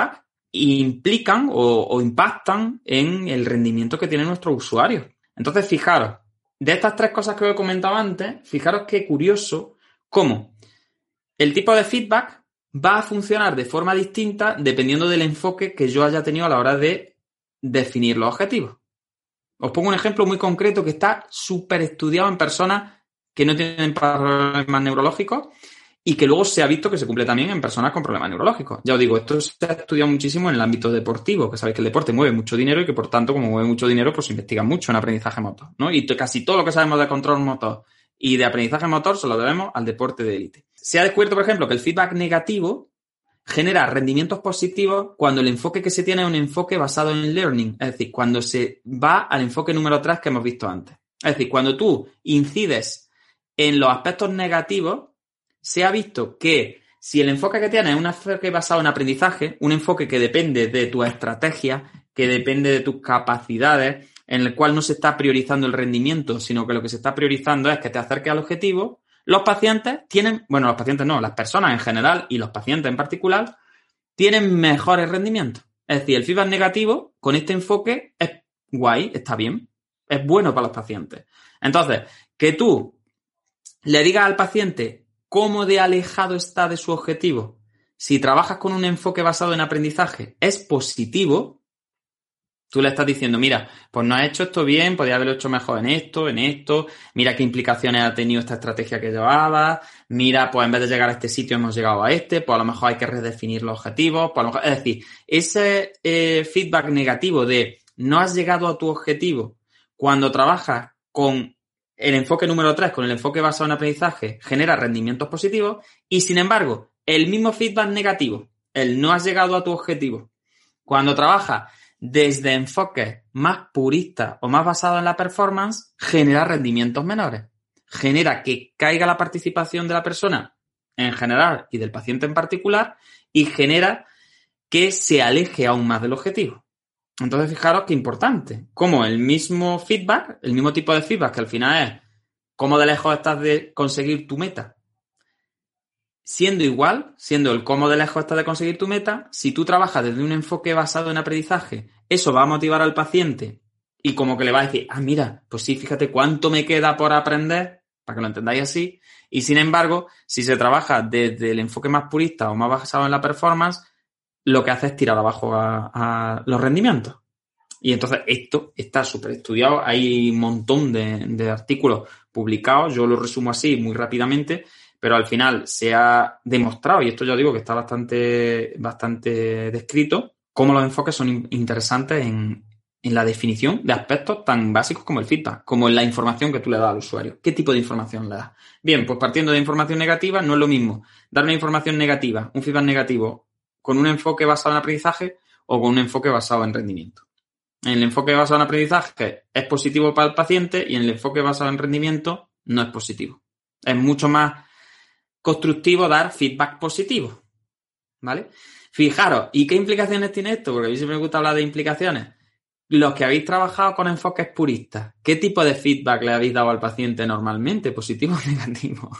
implican o impactan en el rendimiento que tienen nuestros usuarios. Entonces, fijaros, de estas 3 cosas que os he comentado antes, fijaros qué curioso cómo el tipo de feedback va a funcionar de forma distinta dependiendo del enfoque que yo haya tenido a la hora de definir los objetivos. Os pongo un ejemplo muy concreto que está súper estudiado en personas que no tienen problemas neurológicos y que luego se ha visto que se cumple también en personas con problemas neurológicos. Ya os digo, esto se ha estudiado muchísimo en el ámbito deportivo, que sabéis que el deporte mueve mucho dinero y que, por tanto, como mueve mucho dinero, pues se investiga mucho en aprendizaje motor, ¿no? Y casi todo lo que sabemos de control motor y de aprendizaje motor se lo debemos al deporte de élite. Se ha descubierto, por ejemplo, que el feedback negativo genera rendimientos positivos cuando el enfoque que se tiene es un enfoque basado en learning, es decir, cuando se va al enfoque número 3 que hemos visto antes. Es decir, cuando tú incides en los aspectos negativos, se ha visto que si el enfoque que tienes es un enfoque basado en aprendizaje, un enfoque que depende de tu estrategia, que depende de tus capacidades, en el cual no se está priorizando el rendimiento, sino que lo que se está priorizando es que te acerques al objetivo, los pacientes tienen, bueno, los pacientes no, las personas en general y los pacientes en particular, tienen mejores rendimientos. Es decir, el feedback negativo con este enfoque es guay, está bien, es bueno para los pacientes. Entonces, que tú le digas al paciente cómo de alejado está de su objetivo, si trabajas con un enfoque basado en aprendizaje, es positivo. Tú le estás diciendo, mira, pues no has hecho esto bien, podrías haberlo hecho mejor en esto, mira qué implicaciones ha tenido esta estrategia que llevaba, mira, pues en vez de llegar a este sitio hemos llegado a este, pues a lo mejor hay que redefinir los objetivos, pues a lo mejor, es decir, ese feedback negativo de no has llegado a tu objetivo cuando trabajas con el enfoque número 3, con el enfoque basado en aprendizaje, genera rendimientos positivos y, sin embargo, el mismo feedback negativo, el no has llegado a tu objetivo, cuando trabajas desde enfoques más puristas o más basados en la performance, genera rendimientos menores. Genera que caiga la participación de la persona en general y del paciente en particular y genera que se aleje aún más del objetivo. Entonces, fijaros qué importante. Como el mismo feedback, el mismo tipo de feedback que al final es cómo de lejos estás de conseguir tu meta, siendo igual, siendo el cómo de lejos estás de conseguir tu meta, si tú trabajas desde un enfoque basado en aprendizaje, eso va a motivar al paciente y como que le va a decir, ah, mira, pues sí, fíjate cuánto me queda por aprender, para que lo entendáis así, y sin embargo, si se trabaja desde el enfoque más purista o más basado en la performance, lo que hace es tirar abajo a los rendimientos. Y entonces esto está súper estudiado, hay un montón de artículos publicados, yo lo resumo así muy rápidamente, pero al final se ha demostrado, y esto yo digo que está bastante descrito, cómo los enfoques son interesantes en la definición de aspectos tan básicos como el feedback, como en la información que tú le das al usuario. ¿Qué tipo de información le das? Bien, pues partiendo de información negativa, no es lo mismo dar una información negativa, un feedback negativo, con un enfoque basado en aprendizaje o con un enfoque basado en rendimiento. En el enfoque basado en aprendizaje es positivo para el paciente y en el enfoque basado en rendimiento no es positivo. Es mucho más constructivo dar feedback positivo, ¿vale? Fijaros, ¿y qué implicaciones tiene esto? Porque a mí siempre me gusta hablar de implicaciones. Los que habéis trabajado con enfoques puristas, ¿qué tipo de feedback le habéis dado al paciente normalmente? ¿Positivo o negativo?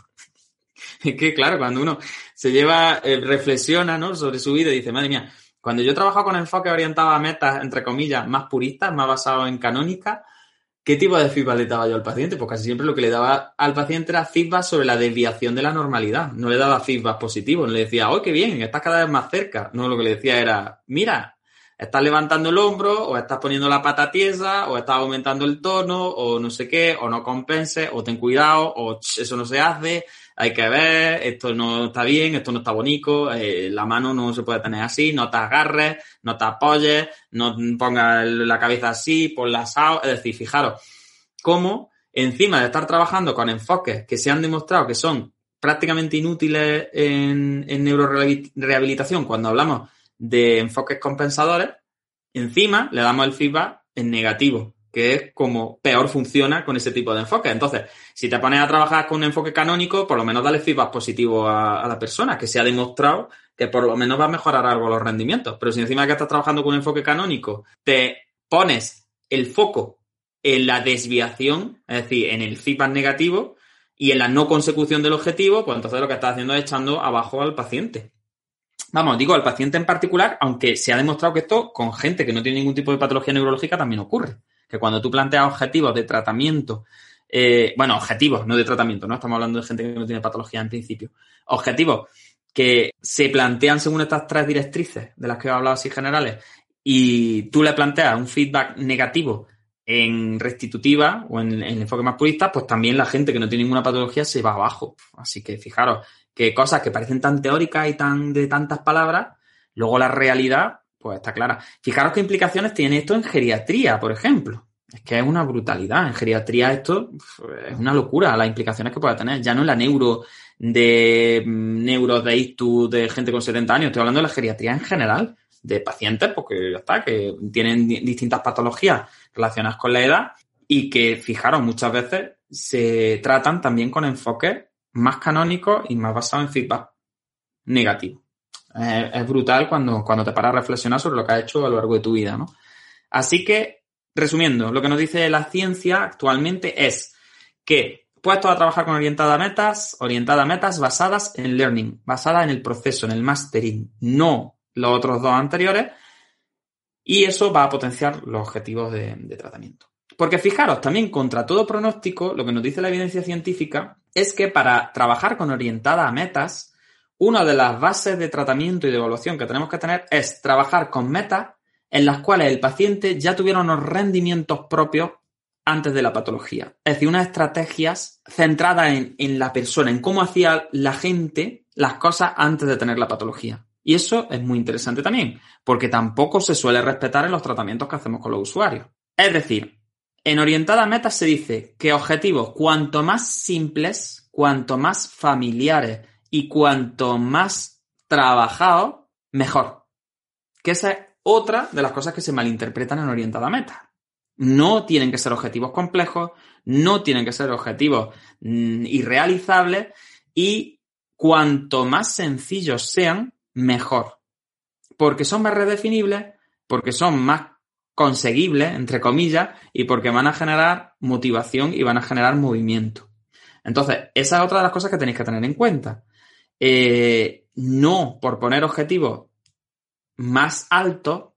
Es que, claro, cuando uno se lleva, reflexiona, ¿no?, sobre su vida y dice, madre mía, cuando yo he trabajado con enfoques orientados a metas, entre comillas, más puristas, más basados en canónica, ¿qué tipo de feedback le daba yo al paciente? Pues casi siempre lo que le daba al paciente era feedback sobre la desviación de la normalidad. No le daba feedback positivo. No le decía, ¡oh, qué bien! Estás cada vez más cerca. No, lo que le decía era, mira, estás levantando el hombro, o estás poniendo la pata tiesa, o estás aumentando el tono, o no sé qué, o no compenses, o ten cuidado, o eso no se hace, hay que ver, esto no está bien, esto no está bonito, la mano no se puede tener así, no te agarres, no te apoyes, no pongas la cabeza así, ponla asado. Es decir, fijaros cómo encima de estar trabajando con enfoques que se han demostrado que son prácticamente inútiles en neurorehabilitación cuando hablamos de enfoques compensadores, encima le damos el feedback en negativo, que es como peor funciona con ese tipo de enfoque. Entonces, si te pones a trabajar con un enfoque canónico, por lo menos dale feedback positivo a la persona, que se ha demostrado que por lo menos va a mejorar algo los rendimientos. Pero si encima que estás trabajando con un enfoque canónico, te pones el foco en la desviación, es decir, en el feedback negativo y en la no consecución del objetivo, pues entonces lo que estás haciendo es echando abajo al paciente. Vamos, digo, al paciente en particular, aunque se ha demostrado que esto con gente que no tiene ningún tipo de patología neurológica también ocurre. Que cuando tú planteas objetivos de tratamiento, objetivos, no de tratamiento, ¿no? Estamos hablando de gente que no tiene patología en principio. Objetivos que se plantean según estas 3 directrices de las que he hablado así generales y tú le planteas un feedback negativo en restitutiva o en enfoque más purista, pues también la gente que no tiene ninguna patología se va abajo. Así que fijaros que cosas que parecen tan teóricas y tan de tantas palabras, luego la realidad, pues está clara. Fijaros qué implicaciones tiene esto en geriatría, por ejemplo. Es que es una brutalidad. En geriatría esto es una locura, las implicaciones que puede tener. Ya no en la neuros de ictus de gente con 70 años, estoy hablando de la geriatría en general, de pacientes, porque ya está, que tienen distintas patologías relacionadas con la edad y que, fijaros, muchas veces se tratan también con enfoques más canónicos y más basados en feedback negativo. Es brutal cuando te paras a reflexionar sobre lo que has hecho a lo largo de tu vida, ¿no? Así que, resumiendo, lo que nos dice la ciencia actualmente es que puestos a trabajar con orientada a metas basadas en learning, basadas en el proceso, en el mastering, no los otros 2 anteriores, y eso va a potenciar los objetivos de tratamiento. Porque fijaros, también contra todo pronóstico, lo que nos dice la evidencia científica es que para trabajar con orientada a metas, una de las bases de tratamiento y de evaluación que tenemos que tener es trabajar con metas en las cuales el paciente ya tuviera unos rendimientos propios antes de la patología. Es decir, unas estrategias centradas en la persona, en cómo hacía la gente las cosas antes de tener la patología. Y eso es muy interesante también, porque tampoco se suele respetar en los tratamientos que hacemos con los usuarios. Es decir, en orientada a metas se dice que objetivos cuanto más simples, cuanto más familiares y cuanto más trabajados, mejor. Que esa es otra de las cosas que se malinterpretan en orientada a metas. No tienen que ser objetivos complejos, no tienen que ser objetivos irrealizables y cuanto más sencillos sean, mejor. Porque son más redefinibles, porque son más conseguibles, entre comillas, y porque van a generar motivación y van a generar movimiento. Entonces, esa es otra de las cosas que tenéis que tener en cuenta. No por poner objetivos más altos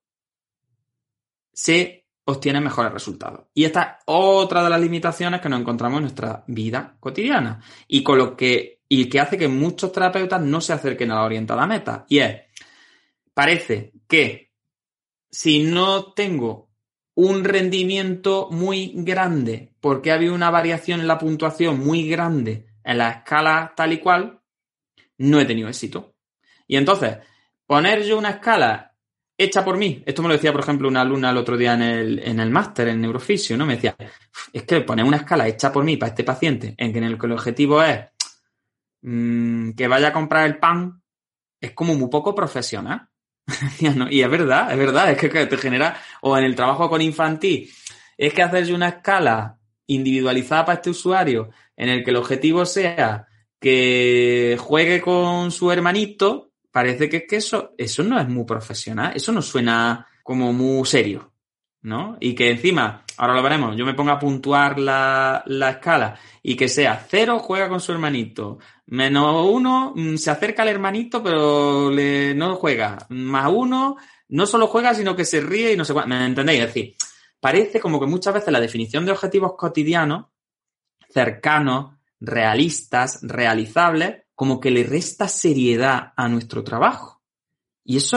se obtienen mejores resultados. Y esta es otra de las limitaciones que nos encontramos en nuestra vida cotidiana y que hace que muchos terapeutas no se acerquen a la orientada a meta. Y parece que si no tengo un rendimiento muy grande porque ha habido una variación en la puntuación muy grande en la escala tal y cual, no he tenido éxito. Y entonces, poner yo una escala hecha por mí, esto me lo decía, por ejemplo, una alumna el otro día en el máster en neurofisio, ¿no? Me decía, es que poner una escala hecha por mí para este paciente en el que el objetivo es que vaya a comprar el pan, es como muy poco profesional. Y es verdad, es que te genera, o en el trabajo con infantil, es que hacer una escala individualizada para este usuario en el que el objetivo sea que juegue con su hermanito, parece que es que eso no es muy profesional, eso no suena como muy serio, ¿no? Y que encima, ahora lo veremos, yo me ponga a puntuar la escala y que sea 0 juega con su hermanito, -1 se acerca al hermanito pero no juega, +1 no solo juega sino que se ríe y no sé cuánto, ¿me entendéis? Es decir, parece como que muchas veces la definición de objetivos cotidianos, cercanos, realistas, realizables, como que le resta seriedad a nuestro trabajo. Y eso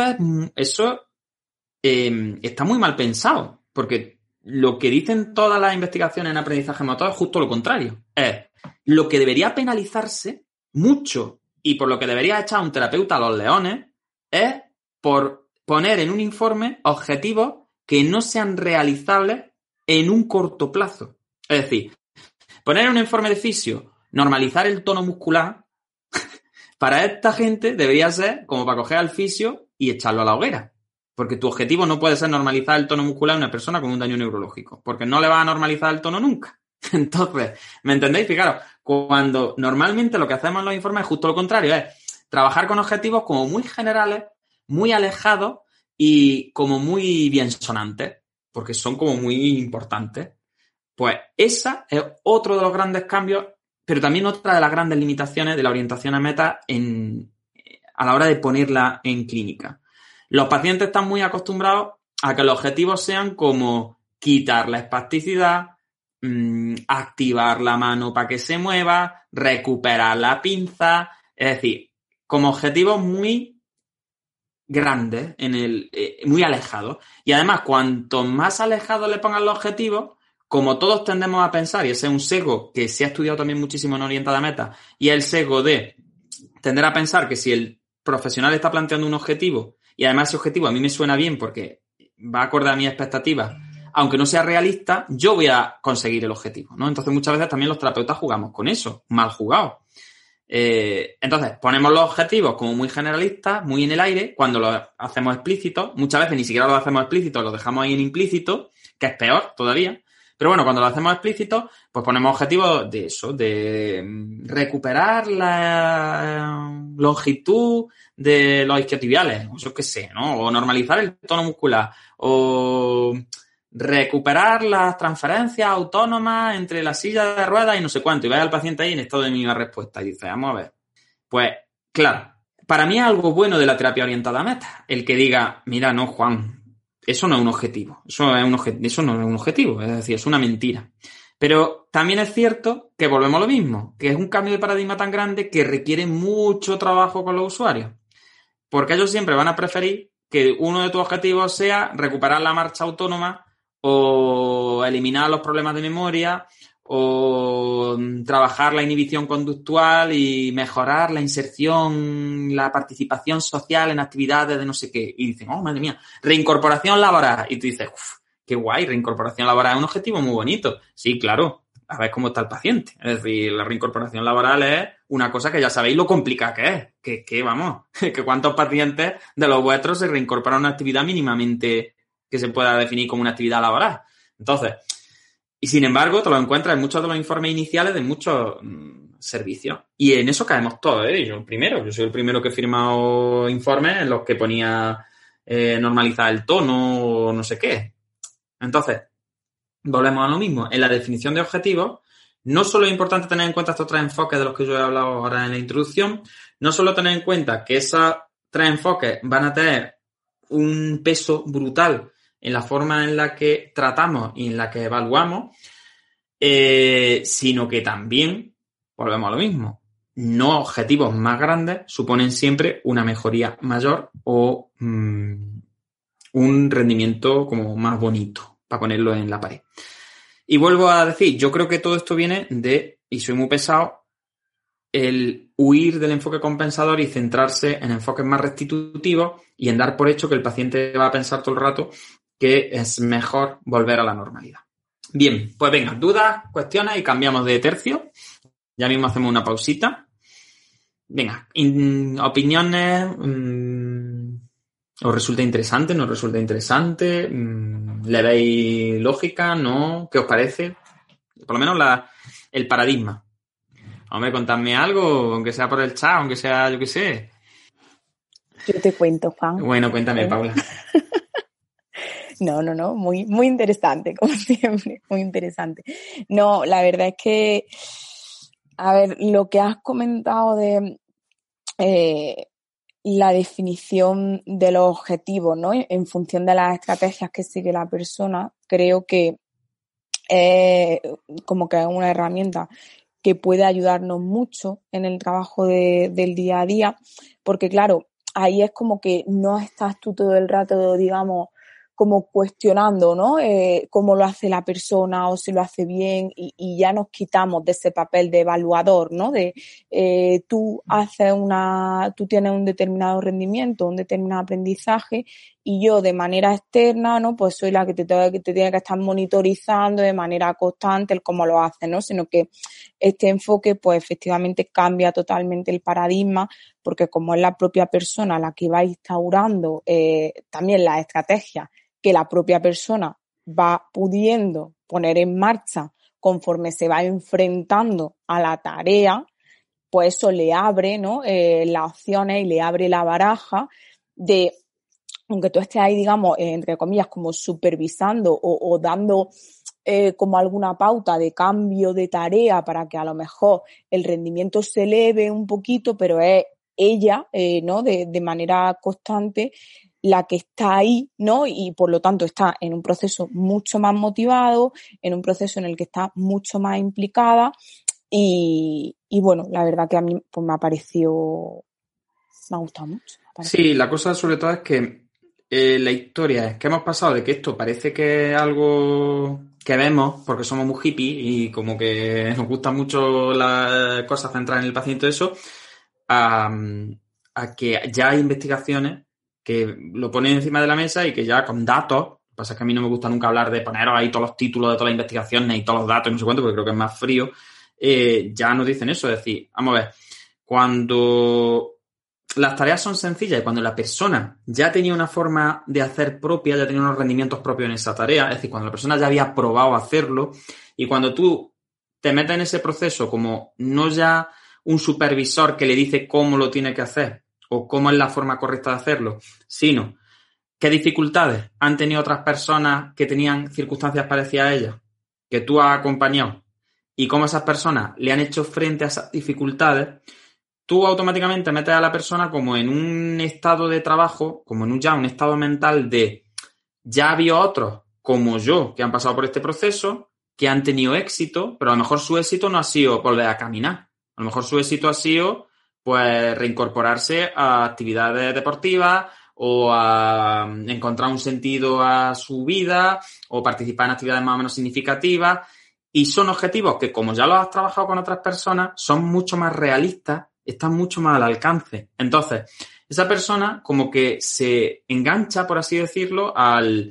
está muy mal pensado, porque lo que dicen todas las investigaciones en aprendizaje motor es justo lo contrario. Es lo que debería penalizarse mucho y por lo que debería echar un terapeuta a los leones es por poner en un informe objetivos que no sean realizables en un corto plazo. Es decir, poner en un informe de fisio, normalizar el tono muscular, para esta gente debería ser como para coger al fisio y echarlo a la hoguera. Porque tu objetivo no puede ser normalizar el tono muscular de una persona con un daño neurológico, porque no le va a normalizar el tono nunca. Entonces, ¿me entendéis? Fijaros, cuando normalmente lo que hacemos en los informes es justo lo contrario, es trabajar con objetivos como muy generales, muy alejados y como muy bien sonantes, porque son como muy importantes. Pues esa es otro de los grandes cambios, pero también otra de las grandes limitaciones de la orientación a meta a la hora de ponerla en clínica. Los pacientes están muy acostumbrados a que los objetivos sean como quitar la espasticidad, activar la mano para que se mueva, recuperar la pinza, es decir, como objetivos muy grandes, muy alejados. Y además, cuanto más alejados le pongan los objetivos, como todos tendemos a pensar, y ese es un sesgo que se ha estudiado también muchísimo en Orientada Meta, y es el sesgo de tender a pensar que si el profesional está planteando un objetivo, y además ese objetivo a mí me suena bien porque va acorde a mis expectativas, aunque no sea realista, yo voy a conseguir el objetivo, ¿no? Entonces muchas veces también los terapeutas jugamos con eso, mal jugado. Entonces ponemos los objetivos como muy generalistas, muy en el aire, cuando los hacemos explícitos, muchas veces ni siquiera los hacemos explícitos, los dejamos ahí en implícito, que es peor todavía. Pero bueno, cuando lo hacemos explícito, pues ponemos objetivos de eso, de recuperar la longitud de los isquiotibiales, o yo qué sé, ¿no? O normalizar el tono muscular, o recuperar las transferencias autónomas entre la silla de ruedas y no sé cuánto. Y ves al paciente ahí en estado de mínima respuesta y dices, vamos a ver. Pues, claro, para mí es algo bueno de la terapia orientada a meta, el que diga, mira, no, Juan, eso no es un objetivo, eso no es un objetivo, es decir, es una mentira. Pero también es cierto que volvemos a lo mismo, que es un cambio de paradigma tan grande que requiere mucho trabajo con los usuarios. Porque ellos siempre van a preferir que uno de tus objetivos sea recuperar la marcha autónoma o eliminar los problemas de memoria o trabajar la inhibición conductual y mejorar la inserción, la participación social en actividades de no sé qué. Y dicen, oh, madre mía, reincorporación laboral. Y tú dices, uff, qué guay, reincorporación laboral es un objetivo muy bonito. Sí, claro, a ver cómo está el paciente. Es decir, la reincorporación laboral es una cosa que ya sabéis lo complicada que es. Que vamos, que cuántos pacientes de los vuestros se reincorporan a una actividad mínimamente que se pueda definir como una actividad laboral. Entonces, y sin embargo, te lo encuentras en muchos de los informes iniciales de muchos servicios. Y en eso caemos todos, ¿eh? Yo soy el primero que he firmado informes en los que ponía normalizar el tono o no sé qué. Entonces, volvemos a lo mismo. En la definición de objetivos, no solo es importante tener en cuenta estos tres enfoques de los que yo he hablado ahora en la introducción, no solo tener en cuenta que esos tres enfoques van a tener un peso brutal en la forma en la que tratamos y en la que evaluamos, sino que también, volvemos a lo mismo, no objetivos más grandes suponen siempre una mejoría mayor o un rendimiento como más bonito, para ponerlo en la pared. Y vuelvo a decir, yo creo que todo esto viene de, y soy muy pesado, el huir del enfoque compensador y centrarse en enfoques más restitutivos y en dar por hecho que el paciente va a pensar todo el rato que es mejor volver a la normalidad. Bien, pues venga, dudas, cuestiones y cambiamos de tercio. Ya mismo hacemos una pausita. Venga, opiniones, ¿os resulta interesante? ¿No os resulta interesante? ¿Le veis lógica? ¿No? ¿Qué os parece? Por lo menos el paradigma. Hombre, contadme algo, aunque sea por el chat, aunque sea, yo qué sé. Yo te cuento, Juan. Bueno, cuéntame, Paula. No, muy, muy interesante, como siempre, muy interesante. No, la verdad es que, a ver, lo que has comentado de la definición de los objetivos, ¿no? En función de las estrategias que sigue la persona, creo que como que es una herramienta que puede ayudarnos mucho en el trabajo del día a día, porque claro, ahí es como que no estás tú todo el rato, digamos, como cuestionando, ¿no? Cómo lo hace la persona o si lo hace bien y ya nos quitamos de ese papel de evaluador, ¿no? De tú tienes un determinado rendimiento, un determinado aprendizaje y yo de manera externa, ¿no? Pues soy la que te tiene que estar monitorizando de manera constante el cómo lo hace, ¿no? Sino que este enfoque, pues efectivamente cambia totalmente el paradigma porque como es la propia persona la que va instaurando también las estrategias que la propia persona va pudiendo poner en marcha conforme se va enfrentando a la tarea, pues eso le abre, ¿no? Las opciones y le abre la baraja de, aunque tú estés ahí, digamos, entre comillas, como supervisando o dando como alguna pauta de cambio de tarea para que a lo mejor el rendimiento se eleve un poquito, pero es ella, ¿no? De manera constante, la que está ahí, ¿no? Y por lo tanto está en un proceso mucho más motivado, en un proceso en el que está mucho más implicada y bueno, la verdad que a mí pues me ha gustado mucho. Sí, la cosa sobre todo es que la historia es que hemos pasado de que esto parece que es algo que vemos porque somos muy hippies y como que nos gustan mucho las cosas centradas en el paciente y eso, a que ya hay investigaciones que lo ponen encima de la mesa y que ya con datos, lo que pasa es que a mí no me gusta nunca hablar de poneros ahí todos los títulos de todas las investigaciones y todos los datos y no sé cuánto, porque creo que es más frío, ya nos dicen eso, es decir, vamos a ver, cuando las tareas son sencillas y cuando la persona ya tenía una forma de hacer propia, ya tenía unos rendimientos propios en esa tarea, es decir, cuando la persona ya había probado hacerlo y cuando tú te metes en ese proceso como no ya un supervisor que le dice cómo lo tiene que hacer o cómo es la forma correcta de hacerlo, sino qué dificultades han tenido otras personas que tenían circunstancias parecidas a ellas, que tú has acompañado y cómo esas personas le han hecho frente a esas dificultades, tú automáticamente metes a la persona como en un estado de trabajo, como en un estado mental de ya había otros como yo que han pasado por este proceso, que han tenido éxito, pero a lo mejor su éxito no ha sido volver a caminar. A lo mejor su éxito ha sido pues reincorporarse a actividades deportivas o a encontrar un sentido a su vida o participar en actividades más o menos significativas. Y son objetivos que, como ya los has trabajado con otras personas, son mucho más realistas, están mucho más al alcance. Entonces, esa persona como que se engancha, por así decirlo, al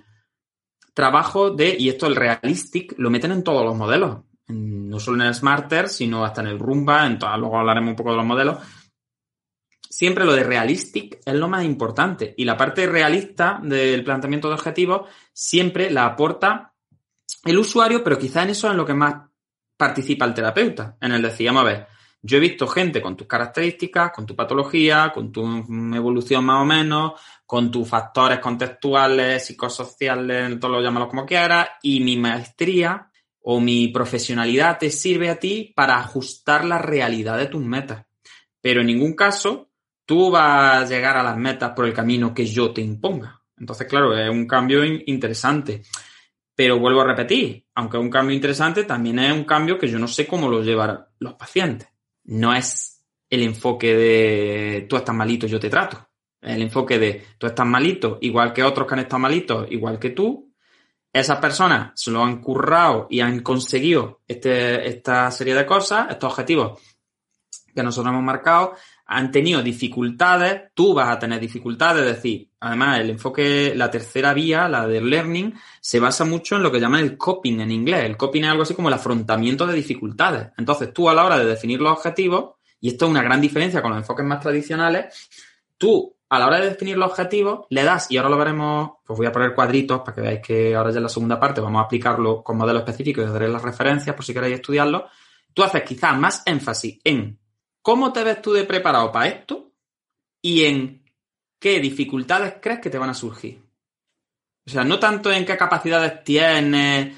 trabajo de, y esto el Realistic, lo meten en todos los modelos. No solo en el Smarter, sino hasta en el Rumba, luego hablaremos un poco de los modelos. Siempre lo de Realistic es lo más importante. Y la parte realista del planteamiento de objetivos siempre la aporta el usuario, pero quizá en eso es en lo que más participa el terapeuta. En el decir, vamos a ver, yo he visto gente con tus características, con tu patología, con tu evolución más o menos, con tus factores contextuales, psicosociales, todo lo llámalo como quieras, y mi maestría o mi profesionalidad te sirve a ti para ajustar la realidad de tus metas. Pero en ningún caso tú vas a llegar a las metas por el camino que yo te imponga. Entonces, claro, es un cambio interesante. Pero vuelvo a repetir, aunque es un cambio interesante, también es un cambio que yo no sé cómo lo llevan los pacientes. No es el enfoque de tú estás malito, yo te trato. Es el enfoque de tú estás malito, igual que otros que han estado malitos, igual que tú. Esas personas se lo han currado y han conseguido esta serie de cosas, estos objetivos que nosotros hemos marcado, han tenido dificultades, tú vas a tener dificultades, es decir, además el enfoque, la tercera vía, la del learning, se basa mucho en lo que llaman el coping en inglés. El coping es algo así como el afrontamiento de dificultades. Entonces tú a la hora de definir los objetivos, y esto es una gran diferencia con los enfoques más tradicionales, tú a la hora de definir los objetivos le das, y ahora lo veremos, pues voy a poner cuadritos para que veáis que ahora ya en la segunda parte vamos a aplicarlo con modelos específicos y os daré las referencias por si queréis estudiarlo. Tú haces quizás más énfasis en cómo te ves tú de preparado para esto y en qué dificultades crees que te van a surgir. O sea, no tanto en qué capacidades tienes,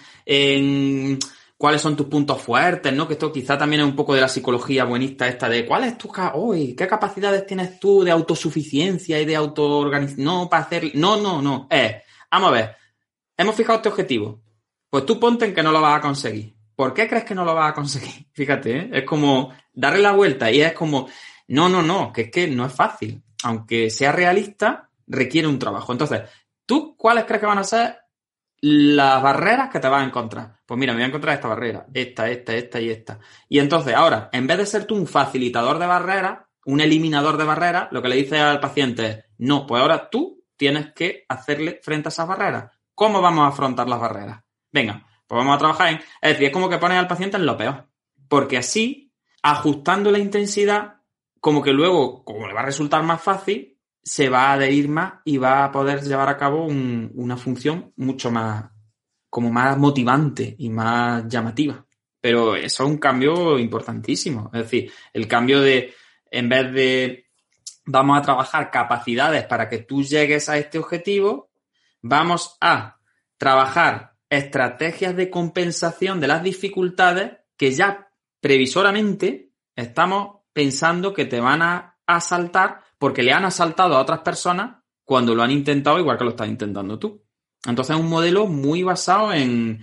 en cuáles son tus puntos fuertes, ¿no? Que esto quizá también es un poco de la psicología buenista esta de cuál es tu... ¿qué capacidades tienes tú de autosuficiencia y de autoorganización? No, para hacer... No. Vamos a ver, hemos fijado este objetivo. Pues tú ponte en que no lo vas a conseguir. ¿Por qué crees que no lo vas a conseguir? Fíjate, ¿eh? Es como darle la vuelta y es como, no, que es que no es fácil. Aunque sea realista, requiere un trabajo. Entonces, ¿tú cuáles crees que van a ser las barreras que te vas a encontrar? Pues mira, me voy a encontrar esta barrera, esta y esta. Y entonces, ahora, en vez de ser tú un facilitador de barreras, un eliminador de barreras, lo que le dices al paciente es, no, pues ahora tú tienes que hacerle frente a esas barreras. ¿Cómo vamos a afrontar las barreras? Venga, pues vamos a trabajar en... Es decir, es como que pones al paciente en lo peor. Porque así, ajustando la intensidad, como que luego, como le va a resultar más fácil, se va a adherir más y va a poder llevar a cabo una función mucho más, como más motivante y más llamativa. Pero eso es un cambio importantísimo. Es decir, el cambio de, en vez de vamos a trabajar capacidades para que tú llegues a este objetivo, vamos a trabajar estrategias de compensación de las dificultades que ya previsoramente estamos pensando que te van a asaltar porque le han asaltado a otras personas cuando lo han intentado igual que lo estás intentando tú. Entonces es un modelo muy basado en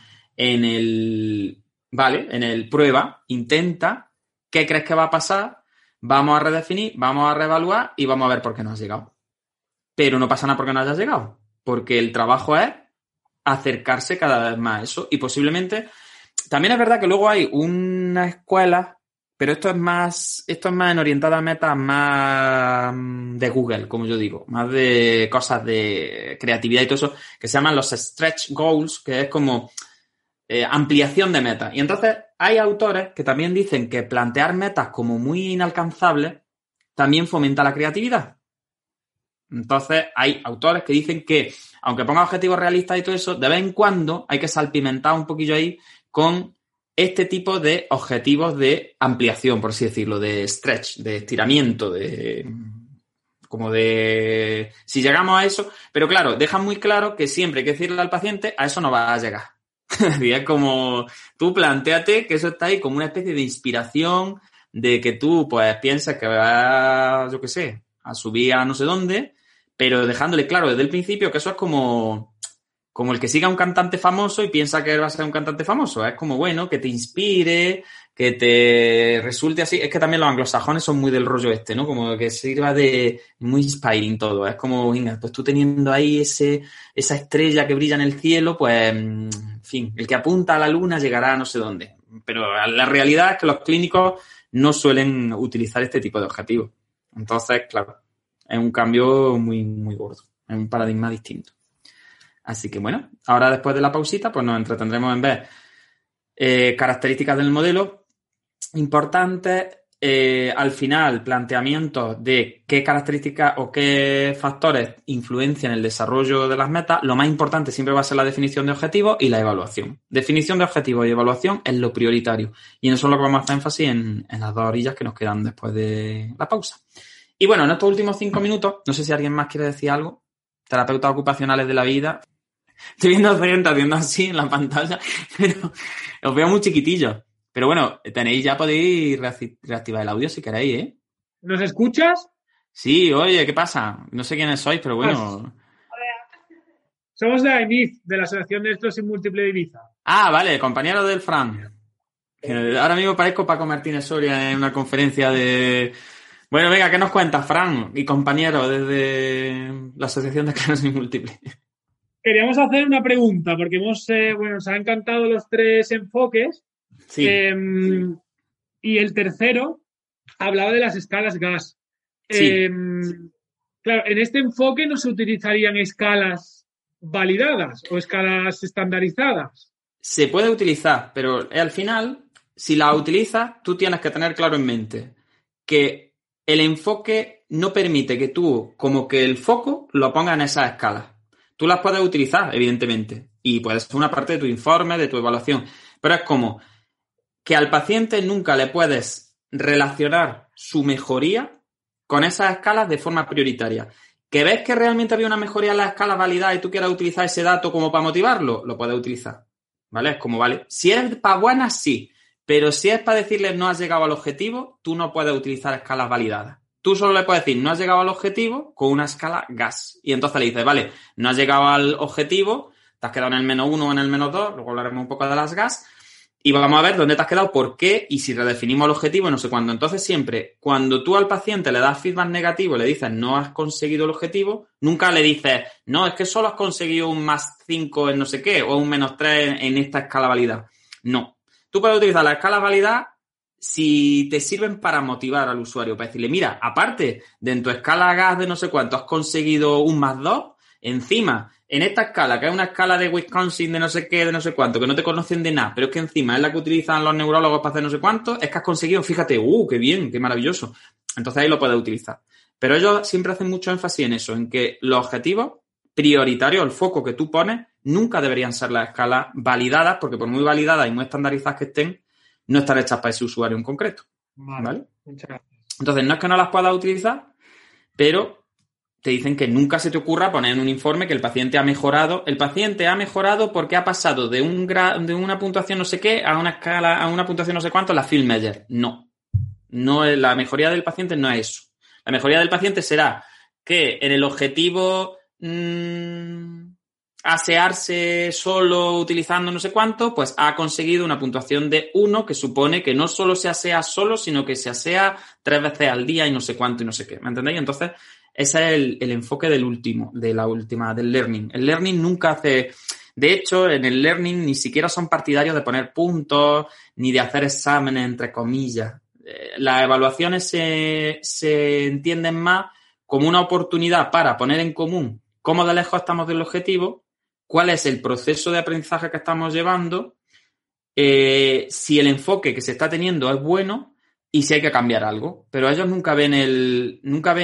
el prueba, intenta, ¿qué crees que va a pasar? Vamos a redefinir, vamos a reevaluar y vamos a ver por qué no has llegado. Pero no pasa nada porque no hayas llegado, porque el trabajo es acercarse cada vez más a eso y posiblemente... También es verdad que luego hay una escuela, pero esto es más en orientada a metas más de Google, como yo digo, más de cosas de creatividad y todo eso, que se llaman los stretch goals, que es como ampliación de metas. Y entonces hay autores que también dicen que plantear metas como muy inalcanzables también fomenta la creatividad. Entonces hay autores que dicen que, aunque ponga objetivos realistas y todo eso, de vez en cuando hay que salpimentar un poquillo ahí con este tipo de objetivos de ampliación, por así decirlo, de stretch, de estiramiento, como de... Si llegamos a eso... Pero claro, dejan muy claro que siempre hay que decirle al paciente, a eso no va a llegar. Es como, tú plantéate que eso está ahí como una especie de inspiración de que tú, pues, piensas que vas, yo qué sé, a subir a no sé dónde, pero dejándole claro desde el principio que eso es como el que siga a un cantante famoso y piensa que él va a ser un cantante famoso. Es como, bueno, que te inspire, que te resulte así. Es que también los anglosajones son muy del rollo este, ¿no? Como que sirva de muy inspiring todo. Es como, venga, pues tú teniendo ahí esa estrella que brilla en el cielo, pues, en fin, el que apunta a la luna llegará a no sé dónde. Pero la realidad es que los clínicos no suelen utilizar este tipo de objetivos. Entonces, claro, es un cambio muy, muy gordo. Es un paradigma distinto. Así que bueno, ahora después de la pausita, pues nos entretendremos en ver características del modelo importantes, al final planteamientos de qué características o qué factores influencian el desarrollo de las metas. Lo más importante siempre va a ser la definición de objetivos y la evaluación. Definición de objetivos y evaluación es lo prioritario y en eso es lo que vamos a hacer énfasis en las 2 orillas que nos quedan después de la pausa. Y bueno, en estos últimos 5 minutos, no sé si alguien más quiere decir algo. Terapeutas ocupacionales de la vida. Estoy viendo gente haciendo así en la pantalla, pero os veo muy chiquitillos. Pero bueno, podéis reactivar el audio si queréis, ¿eh? ¿Nos escuchas? Sí, oye, ¿qué pasa? No sé quiénes sois, pero bueno. Somos de AEMIF, de la Asociación de Esclerosis Múltiple de Ibiza. Ah, vale, compañero del Fran. Ahora mismo parezco Paco Martínez Soria en una conferencia de... Bueno, venga, ¿qué nos cuentas, Fran y compañero desde la Asociación de Esclerosis Múltiple? Queríamos hacer una pregunta, porque nos han encantado los 3 enfoques. Sí. Y el tercero hablaba de las escalas GAS. Sí. Claro, en este enfoque no se utilizarían escalas validadas o escalas estandarizadas. Se puede utilizar, pero al final, si la utilizas, tú tienes que tener claro en mente que el enfoque no permite que tú, como que el foco, lo pongas en esas escalas. Tú las puedes utilizar, evidentemente, y puede ser una parte de tu informe, de tu evaluación, pero es como que al paciente nunca le puedes relacionar su mejoría con esas escalas de forma prioritaria. ¿Que ves que realmente había una mejoría en las escalas validadas y tú quieras utilizar ese dato como para motivarlo? Lo puedes utilizar, ¿vale? Es como, vale, si es para buenas, sí, pero si es para decirles no has llegado al objetivo, tú no puedes utilizar escalas validadas. Tú solo le puedes decir no has llegado al objetivo con una escala GAS. Y entonces le dices, vale, no has llegado al objetivo, te has quedado en el -1 o en el -2, luego hablaremos un poco de las GAS, y vamos a ver dónde te has quedado, por qué, y si redefinimos el objetivo, no sé cuándo. Entonces siempre, cuando tú al paciente le das feedback negativo y le dices no has conseguido el objetivo, nunca le dices, no, es que solo has conseguido un +5 en no sé qué, o un -3 en esta escala validada. No. Tú puedes utilizar la escala validada si te sirven para motivar al usuario, para decirle, mira, aparte de en tu escala GAS de no sé cuánto has conseguido un +2, encima, en esta escala, que es una escala de Wisconsin de no sé qué, de no sé cuánto, que no te conocen de nada, pero es que encima es la que utilizan los neurólogos para hacer no sé cuánto, es que has conseguido, fíjate, qué bien, qué maravilloso. Entonces ahí lo puedes utilizar. Pero ellos siempre hacen mucho énfasis en eso, en que los objetivos prioritarios, el foco que tú pones, nunca deberían ser las escalas validadas, porque por muy validadas y muy estandarizadas que estén, no están hechas para ese usuario en concreto. ¿Vale? Muchas gracias. Entonces, no es que no las puedas utilizar, pero te dicen que nunca se te ocurra poner en un informe que el paciente ha mejorado. El paciente ha mejorado porque ha pasado de una puntuación no sé qué a una escala, a una puntuación no sé cuánto, la Field Measure. No. No, la mejoría del paciente no es eso. La mejoría del paciente será que en el objetivo asearse solo utilizando no sé cuánto, pues ha conseguido una puntuación de 1, que supone que no solo se asea solo, sino que se asea 3 veces al día y no sé cuánto y no sé qué. ¿Me entendéis? Entonces, ese es el enfoque del learning. El learning nunca hace... De hecho, en el learning ni siquiera son partidarios de poner puntos ni de hacer exámenes, entre comillas. Las evaluaciones se entienden más como una oportunidad para poner en común cómo de lejos estamos del objetivo, cuál es el proceso de aprendizaje que estamos llevando, si el enfoque que se está teniendo es bueno y si hay que cambiar algo. Pero ellos nunca ven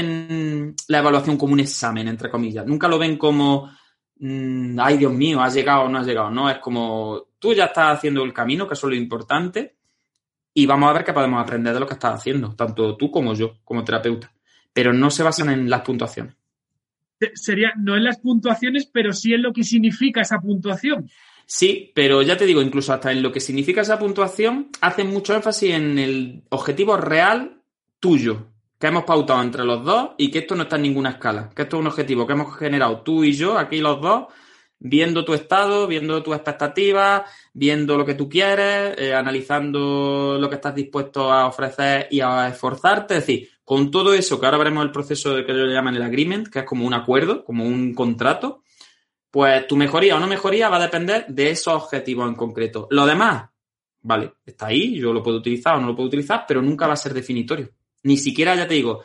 la evaluación como un examen, entre comillas. Nunca lo ven como, ay, Dios mío, ¿has llegado o no has llegado? No, es como, tú ya estás haciendo el camino, que eso es lo importante, y vamos a ver qué podemos aprender de lo que estás haciendo, tanto tú como yo, como terapeuta. Pero no se basan en las puntuaciones. Sería, no en las puntuaciones, pero sí en lo que significa esa puntuación. Sí, pero ya te digo, incluso hasta en lo que significa esa puntuación, hacen mucho énfasis en el objetivo real tuyo, que hemos pautado entre los dos y que esto no está en ninguna escala, que esto es un objetivo que hemos generado tú y yo, aquí los dos, viendo tu estado, viendo tus expectativas, viendo lo que tú quieres, analizando lo que estás dispuesto a ofrecer y a esforzarte. Es decir, con todo eso, que ahora veremos el proceso que ellos llaman el agreement, que es como un acuerdo, como un contrato, pues tu mejoría o no mejoría va a depender de esos objetivos en concreto. Lo demás, vale, está ahí, yo lo puedo utilizar o no lo puedo utilizar, pero nunca va a ser definitorio. Ni siquiera, ya te digo,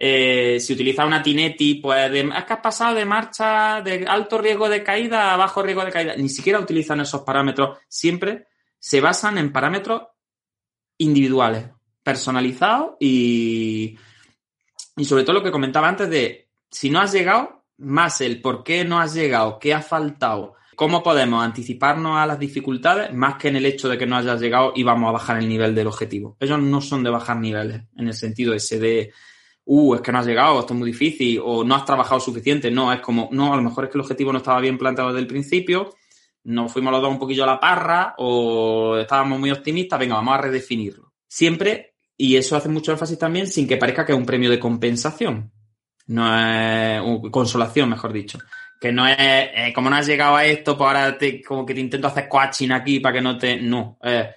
si utilizas una Tinetti, pues es que has pasado de marcha de alto riesgo de caída a bajo riesgo de caída. Ni siquiera utilizan esos parámetros. Siempre se basan en parámetros individuales, personalizados y sobre todo lo que comentaba antes de si no has llegado, más el por qué no has llegado, qué ha faltado, cómo podemos anticiparnos a las dificultades, más que en el hecho de que no hayas llegado y vamos a bajar el nivel del objetivo. Ellos no son de bajar niveles, en el sentido ese de es que no has llegado, esto es muy difícil, o no has trabajado suficiente. No, es como, no, a lo mejor es que el objetivo no estaba bien planteado desde el principio, nos fuimos los dos un poquillo a la parra, o estábamos muy optimistas, venga, vamos a redefinirlo. Siempre, y eso hace mucho énfasis también, sin que parezca que es un premio de compensación. No es consolación, mejor dicho. Que no es como no has llegado a esto, pues ahora como que te intento hacer coaching aquí para que no te... No.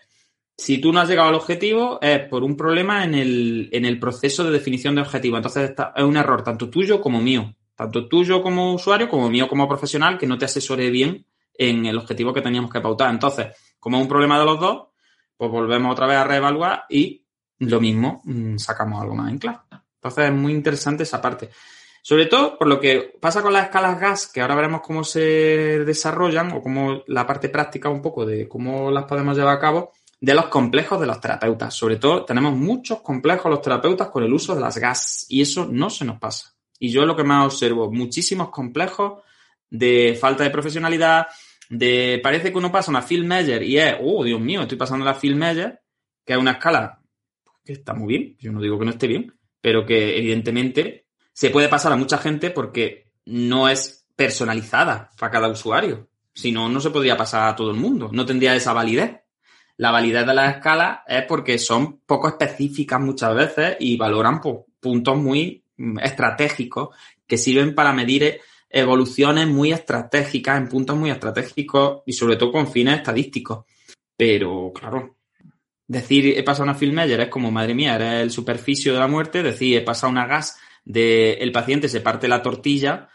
Si tú no has llegado al objetivo, es por un problema en el proceso de definición de objetivo. Entonces es un error tanto tuyo como mío. Tanto tuyo como usuario como mío como profesional, que no te asesore bien en el objetivo que teníamos que pautar. Entonces, como es un problema de los dos, pues volvemos otra vez a reevaluar y lo mismo, sacamos algo más en claro. Entonces es muy interesante esa parte. Sobre todo por lo que pasa con las escalas GAS, que ahora veremos cómo se desarrollan o cómo la parte práctica un poco de cómo las podemos llevar a cabo, de los complejos de los terapeutas. Sobre todo tenemos muchos complejos los terapeutas con el uso de las GAS y eso no se nos pasa. Y yo lo que más observo, muchísimos complejos de falta de profesionalidad, de parece que uno pasa una field measure y es, Dios mío, estoy pasando la field measure, que es una escala que está muy bien, yo no digo que no esté bien, pero que evidentemente se puede pasar a mucha gente porque no es personalizada para cada usuario. Si no, no se podría pasar a todo el mundo. No tendría esa validez. La validez de las escalas es porque son poco específicas muchas veces y valoran puntos muy estratégicos que sirven para medir evoluciones muy estratégicas en puntos muy estratégicos y sobre todo con fines estadísticos. Pero, claro, decir he pasado una field measure es como, madre mía, eres el superficio de la muerte. Decir he pasado una GAS de el paciente se parte la tortilla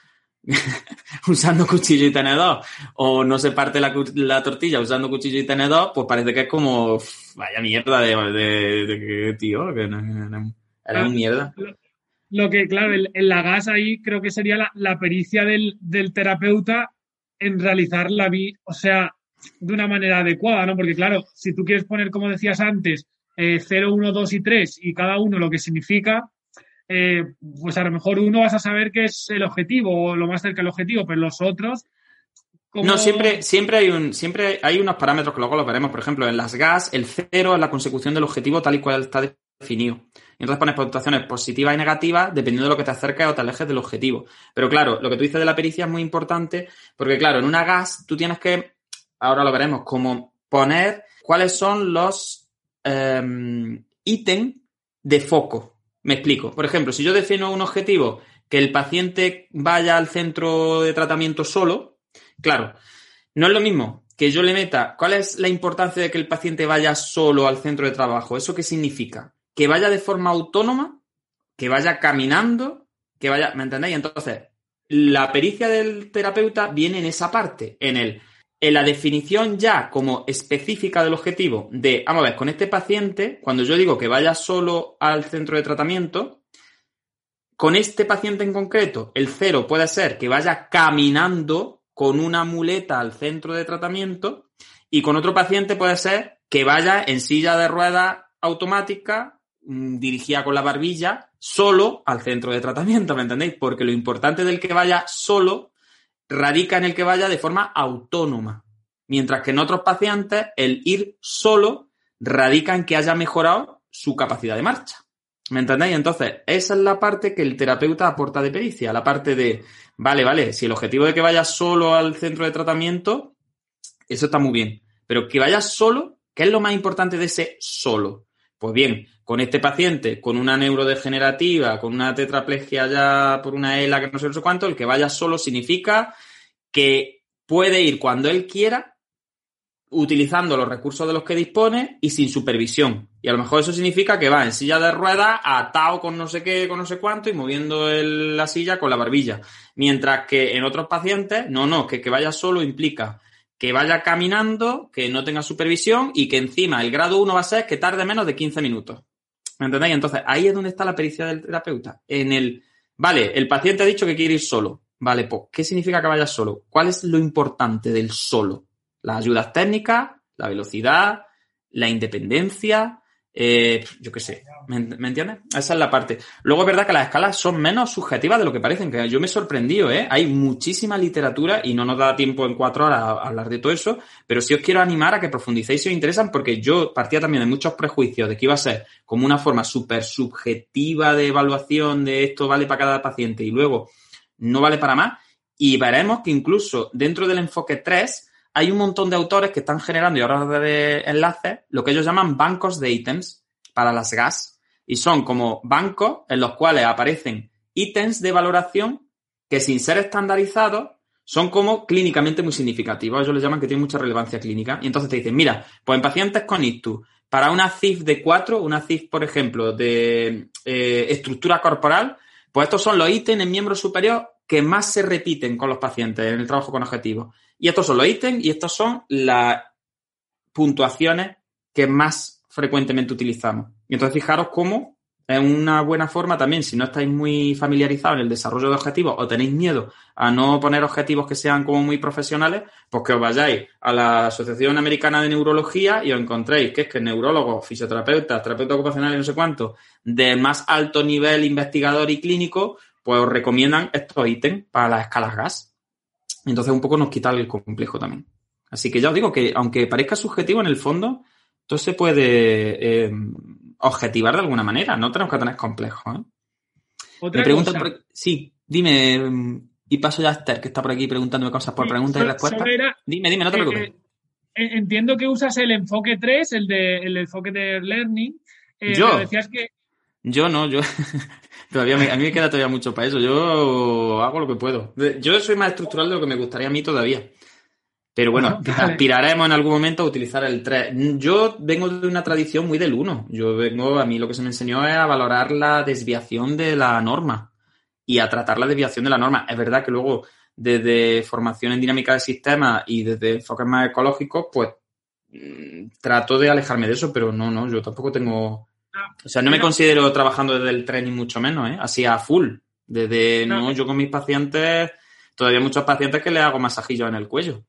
usando cuchillo y tenedor o no se parte la tortilla usando cuchillo y tenedor, pues parece que es como vaya mierda de tío, que no, era una mierda. Lo que, claro, en la GAS ahí creo que sería la pericia del terapeuta en realizar o sea, de una manera adecuada, ¿no? Porque, claro, si tú quieres poner, como decías antes, 0, 1, 2 y 3 y cada uno lo que significa, pues a lo mejor uno vas a saber qué es el objetivo o lo más cerca del objetivo, pero los otros... ¿cómo? No, siempre hay unos parámetros que luego los veremos. Por ejemplo, en las GAS, el 0 es la consecución del objetivo tal y cual está definido. Y entonces pones puntuaciones positivas y negativas dependiendo de lo que te acerques o te alejes del objetivo. Pero claro, lo que tú dices de la pericia es muy importante porque, claro, en una GAS tú tienes que, ahora lo veremos, como poner cuáles son los ítems de foco. Me explico. Por ejemplo, si yo defino un objetivo que el paciente vaya al centro de tratamiento solo, claro, no es lo mismo que yo le meta. ¿Cuál es la importancia de que el paciente vaya solo al centro de trabajo? ¿Eso qué significa? Que vaya de forma autónoma, que vaya caminando, que vaya... ¿Me entendéis? Entonces, la pericia del terapeuta viene en esa parte, en la definición ya como específica del objetivo de, vamos a ver, con este paciente, cuando yo digo que vaya solo al centro de tratamiento, con este paciente en concreto, el 0 puede ser que vaya caminando con una muleta al centro de tratamiento, y con otro paciente puede ser que vaya en silla de ruedas automática, dirigida con la barbilla, solo al centro de tratamiento, ¿me entendéis? Porque lo importante del que vaya solo radica en el que vaya de forma autónoma. Mientras que en otros pacientes, el ir solo radica en que haya mejorado su capacidad de marcha. ¿Me entendéis? Entonces, esa es la parte que el terapeuta aporta de pericia, la parte de, vale, si el objetivo de que vaya solo al centro de tratamiento, eso está muy bien. Pero que vaya solo, ¿qué es lo más importante de ese solo? Pues bien, con este paciente, con una neurodegenerativa, con una tetraplegia ya por una ELA que no sé cuánto, el que vaya solo significa que puede ir cuando él quiera, utilizando los recursos de los que dispone y sin supervisión. Y a lo mejor eso significa que va en silla de ruedas, atado con no sé qué, con no sé cuánto, y moviendo la silla con la barbilla. Mientras que en otros pacientes, que vaya solo implica que vaya caminando, que no tenga supervisión y que encima el grado 1 va a ser que tarde menos de 15 minutos. ¿Me entendéis? Entonces, ahí es donde está la pericia del terapeuta. Vale, el paciente ha dicho que quiere ir solo. Vale, pues, ¿qué significa que vaya solo? ¿Cuál es lo importante del solo? Las ayudas técnicas, la velocidad, la independencia, yo qué sé, ¿me entiendes? Esa es la parte. Luego es verdad que las escalas son menos subjetivas de lo que parecen, que yo me he sorprendido, hay muchísima literatura y no nos da tiempo en 4 horas a hablar de todo eso, pero sí os quiero animar a que profundicéis si os interesan, porque yo partía también de muchos prejuicios de que iba a ser como una forma súper subjetiva de evaluación de esto vale para cada paciente y luego no vale para más, y veremos que incluso dentro del enfoque 3 hay un montón de autores que están generando, y ahora os daré enlaces, lo que ellos llaman bancos de ítems para las GAS. Y son como bancos en los cuales aparecen ítems de valoración que sin ser estandarizados son como clínicamente muy significativos. Ellos les llaman que tienen mucha relevancia clínica. Y entonces te dicen, mira, pues en pacientes con ictus, para una CIF de 4, una CIF, por ejemplo, de estructura corporal, pues estos son los ítems en miembro superior que más se repiten con los pacientes en el trabajo con objetivos. Y estos son los ítems y estos son las puntuaciones que más frecuentemente utilizamos. Y entonces fijaros cómo es una buena forma también, si no estáis muy familiarizados en el desarrollo de objetivos o tenéis miedo a no poner objetivos que sean como muy profesionales, pues que os vayáis a la Asociación Americana de Neurología y os encontréis que es que neurólogos, fisioterapeutas, terapeutas ocupacionales y no sé cuánto, de más alto nivel investigador y clínico, pues os recomiendan estos ítems para las escalas GAS. Entonces un poco nos quita el complejo también. Así que ya os digo que aunque parezca subjetivo en el fondo, todo se puede objetivar de alguna manera. No tenemos que tener complejos. Otra cosa. Sí, dime, y paso ya a Esther, que está por aquí preguntándome cosas por preguntas y respuestas. Dime, no te preocupes. Entiendo que usas el enfoque 3, el enfoque de learning. Yo decías que... Yo todavía a mí me queda todavía mucho para eso. Yo hago lo que puedo. Yo soy más estructural de lo que me gustaría a mí todavía. Pero bueno, vale. Aspiraremos en algún momento a utilizar el 3. Yo vengo de una tradición muy del 1. A mí lo que se me enseñó es a valorar la desviación de la norma y a tratar la desviación de la norma. Es verdad que luego, desde formación en dinámica de sistemas y desde enfoques más ecológicos, pues trato de alejarme de eso, pero no, yo tampoco tengo... O sea, no me considero trabajando desde el 3 ni mucho menos, así a full. Yo con mis pacientes, todavía muchos pacientes que les hago masajillos en el cuello.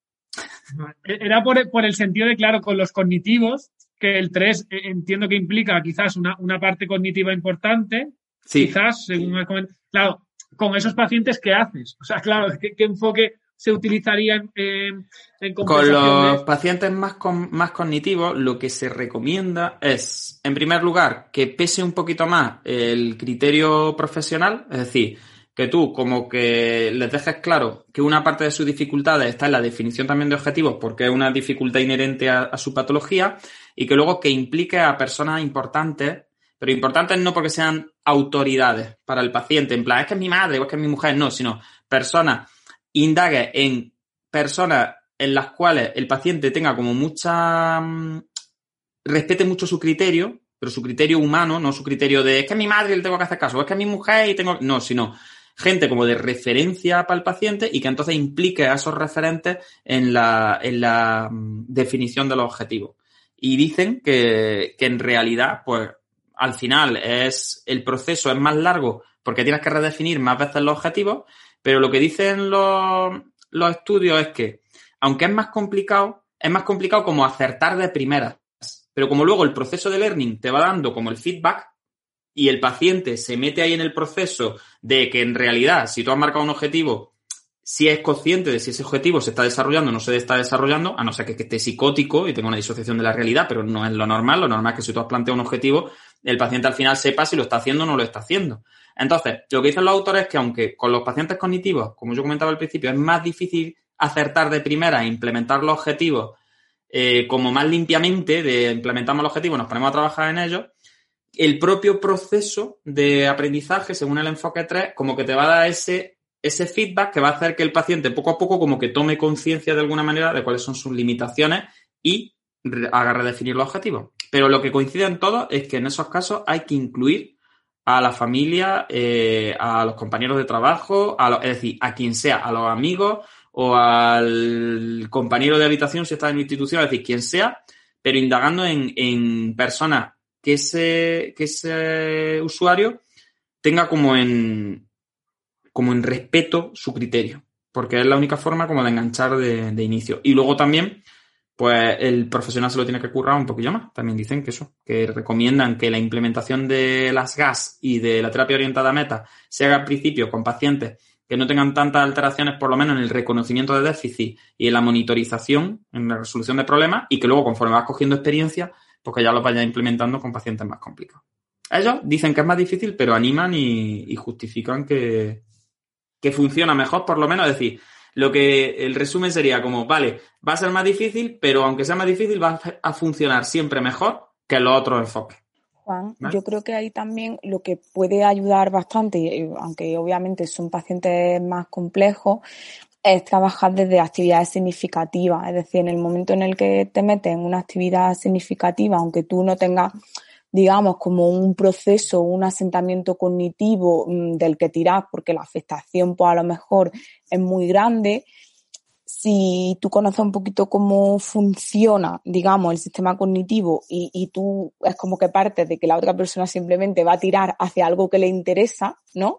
Era por el sentido de, claro, con los cognitivos, que el 3 entiendo que implica quizás una parte cognitiva importante. Sí. Quizás, según me comentas. Claro, con esos pacientes, ¿qué haces? O sea, claro, ¿qué enfoque se utilizaría en compensación? Con los pacientes más cognitivos, lo que se recomienda es, en primer lugar, que pese un poquito más el criterio profesional, es decir, que tú como que les dejes claro que una parte de sus dificultades está en la definición también de objetivos porque es una dificultad inherente a su patología y que luego que implique a personas importantes pero importantes no porque sean autoridades para el paciente, en plan, es que es mi madre o es que es mi mujer, no, sino personas, indague en personas en las cuales el paciente tenga como respete mucho su criterio, pero su criterio humano, no su criterio de es que es mi madre y le tengo que hacer caso, o es que es mi mujer y tengo... No, sino gente como de referencia para el paciente y que entonces implique a esos referentes en la definición de los objetivos. Y dicen que en realidad, pues, al final el proceso es más largo porque tienes que redefinir más veces los objetivos, pero lo que dicen los estudios es que, aunque es más complicado como acertar de primeras. Pero como luego el proceso de learning te va dando como el feedback y el paciente se mete ahí en el proceso de que en realidad, si tú has marcado un objetivo, si es consciente de si ese objetivo se está desarrollando o no se está desarrollando, a no ser que esté psicótico y tenga una disociación de la realidad, pero no es lo normal. Lo normal es que si tú has planteado un objetivo, el paciente al final sepa si lo está haciendo o no lo está haciendo. Entonces, lo que dicen los autores es que aunque con los pacientes cognitivos, como yo comentaba al principio, es más difícil acertar de primera e implementar los objetivos como más limpiamente, de implementamos el objetivo, nos ponemos a trabajar en ello, el propio proceso de aprendizaje, según el enfoque 3, como que te va a dar ese feedback que va a hacer que el paciente poco a poco como que tome conciencia de alguna manera de cuáles son sus limitaciones y haga redefinir los objetivos. Pero lo que coincide en todo es que en esos casos hay que incluir a la familia, a los compañeros de trabajo, es decir, a quien sea, a los amigos o al compañero de habitación si está en institución, es decir, quien sea, pero indagando en personas que ese usuario tenga como en respeto su criterio, porque es la única forma como de enganchar de inicio. Y luego también, pues el profesional se lo tiene que currar un poquillo más. También dicen que recomiendan que la implementación de las GAS y de la terapia orientada a meta se haga al principio con pacientes que no tengan tantas alteraciones, por lo menos en el reconocimiento de déficit y en la monitorización, en la resolución de problemas, y que luego, conforme vas cogiendo experiencia, pues que ya los vayas implementando con pacientes más complicados. Ellos dicen que es más difícil, pero animan y justifican que funciona mejor, por lo menos. Es decir, el resumen sería como, vale, va a ser más difícil, pero aunque sea más difícil, va a funcionar siempre mejor que los otros enfoques. Juan, ¿Vale? yo creo que ahí también lo que puede ayudar bastante, aunque obviamente son pacientes más complejos, es trabajar desde actividades significativas. Es decir, en el momento en el que te metes en una actividad significativa, aunque tú no tengas, digamos, como un proceso, un asentamiento cognitivo del que tirar, porque la afectación, pues a lo mejor es muy grande. Si tú conoces un poquito cómo funciona, digamos, el sistema cognitivo y tú es como que partes de que la otra persona simplemente va a tirar hacia algo que le interesa, ¿no?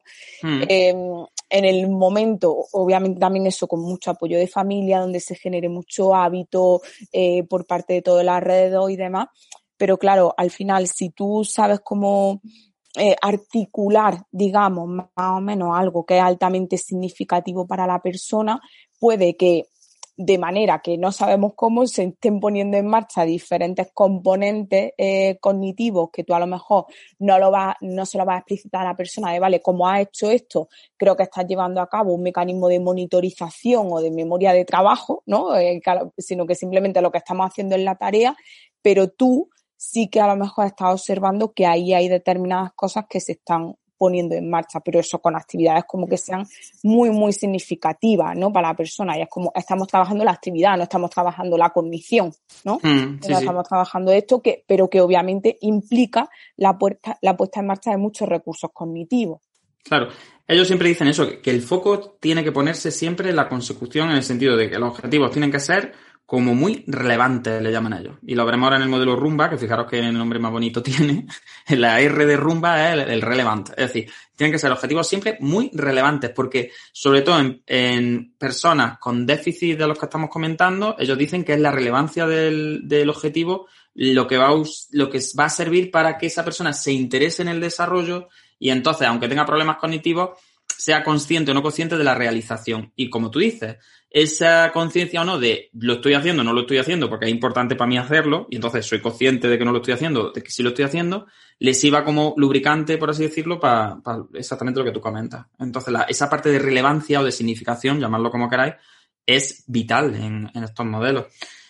En el momento, obviamente también eso con mucho apoyo de familia, donde se genere mucho hábito por parte de todo el alrededor y demás. Pero claro, al final, si tú sabes cómo articular, digamos, más o menos algo que es altamente significativo para la persona, puede que de manera que no sabemos cómo se estén poniendo en marcha diferentes componentes cognitivos que tú a lo mejor no se lo vas a explicitar a la persona de, vale, como has hecho esto, creo que estás llevando a cabo un mecanismo de monitorización o de memoria de trabajo, ¿no? Sino que simplemente lo que estamos haciendo es la tarea, pero tú sí que a lo mejor estás observando que ahí hay determinadas cosas que se están poniendo en marcha, pero eso con actividades como que sean muy, muy significativas, ¿no? Para la persona. Y es como estamos trabajando la actividad, no estamos trabajando la cognición, ¿no? Estamos trabajando esto, pero que obviamente implica la puesta en marcha de muchos recursos cognitivos. Claro. Ellos siempre dicen eso, que el foco tiene que ponerse siempre en la consecución, en el sentido de que los objetivos tienen que ser como muy relevantes, le llaman ellos. Y lo veremos ahora en el modelo Rumba, que fijaros que el nombre más bonito tiene. La R de Rumba es el relevant. Es decir, tienen que ser objetivos siempre muy relevantes, porque sobre todo en personas con déficit de los que estamos comentando, ellos dicen que es la relevancia del objetivo lo que va a servir para que esa persona se interese en el desarrollo y entonces, aunque tenga problemas cognitivos, sea consciente o no consciente de la realización. Y como tú dices, esa conciencia o no de lo estoy haciendo o no lo estoy haciendo porque es importante para mí hacerlo y entonces soy consciente de que no lo estoy haciendo, de que sí lo estoy haciendo, les iba como lubricante, por así decirlo, para exactamente lo que tú comentas. Entonces, esa parte de relevancia o de significación, llamadlo como queráis, es vital en estos modelos.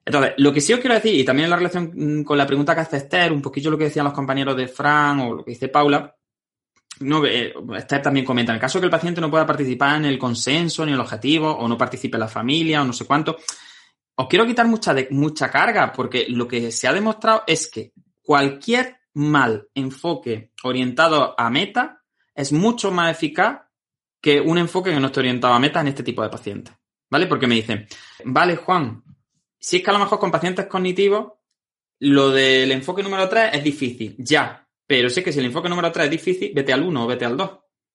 Entonces, lo que sí os quiero decir, y también en la relación con la pregunta que hace Esther, un poquillo lo que decían los compañeros de Fran o lo que dice Paula, no, Esther también comenta, en el caso que el paciente no pueda participar en el consenso ni en el objetivo, o no participe en la familia, o no sé cuánto, os quiero quitar mucha carga, porque lo que se ha demostrado es que cualquier mal enfoque orientado a meta es mucho más eficaz que un enfoque que no esté orientado a meta en este tipo de pacientes, ¿vale? Porque me dicen, vale, Juan, si es que a lo mejor con pacientes cognitivos lo del enfoque número 3 es difícil, ya, pero si es que si el enfoque número 3 es difícil, vete al 1 o vete al 2.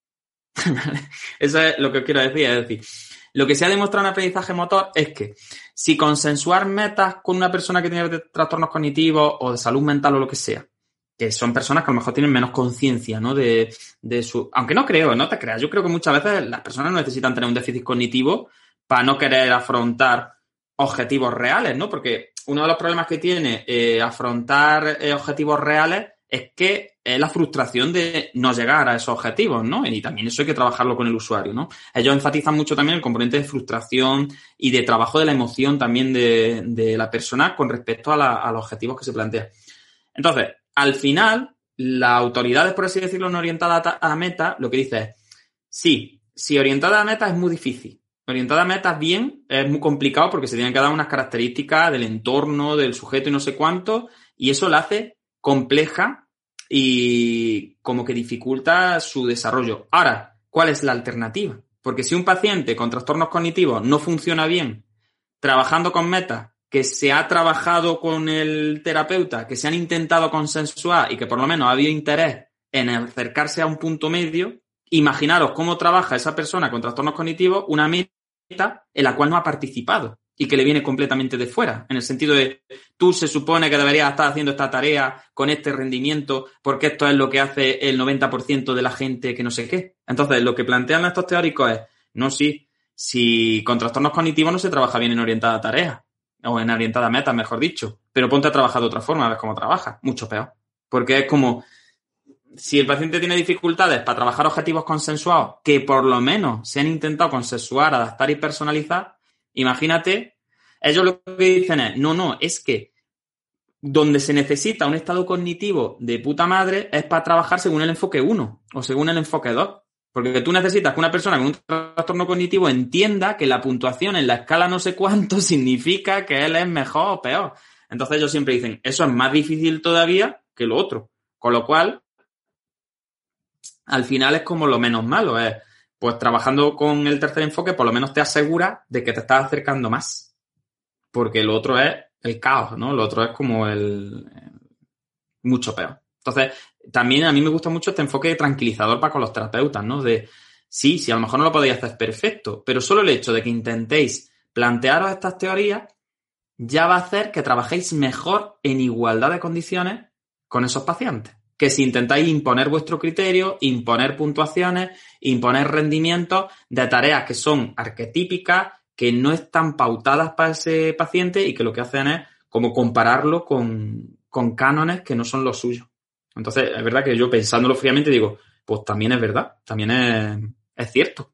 Eso es lo que os quiero decir, es decir, lo que se ha demostrado en aprendizaje motor es que si consensuar metas con una persona que tiene trastornos cognitivos o de salud mental o lo que sea, que son personas que a lo mejor tienen menos conciencia, ¿no? De su... Aunque no creo, no te creas, yo creo que muchas veces las personas no necesitan tener un déficit cognitivo para no querer afrontar objetivos reales, ¿no? Porque uno de los problemas que tiene afrontar objetivos reales es que es la frustración de no llegar a esos objetivos, ¿no? Y también eso hay que trabajarlo con el usuario, ¿no? Ellos enfatizan mucho también el componente de frustración y de trabajo de la emoción también de la persona con respecto a los objetivos que se plantean. Entonces, al final, las autoridades, por así decirlo, no orientadas a meta, lo que dice es, sí, si orientada a meta es muy difícil. Orientada a metas bien es muy complicado porque se tienen que dar unas características del entorno, del sujeto y no sé cuánto, y eso la hace compleja y como que dificulta su desarrollo. Ahora, ¿cuál es la alternativa? Porque si un paciente con trastornos cognitivos no funciona bien trabajando con metas que se ha trabajado con el terapeuta, que se han intentado consensuar y que por lo menos ha habido interés en acercarse a un punto medio, imaginaros cómo trabaja esa persona con trastornos cognitivos una meta en la cual no ha participado y que le viene completamente de fuera, en el sentido de tú se supone que deberías estar haciendo esta tarea con este rendimiento porque esto es lo que hace el 90% de la gente que no sé qué. Entonces, lo que plantean estos teóricos es, no, sí, si con trastornos cognitivos no se trabaja bien en orientada a tareas, o en orientada a metas, mejor dicho, pero ponte a trabajar de otra forma, a ver cómo trabaja, mucho peor. Porque es como, si el paciente tiene dificultades para trabajar objetivos consensuados, que por lo menos se han intentado consensuar, adaptar y personalizar, imagínate, ellos lo que dicen es, no, es que donde se necesita un estado cognitivo de puta madre es para trabajar según el enfoque 1 o según el enfoque 2. Porque tú necesitas que una persona con un trastorno cognitivo entienda que la puntuación en la escala no sé cuánto significa que él es mejor o peor. Entonces ellos siempre dicen, eso es más difícil todavía que lo otro. Con lo cual, al final es como lo menos malo. Es, pues trabajando con el tercer enfoque, por lo menos te asegura de que te estás acercando más. Porque lo otro es el caos, ¿no? Lo otro es como mucho peor. Entonces, también a mí me gusta mucho este enfoque tranquilizador para con los terapeutas, ¿no? De, sí, a lo mejor no lo podéis hacer perfecto, pero solo el hecho de que intentéis plantearos estas teorías ya va a hacer que trabajéis mejor en igualdad de condiciones con esos pacientes. Que si intentáis imponer vuestro criterio, imponer puntuaciones, imponer rendimientos de tareas que son arquetípicas, que no están pautadas para ese paciente y que lo que hacen es como compararlo con cánones que no son los suyos. Entonces, es verdad que yo pensándolo fríamente digo, pues también es verdad, también es cierto.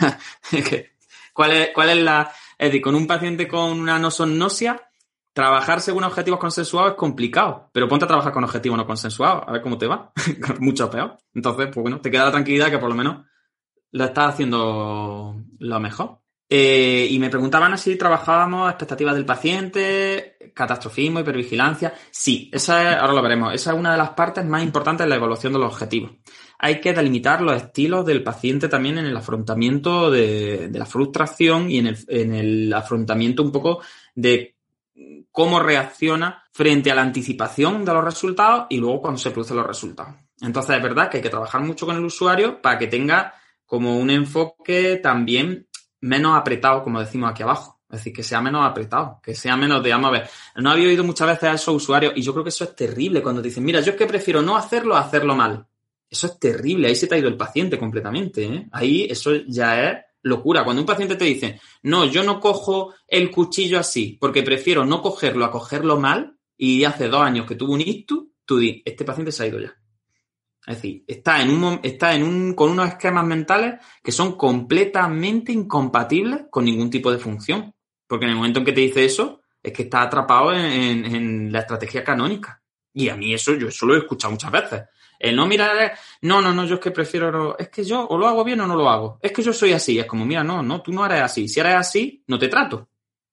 ¿Cuál es la...? Es decir, con un paciente con una nosognosia, trabajar según objetivos consensuados es complicado, pero ponte a trabajar con objetivos no consensuados, a ver cómo te va. Mucho peor. Entonces, pues bueno, te queda la tranquilidad que por lo menos lo estás haciendo lo mejor. Y me preguntaban si trabajábamos expectativas del paciente, catastrofismo, hipervigilancia. Sí, ahora lo veremos. Esa es una de las partes más importantes de la evaluación de los objetivos. Hay que delimitar los estilos del paciente también en el afrontamiento de la frustración y en el afrontamiento un poco de cómo reacciona frente a la anticipación de los resultados y luego cuando se producen los resultados. Entonces es verdad que hay que trabajar mucho con el usuario para que tenga como un enfoque también menos apretado, como decimos aquí abajo. Es decir, que sea menos apretado, que sea menos de, vamos a ver, no había oído muchas veces a esos usuarios y yo creo que eso es terrible cuando te dicen, mira, yo es que prefiero no hacerlo a hacerlo mal. Eso es terrible, ahí se te ha ido el paciente completamente, ¿eh? Ahí eso ya es locura. Cuando un paciente te dice, no, yo no cojo el cuchillo así porque prefiero no cogerlo a cogerlo mal y hace 2 años que tuvo un ictus, tú di, este paciente se ha ido ya. Es decir, está con unos esquemas mentales que son completamente incompatibles con ningún tipo de función. Porque en el momento en que te dice eso, es que estás atrapado en la estrategia canónica. Y a mí yo eso lo he escuchado muchas veces. No, mira, no, yo es que prefiero, es que yo o lo hago bien o no lo hago. Es que yo soy así. Es como, mira, no, tú no eres así. Si eres así, no te trato.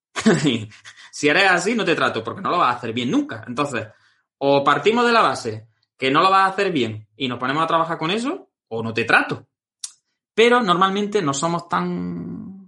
Si eres así, no te trato, porque no lo vas a hacer bien nunca. Entonces, o partimos de la base que no lo vas a hacer bien y nos ponemos a trabajar con eso, o no te trato. Pero normalmente no somos tan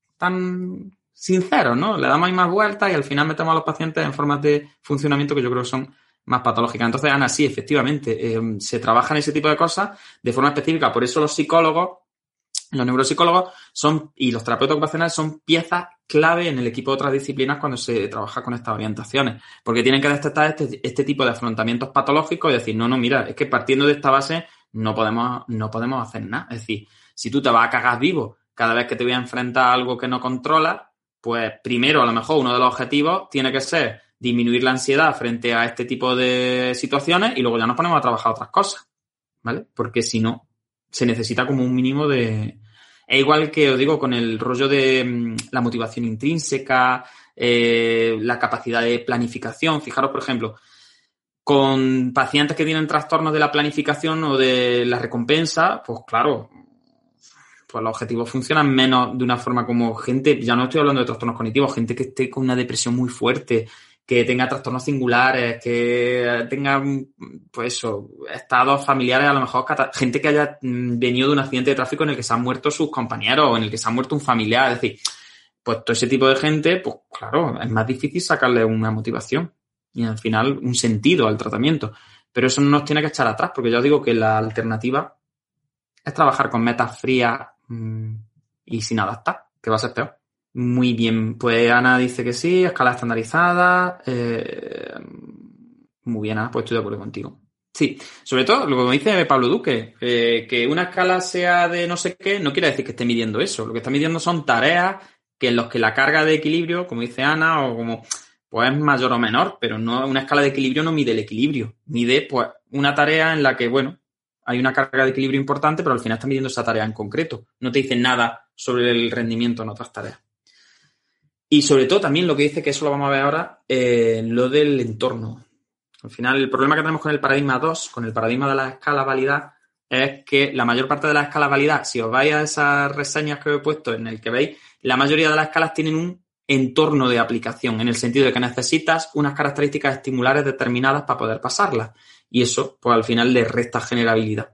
sinceros, ¿no? Le damos ahí más vueltas y al final metemos a los pacientes en formas de funcionamiento que yo creo que son más patológicas. Entonces, Ana, sí, efectivamente, se trabaja en ese tipo de cosas de forma específica. Por eso los psicólogos, los neuropsicólogos y los terapeutas ocupacionales son piezas clave en el equipo de otras disciplinas cuando se trabaja con estas orientaciones. Porque tienen que detectar este tipo de afrontamientos patológicos y decir, no, mira, es que partiendo de esta base no podemos hacer nada. Es decir, si tú te vas a cagar vivo cada vez que te voy a enfrentar a algo que no controlas, pues primero, a lo mejor, uno de los objetivos tiene que ser disminuir la ansiedad frente a este tipo de situaciones y luego ya nos ponemos a trabajar otras cosas, ¿vale? Porque si no, se necesita como un mínimo de... Es igual que os digo con el rollo de la motivación intrínseca, la capacidad de planificación. Fijaros, por ejemplo, con pacientes que tienen trastornos de la planificación o de la recompensa, pues claro, pues los objetivos funcionan menos de una forma como gente, ya no estoy hablando de trastornos cognitivos, gente que esté con una depresión muy fuerte, que tenga trastornos singulares, que tenga, pues eso, estados familiares, a lo mejor gente que haya venido de un accidente de tráfico en el que se han muerto sus compañeros o en el que se ha muerto un familiar. Es decir, pues todo ese tipo de gente, pues claro, es más difícil sacarle una motivación y al final un sentido al tratamiento. Pero eso no nos tiene que echar atrás, porque ya os digo que la alternativa es trabajar con metas frías y sin adaptar, que va a ser peor. Muy bien, pues Ana dice que sí, escala estandarizada. Muy bien, Ana, pues estoy de acuerdo contigo. Sí, sobre todo lo que me dice Pablo Duque, que una escala sea de no sé qué, no quiere decir que esté midiendo eso. Lo que está midiendo son tareas que en los que la carga de equilibrio, como dice Ana, o como pues es mayor o menor, pero no, una escala de equilibrio no mide el equilibrio. Mide pues una tarea en la que, bueno, hay una carga de equilibrio importante, pero al final está midiendo esa tarea en concreto. No te dice nada sobre el rendimiento en otras tareas. Y sobre todo también lo que dice, que eso lo vamos a ver ahora, lo del entorno. Al final, el problema que tenemos con el paradigma 2, con el paradigma de la escala validad, es que la mayor parte de las escalas validad, si os vais a esas reseñas que os he puesto en el que veis, la mayoría de las escalas tienen un entorno de aplicación, en el sentido de que necesitas unas características estimulares determinadas para poder pasarlas. Y eso, pues al final, le resta generabilidad.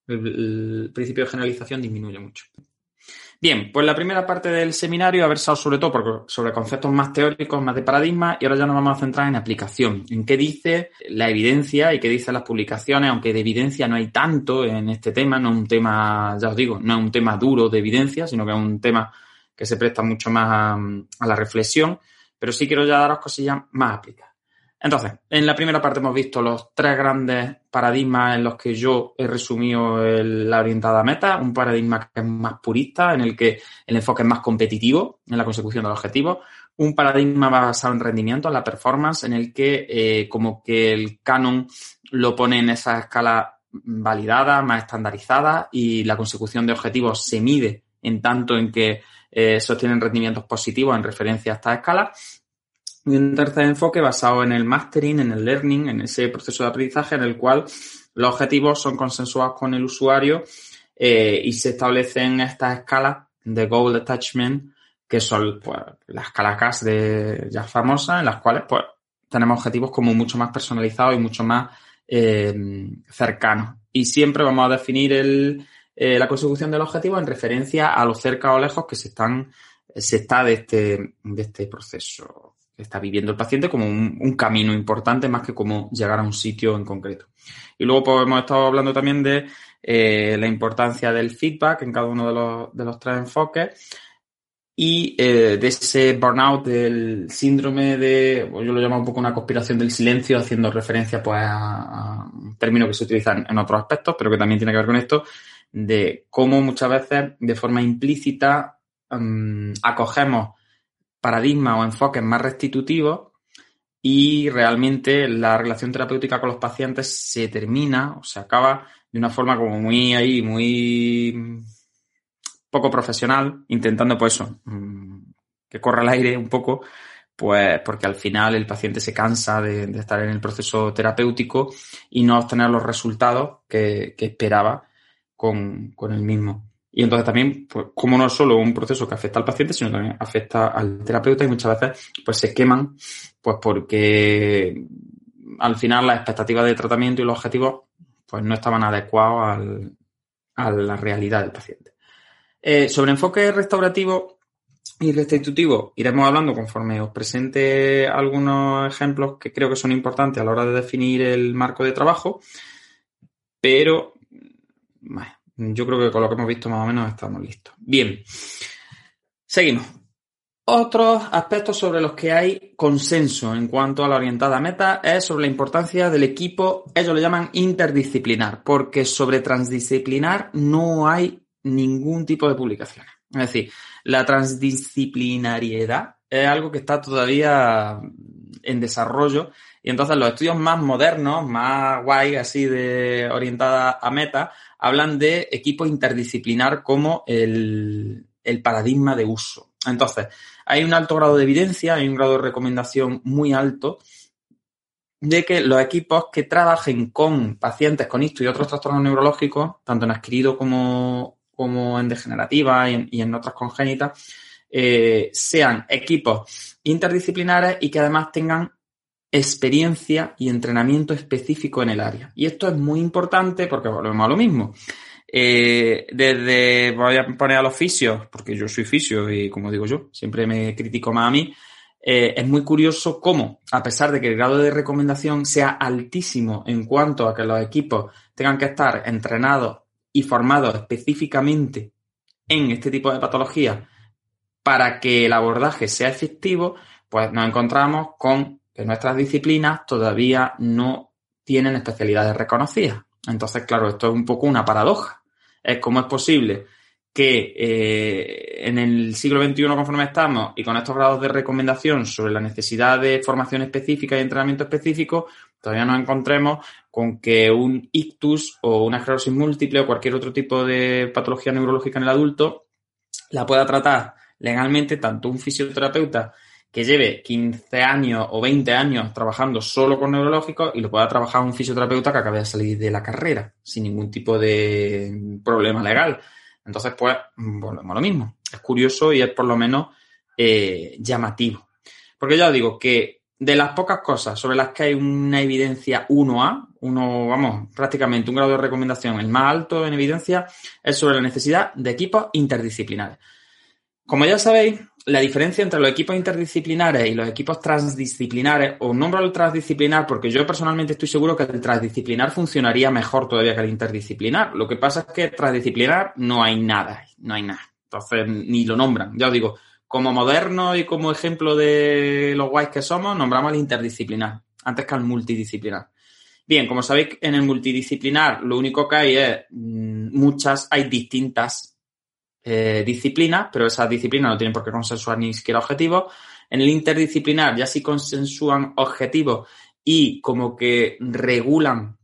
El principio de generalización disminuye mucho. Bien, pues la primera parte del seminario ha versado sobre todo sobre conceptos más teóricos, más de paradigma, y ahora ya nos vamos a centrar en aplicación, en qué dice la evidencia y qué dicen las publicaciones, aunque de evidencia no hay tanto en este tema, no es un tema, ya os digo, no es un tema duro de evidencia, sino que es un tema que se presta mucho más a la reflexión, pero sí quiero ya daros cosillas más aplicadas. Entonces, en la primera parte hemos visto los 3 grandes paradigmas en los que yo he resumido la orientada a meta. Un paradigma que es más purista, en el que el enfoque es más competitivo en la consecución de los objetivos. Un paradigma basado en rendimiento, en la performance, en el que como que el canon lo pone en esa escala validada, más estandarizada, y la consecución de objetivos se mide en tanto en que sostienen rendimientos positivos en referencia a esta escala. Y un tercer enfoque basado en el mastering, en el learning, en ese proceso de aprendizaje en el cual los objetivos son consensuados con el usuario y se establecen estas escalas de goal attachment, que son pues, las escalas CAS ya famosas, en las cuales pues tenemos objetivos como mucho más personalizados y mucho más cercanos. Y siempre vamos a definir la consecución del objetivo en referencia a lo cerca o lejos que se está de este proceso que está viviendo el paciente, como un camino importante más que como llegar a un sitio en concreto. Y luego pues, hemos estado hablando también de la importancia del feedback en cada uno de los 3 enfoques y de ese burnout, del síndrome yo lo llamo un poco una conspiración del silencio, haciendo referencia pues a un término que se utiliza en otros aspectos, pero que también tiene que ver con esto, de cómo muchas veces de forma implícita acogemos paradigmas o enfoques más restitutivos y realmente la relación terapéutica con los pacientes se termina o se acaba de una forma como muy poco profesional, intentando pues eso, que corra el aire un poco pues porque al final el paciente se cansa de estar en el proceso terapéutico y no obtener los resultados que esperaba con el mismo. Y entonces también, pues, como no es solo un proceso que afecta al paciente, sino también afecta al terapeuta, y muchas veces pues se queman, pues porque al final las expectativas de tratamiento y los objetivos pues no estaban adecuados a la realidad del paciente. Sobre enfoque restaurativo y restitutivo iremos hablando conforme os presente algunos ejemplos que creo que son importantes a la hora de definir el marco de trabajo, pero bueno, yo creo que con lo que hemos visto más o menos estamos listos. Bien, seguimos. Otros aspectos sobre los que hay consenso en cuanto a la orientada a meta es sobre la importancia del equipo, ellos lo llaman interdisciplinar, porque sobre transdisciplinar no hay ningún tipo de publicaciones. Es decir, la transdisciplinariedad es algo que está todavía en desarrollo, y entonces los estudios más modernos, más guay, así de orientada a meta, hablan de equipo interdisciplinar como el paradigma de uso. Entonces, hay un alto grado de evidencia, hay un grado de recomendación muy alto de que los equipos que trabajen con pacientes con ictus y otros trastornos neurológicos, tanto en adquirido como en degenerativa y en otras congénitas, sean equipos interdisciplinares y que además tengan experiencia y entrenamiento específico en el área. Y esto es muy importante porque volvemos a lo mismo. Voy a poner a los fisios, porque yo soy fisio y, como digo yo, siempre me critico más a mí. Es muy curioso cómo, a pesar de que el grado de recomendación sea altísimo en cuanto a que los equipos tengan que estar entrenados y formados específicamente en este tipo de patologías para que el abordaje sea efectivo, pues nos encontramos con que nuestras disciplinas todavía no tienen especialidades reconocidas. Entonces, claro, esto es un poco una paradoja. Es cómo es posible que en el siglo XXI, conforme estamos, y con estos grados de recomendación sobre la necesidad de formación específica y entrenamiento específico, todavía nos encontremos con que un ictus o una esclerosis múltiple o cualquier otro tipo de patología neurológica en el adulto la pueda tratar legalmente tanto un fisioterapeuta que lleve 15 años o 20 años trabajando solo con neurológicos y lo pueda trabajar un fisioterapeuta que acabe de salir de la carrera sin ningún tipo de problema legal. Entonces, pues, volvemos a lo mismo. Es curioso y es por lo menos llamativo. Porque ya os digo que de las pocas cosas sobre las que hay una evidencia 1A, prácticamente un grado de recomendación el más alto en evidencia, es sobre la necesidad de equipos interdisciplinares. Como ya sabéis, la diferencia entre los equipos interdisciplinares y los equipos transdisciplinares, os nombro el transdisciplinar porque yo personalmente estoy seguro que el transdisciplinar funcionaría mejor todavía que el interdisciplinar. Lo que pasa es que transdisciplinar no hay nada. Entonces, ni lo nombran. Ya os digo, como moderno y como ejemplo de los guays que somos, nombramos el interdisciplinar antes que al multidisciplinar. Bien, como sabéis, en el multidisciplinar lo único que hay es hay distintas disciplinas, pero esas disciplinas no tienen por qué consensuar ni siquiera objetivos. En el interdisciplinar ya sí consensúan objetivos y como que regulan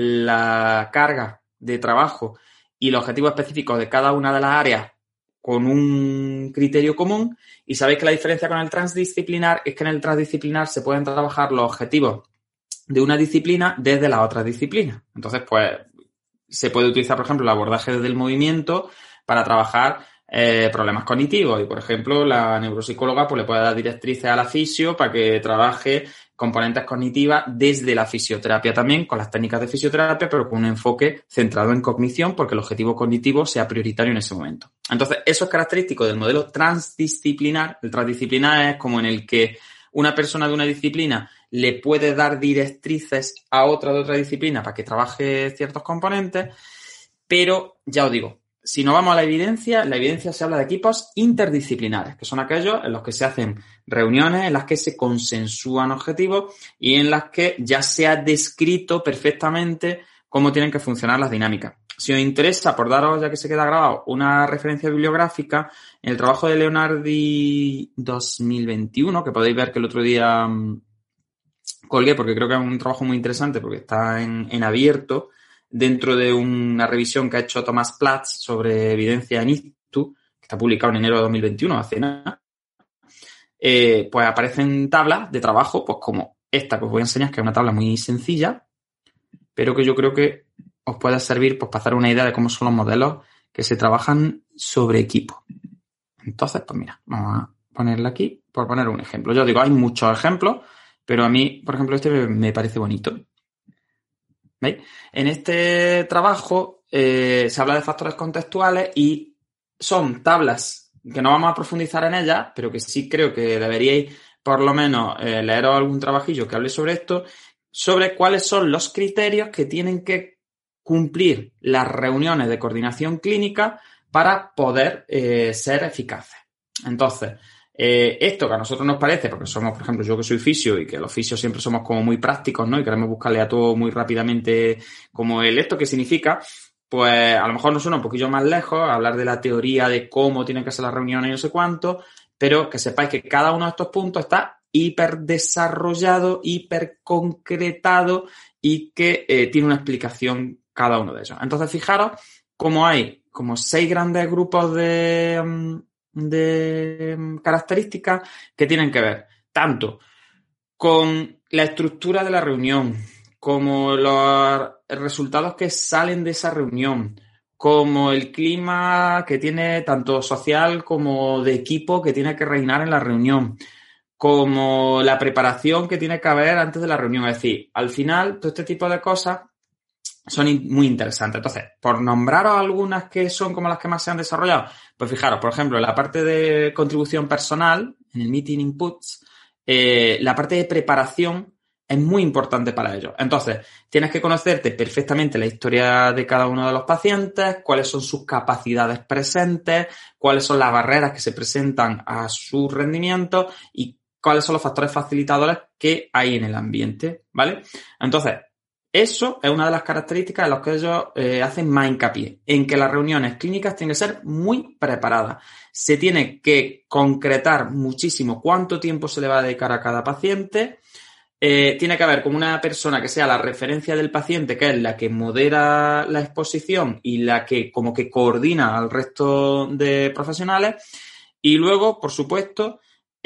la carga de trabajo y los objetivos específicos de cada una de las áreas con un criterio común. Y sabéis que la diferencia con el transdisciplinar es que en el transdisciplinar se pueden trabajar los objetivos de una disciplina desde la otra disciplina. Entonces, pues, se puede utilizar, por ejemplo, el abordaje desde el movimiento para trabajar problemas cognitivos. Y, por ejemplo, la neuropsicóloga pues le puede dar directrices a la fisio para que trabaje componentes cognitivas desde la fisioterapia también, con las técnicas de fisioterapia, pero con un enfoque centrado en cognición, porque el objetivo cognitivo sea prioritario en ese momento. Entonces, eso es característico del modelo transdisciplinar. El transdisciplinar es como en el que una persona de una disciplina le puede dar directrices a otra de otra disciplina para que trabaje ciertos componentes, pero ya os digo, si no vamos a la evidencia se habla de equipos interdisciplinares, que son aquellos en los que se hacen reuniones, en las que se consensúan objetivos y en las que ya se ha descrito perfectamente cómo tienen que funcionar las dinámicas. Si os interesa, por daros, ya que se queda grabado, una referencia bibliográfica, en el trabajo de Leonardi 2021, que podéis ver que el otro día colgué porque creo que es un trabajo muy interesante porque está en abierto, dentro de una revisión que ha hecho Tomás Platz sobre evidencia en ictus, que está publicado en enero de 2021, hace nada. pues aparecen tablas de trabajo, pues como esta que os voy a enseñar, que es una tabla muy sencilla, pero que yo creo que os puede servir pues, para hacer una idea de cómo son los modelos que se trabajan sobre equipo. Entonces, pues mira, vamos a ponerla aquí por poner un ejemplo. Yo digo, hay muchos ejemplos, pero a mí, por ejemplo, este me parece bonito. ¿Veis? En este trabajo se habla de factores contextuales y son tablas que no vamos a profundizar en ellas, pero que sí creo que deberíais por lo menos leeros algún trabajillo que hable sobre esto, sobre cuáles son los criterios que tienen que cumplir las reuniones de coordinación clínica para poder ser eficaces. Entonces, esto que a nosotros nos parece, porque somos, por ejemplo, yo que soy fisio y que los fisios siempre somos como muy prácticos, ¿no? Y queremos buscarle a todo muy rápidamente como esto que significa, pues a lo mejor nos suena un poquillo más lejos hablar de la teoría de cómo tienen que ser las reuniones y no sé cuánto, pero que sepáis que cada uno de estos puntos está hiper desarrollado, hiper concretado y que tiene una explicación cada uno de ellos. Entonces, fijaros cómo hay como 6 grandes grupos de características que tienen que ver tanto con la estructura de la reunión, como los resultados que salen de esa reunión, como el clima que tiene tanto social como de equipo que tiene que reinar en la reunión, como la preparación que tiene que haber antes de la reunión. Es decir, al final, todo este tipo de cosas son muy interesantes. Entonces, por nombraros algunas que son como las que más se han desarrollado, pues fijaros, por ejemplo, en la parte de contribución personal, en el Meeting Inputs, la parte de preparación es muy importante para ellos. Entonces, tienes que conocerte perfectamente la historia de cada uno de los pacientes, cuáles son sus capacidades presentes, cuáles son las barreras que se presentan a su rendimiento y cuáles son los factores facilitadores que hay en el ambiente, ¿vale? Entonces, eso es una de las características en las que ellos hacen más hincapié, en que las reuniones clínicas tienen que ser muy preparadas. Se tiene que concretar muchísimo cuánto tiempo se le va a dedicar a cada paciente. Tiene que haber como una persona que sea la referencia del paciente, que es la que modera la exposición y la que como que coordina al resto de profesionales. Y luego, por supuesto,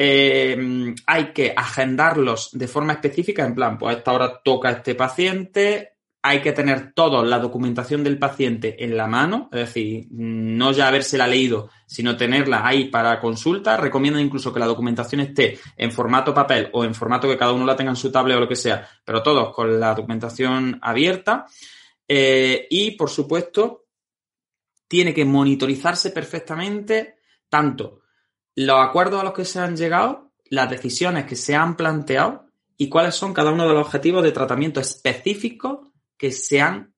hay que agendarlos de forma específica, en plan, pues a esta hora toca este paciente, hay que tener toda la documentación del paciente en la mano, es decir, no ya habérsela leído, sino tenerla ahí para consulta. Recomiendan incluso que la documentación esté en formato papel o en formato que cada uno la tenga en su tablet o lo que sea, pero todos con la documentación abierta. Y, por supuesto, tiene que monitorizarse perfectamente tanto los acuerdos a los que se han llegado, las decisiones que se han planteado y cuáles son cada uno de los objetivos de tratamiento específicos que se han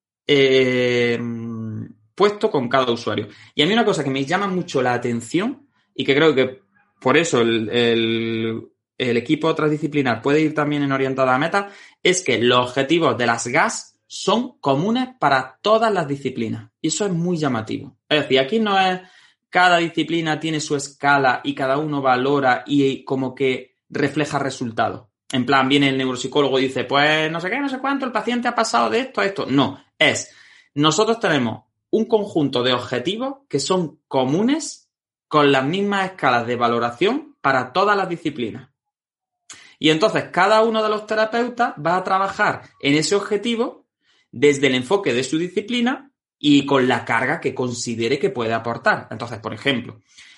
puesto con cada usuario. Y a mí una cosa que me llama mucho la atención y que creo que por eso el equipo transdisciplinar puede ir también en orientada a meta es que los objetivos de las GAS son comunes para todas las disciplinas. Y eso es muy llamativo. Es decir, aquí no es cada disciplina tiene su escala y cada uno valora y como que refleja resultados. En plan, viene el neuropsicólogo y dice, pues no sé qué, no sé cuánto, el paciente ha pasado de esto a esto. No, nosotros tenemos un conjunto de objetivos que son comunes con las mismas escalas de valoración para todas las disciplinas. Y entonces cada uno de los terapeutas va a trabajar en ese objetivo desde el enfoque de su disciplina y con la carga que considere que puede aportar. Entonces, por ejemplo,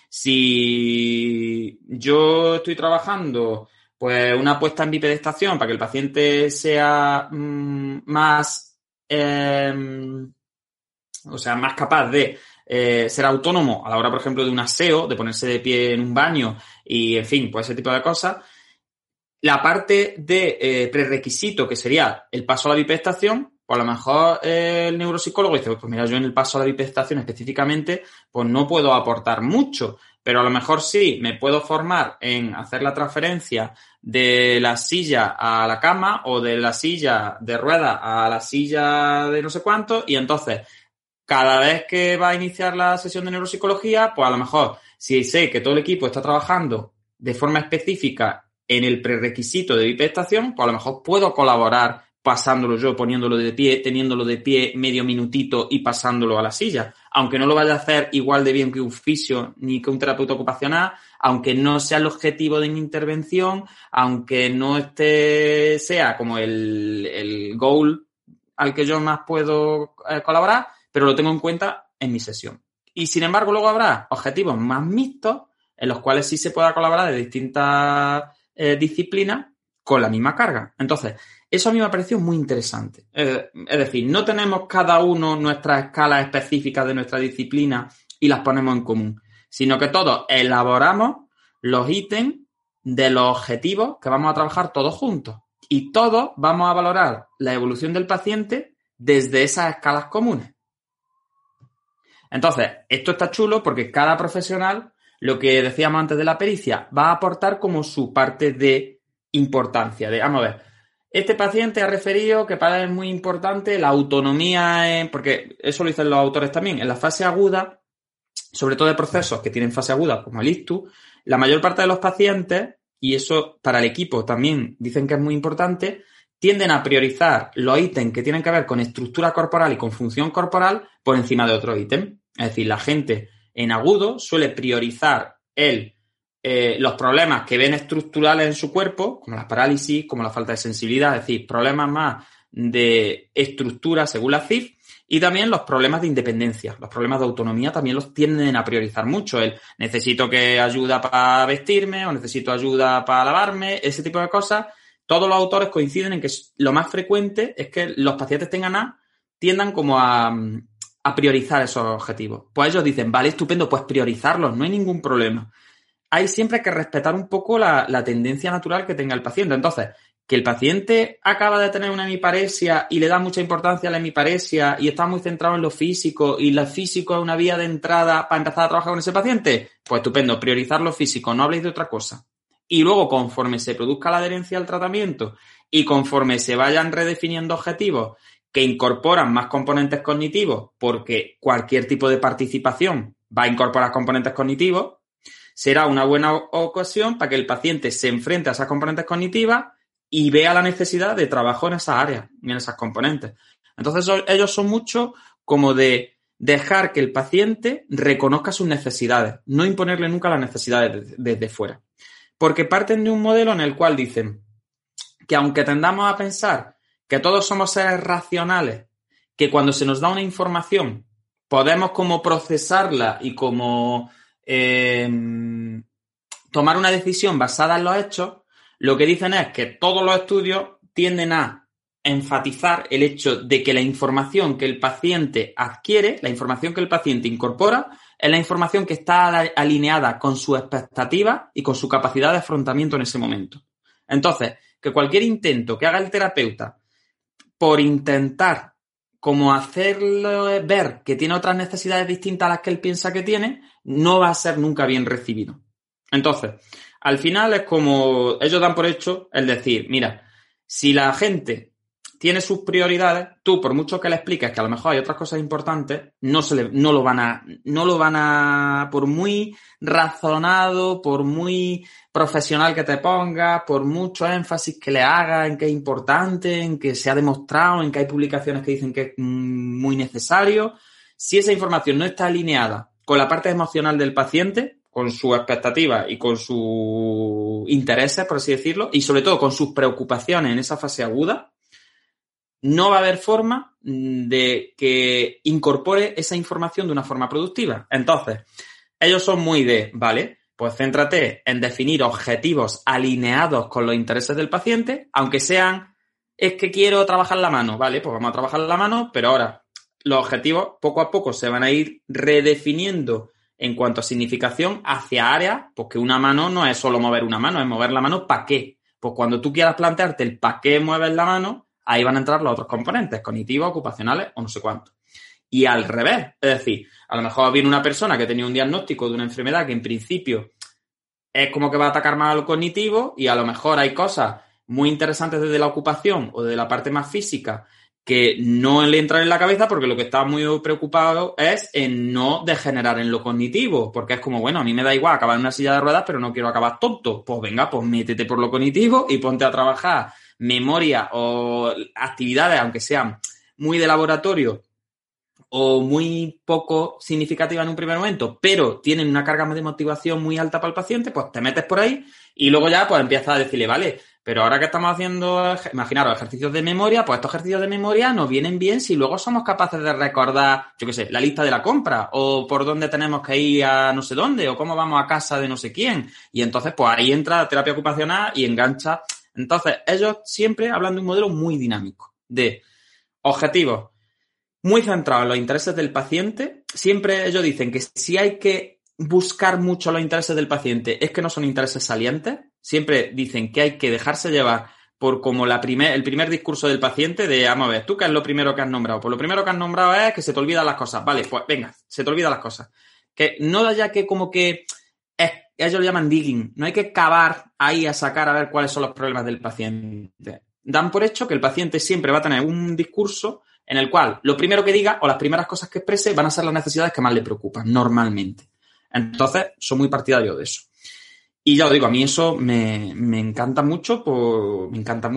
si yo estoy trabajando pues una puesta en bipedestación para que el paciente sea más capaz de ser autónomo a la hora, por ejemplo, de un aseo, de ponerse de pie en un baño y, en fin, pues ese tipo de cosas, la parte de prerequisito, que sería el paso a la bipedestación, pues a lo mejor el neuropsicólogo dice, pues mira, yo en el paso a la bipedestación específicamente, pues no puedo aportar mucho, pero a lo mejor sí me puedo formar en hacer la transferencia de la silla a la cama o de la silla de ruedas a la silla de no sé cuánto, y entonces cada vez que va a iniciar la sesión de neuropsicología, pues a lo mejor si sé que todo el equipo está trabajando de forma específica en el prerequisito de bipedestación, pues a lo mejor puedo colaborar pasándolo yo, poniéndolo de pie, teniéndolo de pie medio minutito y pasándolo a la silla. aunque no lo vaya a hacer igual de bien que un fisio ni que un terapeuta ocupacional, aunque no sea el objetivo de mi intervención, aunque no sea como el goal al que yo más puedo colaborar, pero lo tengo en cuenta en mi sesión. Y sin embargo, luego habrá objetivos más mixtos en los cuales sí se pueda colaborar de distintas disciplinas con la misma carga. Entonces, eso a mí me ha parecido muy interesante. Es decir, no tenemos cada uno nuestras escalas específicas de nuestra disciplina y las ponemos en común, sino que todos elaboramos los ítems de los objetivos que vamos a trabajar todos juntos. Y todos vamos a valorar la evolución del paciente desde esas escalas comunes. Entonces, esto está chulo porque cada profesional, lo que decíamos antes de la pericia, va a aportar como su parte de importancia. Vamos a ver, este paciente ha referido que para él es muy importante la autonomía, porque eso lo dicen los autores también, en la fase aguda, sobre todo de procesos que tienen fase aguda, como el ictus, la mayor parte de los pacientes, y eso para el equipo también dicen que es muy importante, tienden a priorizar los ítems que tienen que ver con estructura corporal y con función corporal por encima de otros ítems. Es decir, la gente en agudo suele priorizar los problemas que ven estructurales en su cuerpo, como la parálisis, como la falta de sensibilidad, es decir, problemas más de estructura según la CIF, y también los problemas de independencia, los problemas de autonomía también los tienden a priorizar mucho. Necesito que ayuda para vestirme o necesito ayuda para lavarme, ese tipo de cosas. Todos los autores coinciden en que lo más frecuente es que los pacientes tiendan como a priorizar esos objetivos. Pues ellos dicen, vale, estupendo, pues priorizarlos, no hay ningún problema. Hay siempre que respetar un poco la tendencia natural que tenga el paciente. Entonces, que el paciente acaba de tener una hemiparesia y le da mucha importancia a la hemiparesia y está muy centrado en lo físico y lo físico es una vía de entrada para empezar a trabajar con ese paciente, pues estupendo, priorizar lo físico, no habléis de otra cosa. Y luego, conforme se produzca la adherencia al tratamiento y conforme se vayan redefiniendo objetivos que incorporan más componentes cognitivos, porque cualquier tipo de participación va a incorporar componentes cognitivos, será una buena ocasión para que el paciente se enfrente a esas componentes cognitivas y vea la necesidad de trabajo en esas áreas y en esas componentes. Entonces, ellos son mucho como de dejar que el paciente reconozca sus necesidades, no imponerle nunca las necesidades desde fuera. Porque parten de un modelo en el cual dicen que aunque tendamos a pensar que todos somos seres racionales, que cuando se nos da una información podemos como procesarla y como tomar una decisión basada en los hechos, lo que dicen es que todos los estudios tienden a enfatizar el hecho de que la información que el paciente adquiere, la información que el paciente incorpora, es la información que está alineada con sus expectativas y con su capacidad de afrontamiento en ese momento. Entonces, que cualquier intento que haga el terapeuta por intentar como hacerlo ver que tiene otras necesidades distintas a las que él piensa que tiene, no va a ser nunca bien recibido. Entonces, al final es como ellos dan por hecho el decir, mira, si la gente tiene sus prioridades, tú por mucho que le expliques que a lo mejor hay otras cosas importantes, no lo van a, por muy razonado, por muy profesional que te pongas, por mucho énfasis que le hagas en que es importante, en que se ha demostrado, en que hay publicaciones que dicen que es muy necesario, si esa información no está alineada con la parte emocional del paciente, con sus expectativas y con sus intereses, por así decirlo, y sobre todo con sus preocupaciones en esa fase aguda, no va a haber forma de que incorpore esa información de una forma productiva. Entonces, ellos son muy vale, pues céntrate en definir objetivos alineados con los intereses del paciente, aunque sean, es que quiero trabajar la mano, vale, pues vamos a trabajar la mano, pero ahora los objetivos poco a poco se van a ir redefiniendo en cuanto a significación hacia áreas, pues que una mano no es solo mover una mano, es mover la mano ¿para qué? Pues cuando tú quieras plantearte el para qué mueves la mano, ahí van a entrar los otros componentes, cognitivos, ocupacionales o no sé cuánto. Y al revés, es decir, a lo mejor viene una persona que tenía un diagnóstico de una enfermedad que en principio es como que va a atacar más a lo cognitivo y a lo mejor hay cosas muy interesantes desde la ocupación o de la parte más física que no le entran en la cabeza porque lo que está muy preocupado es en no degenerar en lo cognitivo, porque es como, bueno, a mí me da igual acabar en una silla de ruedas, pero no quiero acabar tonto. Pues venga, pues métete por lo cognitivo y ponte a trabajar memoria o actividades, aunque sean muy de laboratorio o muy poco significativa en un primer momento, pero tienen una carga de motivación muy alta para el paciente, pues te metes por ahí y luego ya pues empiezas a decirle, vale, pero ahora que estamos haciendo, imaginaros, ejercicios de memoria, pues estos ejercicios de memoria nos vienen bien si luego somos capaces de recordar, yo qué sé, la lista de la compra, o por dónde tenemos que ir a no sé dónde, o cómo vamos a casa de no sé quién. Y entonces, pues ahí entra la terapia ocupacional y engancha. Entonces, ellos siempre hablan de un modelo muy dinámico, de objetivos muy centrados en los intereses del paciente. Siempre ellos dicen que si hay que buscar mucho los intereses del paciente es que no son intereses salientes. Siempre dicen que hay que dejarse llevar por como el primer discurso del paciente de, vamos a ver, ¿tú qué es lo primero que has nombrado? Pues lo primero que has nombrado es que se te olvidan las cosas. Vale, pues venga, se te olvidan las cosas. Que no haya que como que, ellos lo llaman digging, no hay que cavar ahí a sacar a ver cuáles son los problemas del paciente. Dan por hecho que el paciente siempre va a tener un discurso en el cual lo primero que diga o las primeras cosas que exprese van a ser las necesidades que más le preocupan, normalmente. Entonces, soy muy partidario de eso. Y ya os digo, a mí eso me encanta mucho por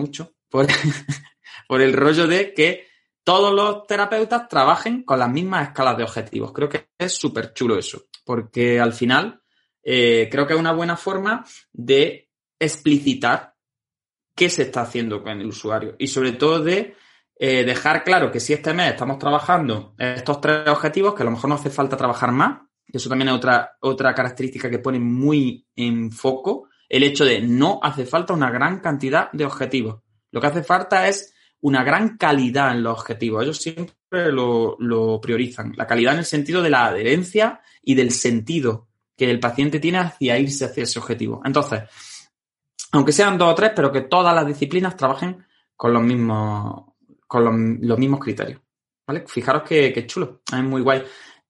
el rollo de que todos los terapeutas trabajen con las mismas escalas de objetivos. Creo que es súper chulo eso, porque al final creo que es una buena forma de explicitar qué se está haciendo con el usuario y sobre todo de dejar claro que si este mes estamos trabajando estos 3 objetivos, que a lo mejor no hace falta trabajar más. Eso también es otra característica que pone muy en foco, el hecho de no hace falta una gran cantidad de objetivos. Lo que hace falta es una gran calidad en los objetivos. Ellos siempre lo priorizan. La calidad en el sentido de la adherencia y del sentido que el paciente tiene hacia irse hacia ese objetivo. Entonces, aunque sean 2 o 3, pero que todas las disciplinas trabajen con los mismos criterios. ¿Vale? Fijaros que chulo, es muy guay.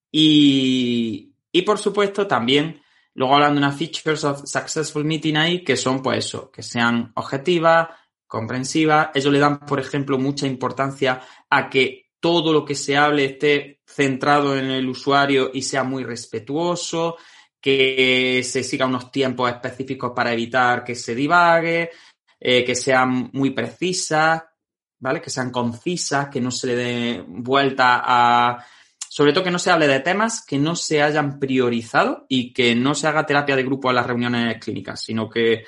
Y por supuesto también luego hablan de unas features of successful meeting ahí que son pues eso, que sean objetivas, comprensivas. Ellos le dan, por ejemplo, mucha importancia a que todo lo que se hable esté centrado en el usuario y sea muy respetuoso, que se sigan unos tiempos específicos para evitar que se divague, que sean muy precisas, ¿vale? Que sean concisas, que no se le dé vuelta a... Sobre todo que no se hable de temas que no se hayan priorizado y que no se haga terapia de grupo en las reuniones clínicas, sino que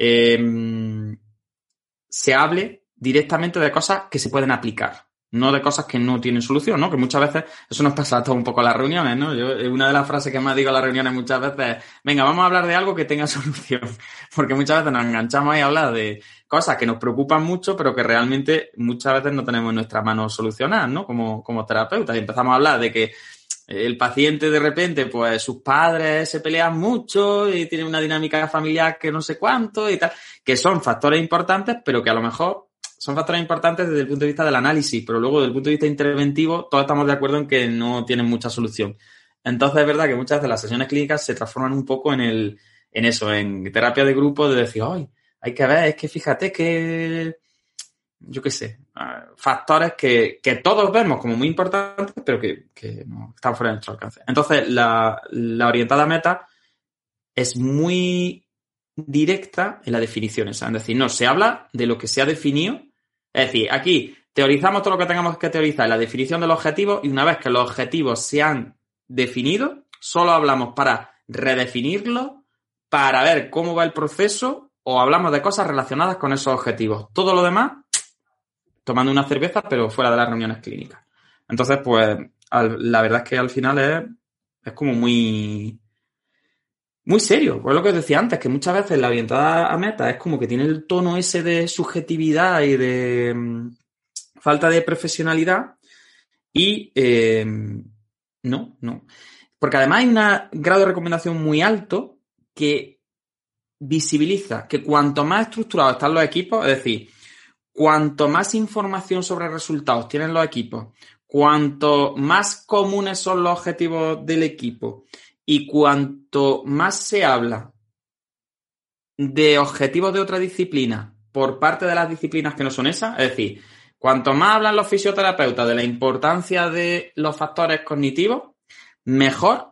se hable directamente de cosas que se pueden aplicar, no de cosas que no tienen solución, ¿no? Que muchas veces eso nos pasa todo un poco en las reuniones, ¿no? Una de las frases que más digo en las reuniones muchas veces es, venga, vamos a hablar de algo que tenga solución, porque muchas veces nos enganchamos ahí a hablar de cosas que nos preocupan mucho, pero que realmente muchas veces no tenemos en nuestras manos solucionar, ¿no? Como terapeutas. Y empezamos a hablar de que el paciente de repente, pues sus padres se pelean mucho y tienen una dinámica familiar que no sé cuánto y tal, que son factores importantes, pero que a lo mejor son factores importantes desde el punto de vista del análisis, pero luego desde el punto de vista interventivo todos estamos de acuerdo en que no tienen mucha solución. Entonces es verdad que muchas veces las sesiones clínicas se transforman un poco en eso, en terapia de grupo, de decir, ¡ay! Hay que ver, es que fíjate que, yo qué sé, factores que todos vemos como muy importantes, pero que no están fuera de nuestro alcance. Entonces, la orientada meta es muy directa en las definiciones. Es decir, no, se habla de lo que se ha definido. Es decir, aquí teorizamos todo lo que tengamos que teorizar en la definición de los objetivos y una vez que los objetivos se han definido, solo hablamos para redefinirlos, para ver cómo va el proceso o hablamos de cosas relacionadas con esos objetivos. Todo lo demás, tomando una cerveza, pero fuera de las reuniones clínicas. Entonces, pues, la verdad es que al final es como muy serio. Pues lo que os decía antes, que muchas veces la orientada a meta es como que tiene el tono ese de subjetividad y de falta de profesionalidad y no. Porque además hay un grado de recomendación muy alto que visibiliza que cuanto más estructurados están los equipos, es decir, cuanto más información sobre resultados tienen los equipos, cuanto más comunes son los objetivos del equipo y cuanto más se habla de objetivos de otra disciplina por parte de las disciplinas que no son esas, es decir, cuanto más hablan los fisioterapeutas de la importancia de los factores cognitivos, mejor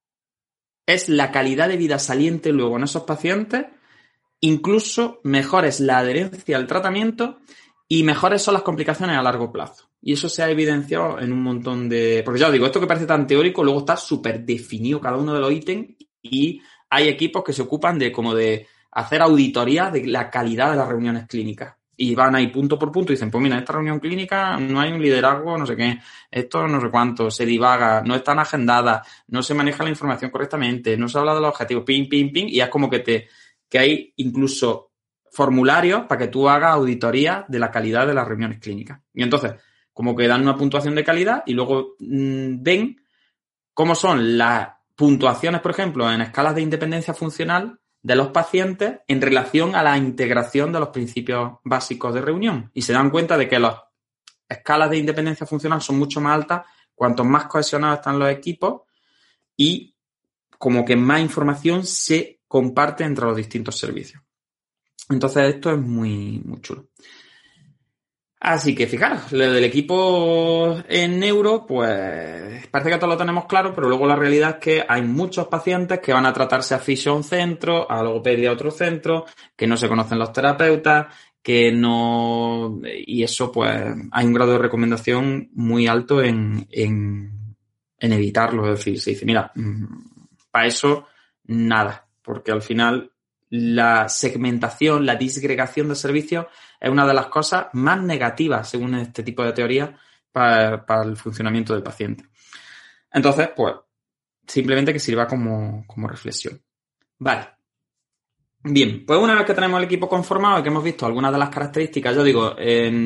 es la calidad de vida saliente luego en esos pacientes, incluso mejor es la adherencia al tratamiento y mejores son las complicaciones a largo plazo. Y eso se ha evidenciado en un montón de... Porque ya os digo, esto que parece tan teórico, luego está súper definido cada uno de los ítems y hay equipos que se ocupan de como de hacer auditoría de la calidad de las reuniones clínicas. Y van ahí punto por punto y dicen, pues mira, en esta reunión clínica no hay un liderazgo, no sé qué, esto no sé cuánto, se divaga, no están agendadas, no se maneja la información correctamente, no se habla de los objetivos, ping, ping, ping, y es como que hay incluso formularios para que tú hagas auditoría de la calidad de las reuniones clínicas. Y entonces, como que dan una puntuación de calidad y luego ven cómo son las puntuaciones, por ejemplo, en escalas de independencia funcional de los pacientes en relación a la integración de los principios básicos de reunión. Y se dan cuenta de que las escalas de independencia funcional son mucho más altas cuanto más cohesionados están los equipos y como que más información se comparte entre los distintos servicios. Entonces esto es muy, muy chulo. Así que fijaros, lo del equipo en neuro, pues parece que todos lo tenemos claro, pero luego la realidad es que hay muchos pacientes que van a tratarse a fisio a un centro, a logopedia a otro centro, que no se conocen los terapeutas, que no... Y eso, pues, hay un grado de recomendación muy alto en evitarlo. Es decir, se dice, mira, para eso, nada, porque al final la segmentación, la disgregación de servicios es una de las cosas más negativas, según este tipo de teoría, para el funcionamiento del paciente. Entonces, pues, simplemente que sirva como reflexión. Vale. Bien, pues una vez que tenemos el equipo conformado y que hemos visto algunas de las características, yo digo,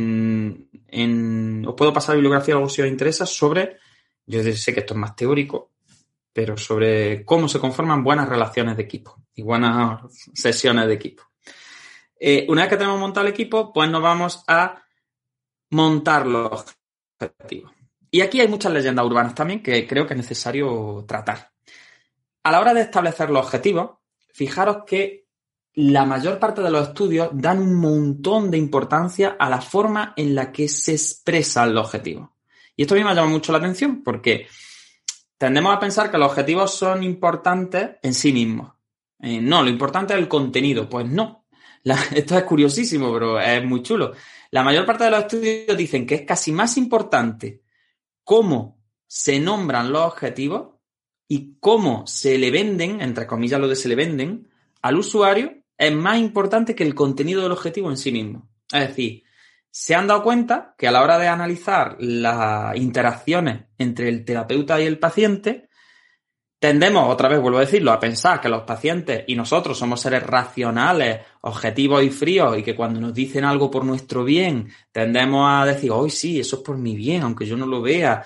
os puedo pasar bibliografía algo si os interesa sobre, yo sé que esto es más teórico, pero sobre cómo se conforman buenas relaciones de equipo y buenas sesiones de equipo. Una vez que tenemos montado el equipo, pues nos vamos a montar los objetivos. Y aquí hay muchas leyendas urbanas también que creo que es necesario tratar. A la hora de establecer los objetivos, fijaros que la mayor parte de los estudios dan un montón de importancia a la forma en la que se expresan los objetivos. Y esto a mí me llama mucho la atención porque tendemos a pensar que los objetivos son importantes en sí mismos. No, lo importante es el contenido. Pues no. Esto es curiosísimo, pero es muy chulo. La mayor parte de los estudios dicen que es casi más importante cómo se nombran los objetivos y cómo se le venden, entre comillas lo de se le venden, al usuario, es más importante que el contenido del objetivo en sí mismo. Es decir, se han dado cuenta que a la hora de analizar las interacciones entre el terapeuta y el paciente, tendemos, otra vez vuelvo a decirlo, a pensar que los pacientes y nosotros somos seres racionales, objetivos y fríos y que cuando nos dicen algo por nuestro bien, tendemos a decir, ¡ay, sí, eso es por mi bien, aunque yo no lo vea!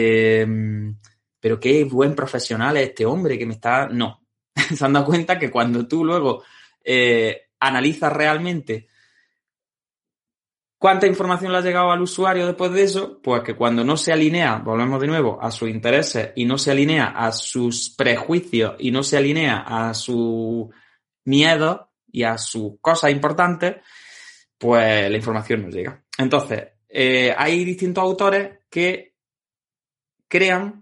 Pero qué buen profesional es este hombre que me está... No. Se han dado cuenta que cuando tú luego analizas realmente ¿cuánta información le ha llegado al usuario después de eso? Pues que cuando no se alinea, volvemos de nuevo, a sus intereses y no se alinea a sus prejuicios y no se alinea a sus miedos y a sus cosas importantes, pues la información no llega. Entonces, hay distintos autores que crean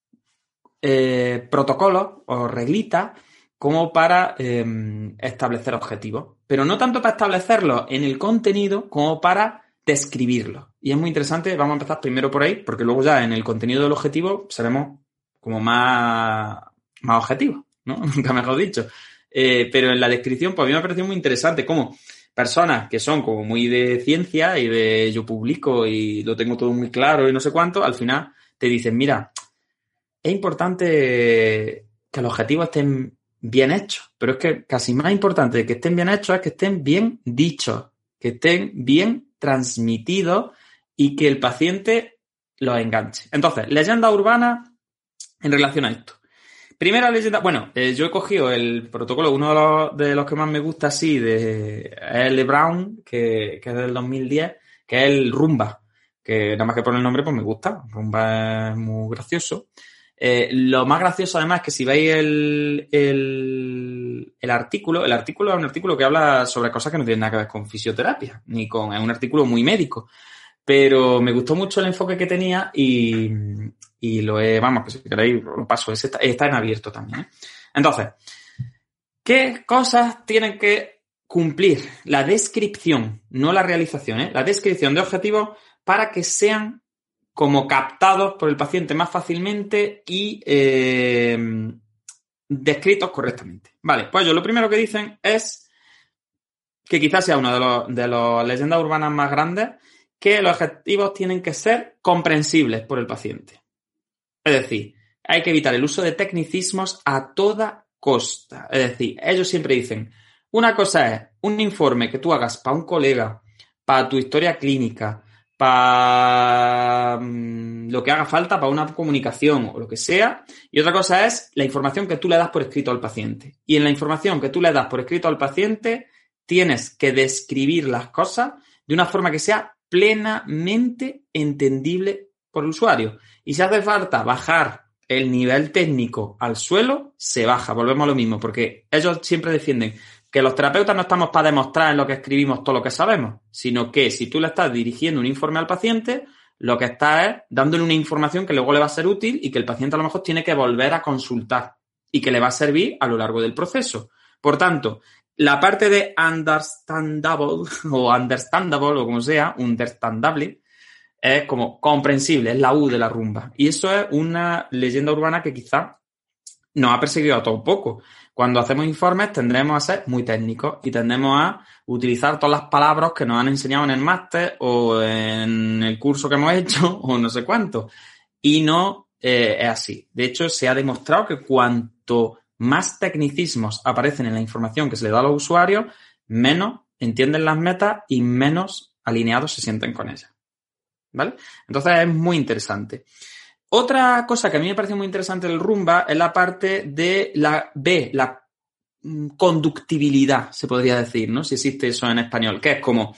protocolos o reglitas como para establecer objetivos. Pero no tanto para establecerlos en el contenido como para describirlos. Y es muy interesante, vamos a empezar primero por ahí, porque luego ya en el contenido del objetivo seremos como más objetivos, ¿no? Nunca mejor dicho. Pero en la descripción, pues a mí me ha parecido muy interesante cómo personas que son como muy de ciencia y de yo publico y lo tengo todo muy claro y no sé cuánto, al final te dicen, mira, es importante que los objetivos estén bien hechos, pero es que casi más importante de que estén bien hechos es que estén bien dichos, que estén bien transmitidos y que el paciente los enganche. Entonces, leyenda urbana en relación a esto. Primera leyenda, bueno, yo he cogido el protocolo, uno de los que más me gusta así, de L. Brown, que es del 2010, que es el Rumba, que nada más que por el nombre pues me gusta, Rumba es muy gracioso. Lo más gracioso además es que si veis el artículo es un artículo que habla sobre cosas que no tienen nada que ver con fisioterapia, es un artículo muy médico, pero me gustó mucho el enfoque que tenía y vamos, que si queréis lo paso, está en abierto también, ¿eh? Entonces, ¿qué cosas tienen que cumplir la descripción, no la realización, la descripción de objetivos para que sean como captados por el paciente más fácilmente y descritos correctamente. Vale, pues ellos lo primero que dicen es que quizás sea una de las leyendas urbanas más grandes, que los objetivos tienen que ser comprensibles por el paciente. Es decir, hay que evitar el uso de tecnicismos a toda costa. Es decir, ellos siempre dicen, una cosa es un informe que tú hagas para un colega, para tu historia clínica, para lo que haga falta, para una comunicación o lo que sea, y otra cosa es la información que tú le das por escrito al paciente. Y en la información que tú le das por escrito al paciente tienes que describir las cosas de una forma que sea plenamente entendible por el usuario. Y si hace falta bajar el nivel técnico al suelo, se baja. Volvemos a lo mismo, porque ellos siempre defienden que los terapeutas no estamos para demostrar en lo que escribimos todo lo que sabemos, sino que si tú le estás dirigiendo un informe al paciente, lo que estás es dándole una información que luego le va a ser útil y que el paciente a lo mejor tiene que volver a consultar y que le va a servir a lo largo del proceso. Por tanto, la parte de understandable o como sea, understandable, es como comprensible, es la U de la rumba. Y eso es una leyenda urbana que quizá nos ha perseguido a todo un poco. Cuando hacemos informes tendremos a ser muy técnicos y tendremos a utilizar todas las palabras que nos han enseñado en el máster o en el curso que hemos hecho o no sé cuánto. Y no es así. De hecho, se ha demostrado que cuanto más tecnicismos aparecen en la información que se le da a los usuarios, menos entienden las metas y menos alineados se sienten con ellas. ¿Vale? Entonces es muy interesante. Otra cosa que a mí me parece muy interesante del Rumba es la parte de la conductibilidad, se podría decir, ¿no? Si existe eso en español, que es como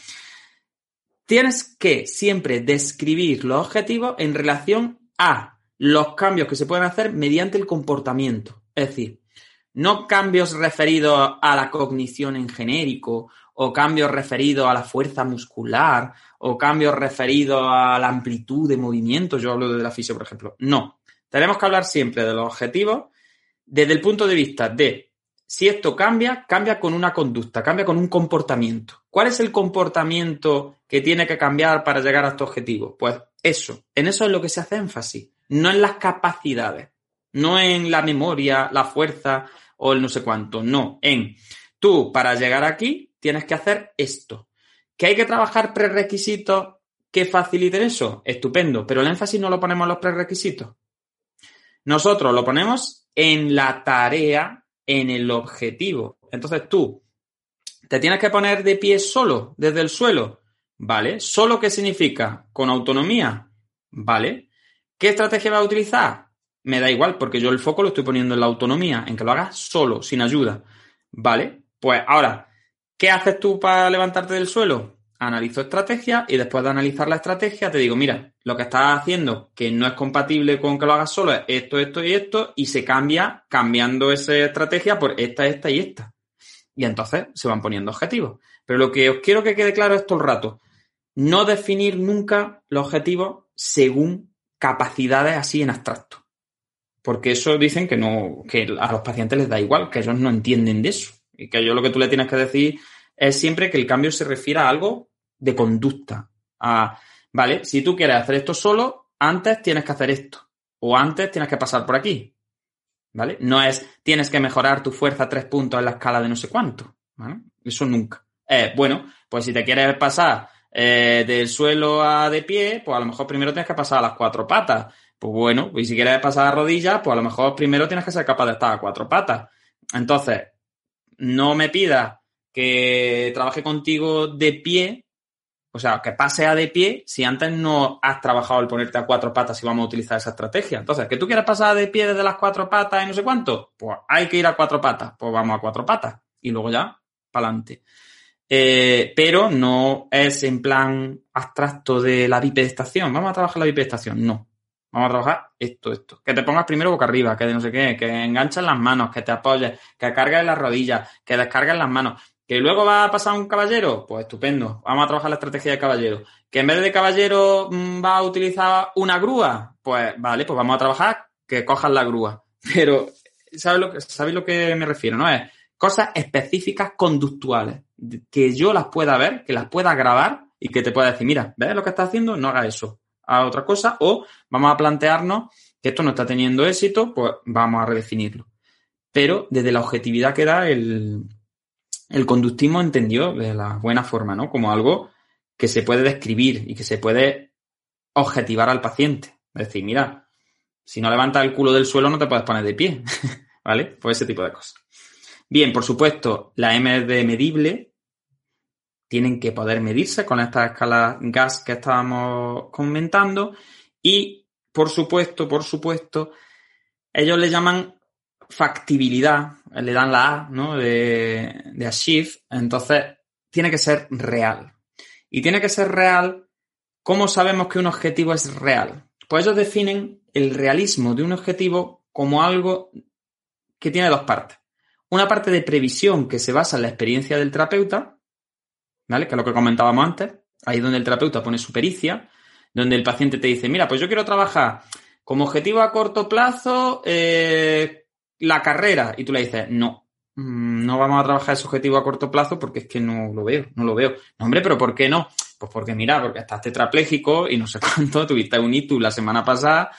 tienes que siempre describir los objetivos en relación a los cambios que se pueden hacer mediante el comportamiento. Es decir, no cambios referidos a la cognición en genérico o cambios referidos a la fuerza muscular o cambios referidos a la amplitud de movimiento. Yo hablo de la fisio, por ejemplo. No. Tenemos que hablar siempre de los objetivos desde el punto de vista de si esto cambia, cambia con una conducta, cambia con un comportamiento. ¿Cuál es el comportamiento que tiene que cambiar para llegar a este objetivo? Pues eso. En eso es lo que se hace énfasis. No en las capacidades. No en la memoria, la fuerza o el no sé cuánto. No. En tú, para llegar aquí, tienes que hacer esto. ¿Que hay que trabajar prerequisitos que faciliten eso? Estupendo, pero el énfasis no lo ponemos en los prerequisitos. Nosotros lo ponemos en la tarea, en el objetivo. Entonces tú, ¿te tienes que poner de pie solo, desde el suelo? ¿Vale? ¿Solo qué significa? ¿Con autonomía? ¿Vale? ¿Qué estrategia vas a utilizar? Me da igual, porque yo el foco lo estoy poniendo en la autonomía, en que lo hagas solo, sin ayuda. ¿Vale? Pues ahora, ¿qué haces tú para levantarte del suelo? Analizo estrategia y después de analizar la estrategia te digo, mira, lo que estás haciendo que no es compatible con que lo hagas solo es esto, esto y esto, y se cambia cambiando esa estrategia por esta, esta y esta. Y entonces se van poniendo objetivos. Pero lo que os quiero que quede claro es todo el rato, no definir nunca los objetivos según capacidades así en abstracto. Porque eso dicen que no, que a los pacientes les da igual, que ellos no entienden de eso. Y que yo lo que tú le tienes que decir es siempre que el cambio se refiera a algo de conducta. Vale, si tú quieres hacer esto solo, antes tienes que hacer esto. O antes tienes que pasar por aquí. ¿Vale? No es tienes que mejorar tu fuerza 3 puntos en la escala de no sé cuánto. ¿Vale? Eso nunca. Bueno, pues si te quieres pasar del suelo a de pie, pues a lo mejor primero tienes que pasar a las 4 patas. Pues bueno, y si quieres pasar a rodillas, pues a lo mejor primero tienes que ser capaz de estar a 4 patas. Entonces, no me pidas que trabaje contigo de pie, o sea, que pase a de pie si antes no has trabajado el ponerte a 4 patas y vamos a utilizar esa estrategia. Entonces, que tú quieras pasar de pie desde las 4 patas y no sé cuánto, pues hay que ir a 4 patas, pues vamos a 4 patas y luego ya, para adelante. Pero no es en plan abstracto de la bipedestación. Vamos a trabajar la bipedestación, no. Vamos a trabajar esto. Que te pongas primero boca arriba, que de no sé qué, que enganches las manos, que te apoyes, que cargues las rodillas, que descargues las manos. ¿Que luego va a pasar un caballero? Pues estupendo. Vamos a trabajar la estrategia de caballero. ¿Que en vez de caballero va a utilizar una grúa? Pues vale, pues vamos a trabajar que cojas la grúa. Pero, ¿sabéis lo que me refiero? ¿No? Es cosas específicas conductuales. que yo las pueda ver, que las pueda grabar y que te pueda decir, mira, ¿ves lo que estás haciendo? No hagas eso, haz otra cosa, o vamos a plantearnos que esto no está teniendo éxito, pues vamos a redefinirlo. Pero desde la objetividad que da el conductismo entendió de la buena forma, ¿no? Como algo que se puede describir y que se puede objetivar al paciente. Es decir, mira, si no levantas el culo del suelo no te puedes poner de pie, ¿vale? Pues ese tipo de cosas. Bien, por supuesto, la M es de medible. Tienen que poder medirse con estas escalas GAS que estábamos comentando. Y, por supuesto, ellos le llaman factibilidad, le dan la A, ¿no? de Achieve. Entonces, tiene que ser real. Y tiene que ser real. ¿Cómo sabemos que un objetivo es real? Pues ellos definen el realismo de un objetivo como algo que tiene dos partes. Una parte de previsión que se basa en la experiencia del terapeuta, ¿vale? Que es lo que comentábamos antes. Ahí es donde el terapeuta pone su pericia, donde el paciente te dice, mira, pues yo quiero trabajar como objetivo a corto plazo la carrera. Y tú le dices, no vamos a trabajar ese objetivo a corto plazo porque es que no lo veo. No, hombre, pero ¿por qué no? Pues porque mira, porque estás tetrapléjico y no sé cuánto, tuviste un ictus la semana pasada.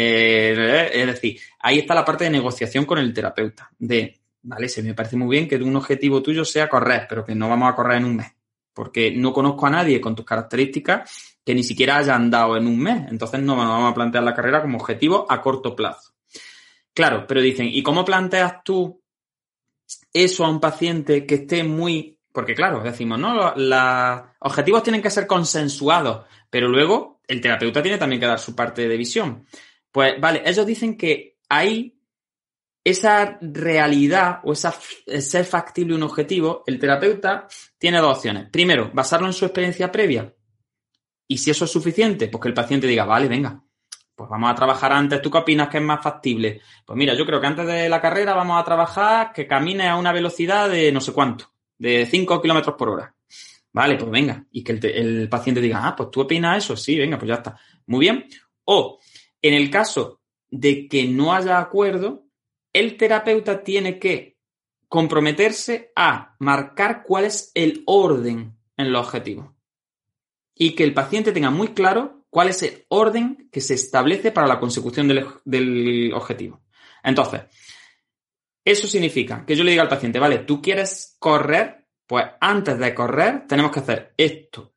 Es decir, ahí está la parte de negociación con el terapeuta. Vale, se me parece muy bien que un objetivo tuyo sea correr, pero que no vamos a correr en un mes. Porque no conozco a nadie con tus características que ni siquiera haya andado en un mes. Entonces no vamos a plantear la carrera como objetivo a corto plazo. Claro, pero dicen, ¿y cómo planteas tú eso a un paciente que esté muy... Porque claro, decimos, no, los objetivos tienen que ser consensuados, pero luego el terapeuta tiene también que dar su parte de visión. Pues vale, ellos dicen que ahí esa realidad o ser factible un objetivo, el terapeuta tiene dos opciones. Primero, basarlo en su experiencia previa. Y si eso es suficiente, pues que el paciente diga, vale, venga, pues vamos a trabajar antes. ¿Tú qué opinas que es más factible? Pues mira, yo creo que antes de la carrera vamos a trabajar que camine a una velocidad de no sé cuánto, de 5 kilómetros por hora. Vale, pues venga. Y que el paciente diga, pues tú opinas eso. Sí, venga, pues ya está. Muy bien. O, en el caso de que no haya acuerdo, el terapeuta tiene que comprometerse a marcar cuál es el orden en los objetivos. Y que el paciente tenga muy claro cuál es el orden que se establece para la consecución del objetivo. Entonces, eso significa que yo le diga al paciente, vale, ¿tú quieres correr? Pues antes de correr tenemos que hacer esto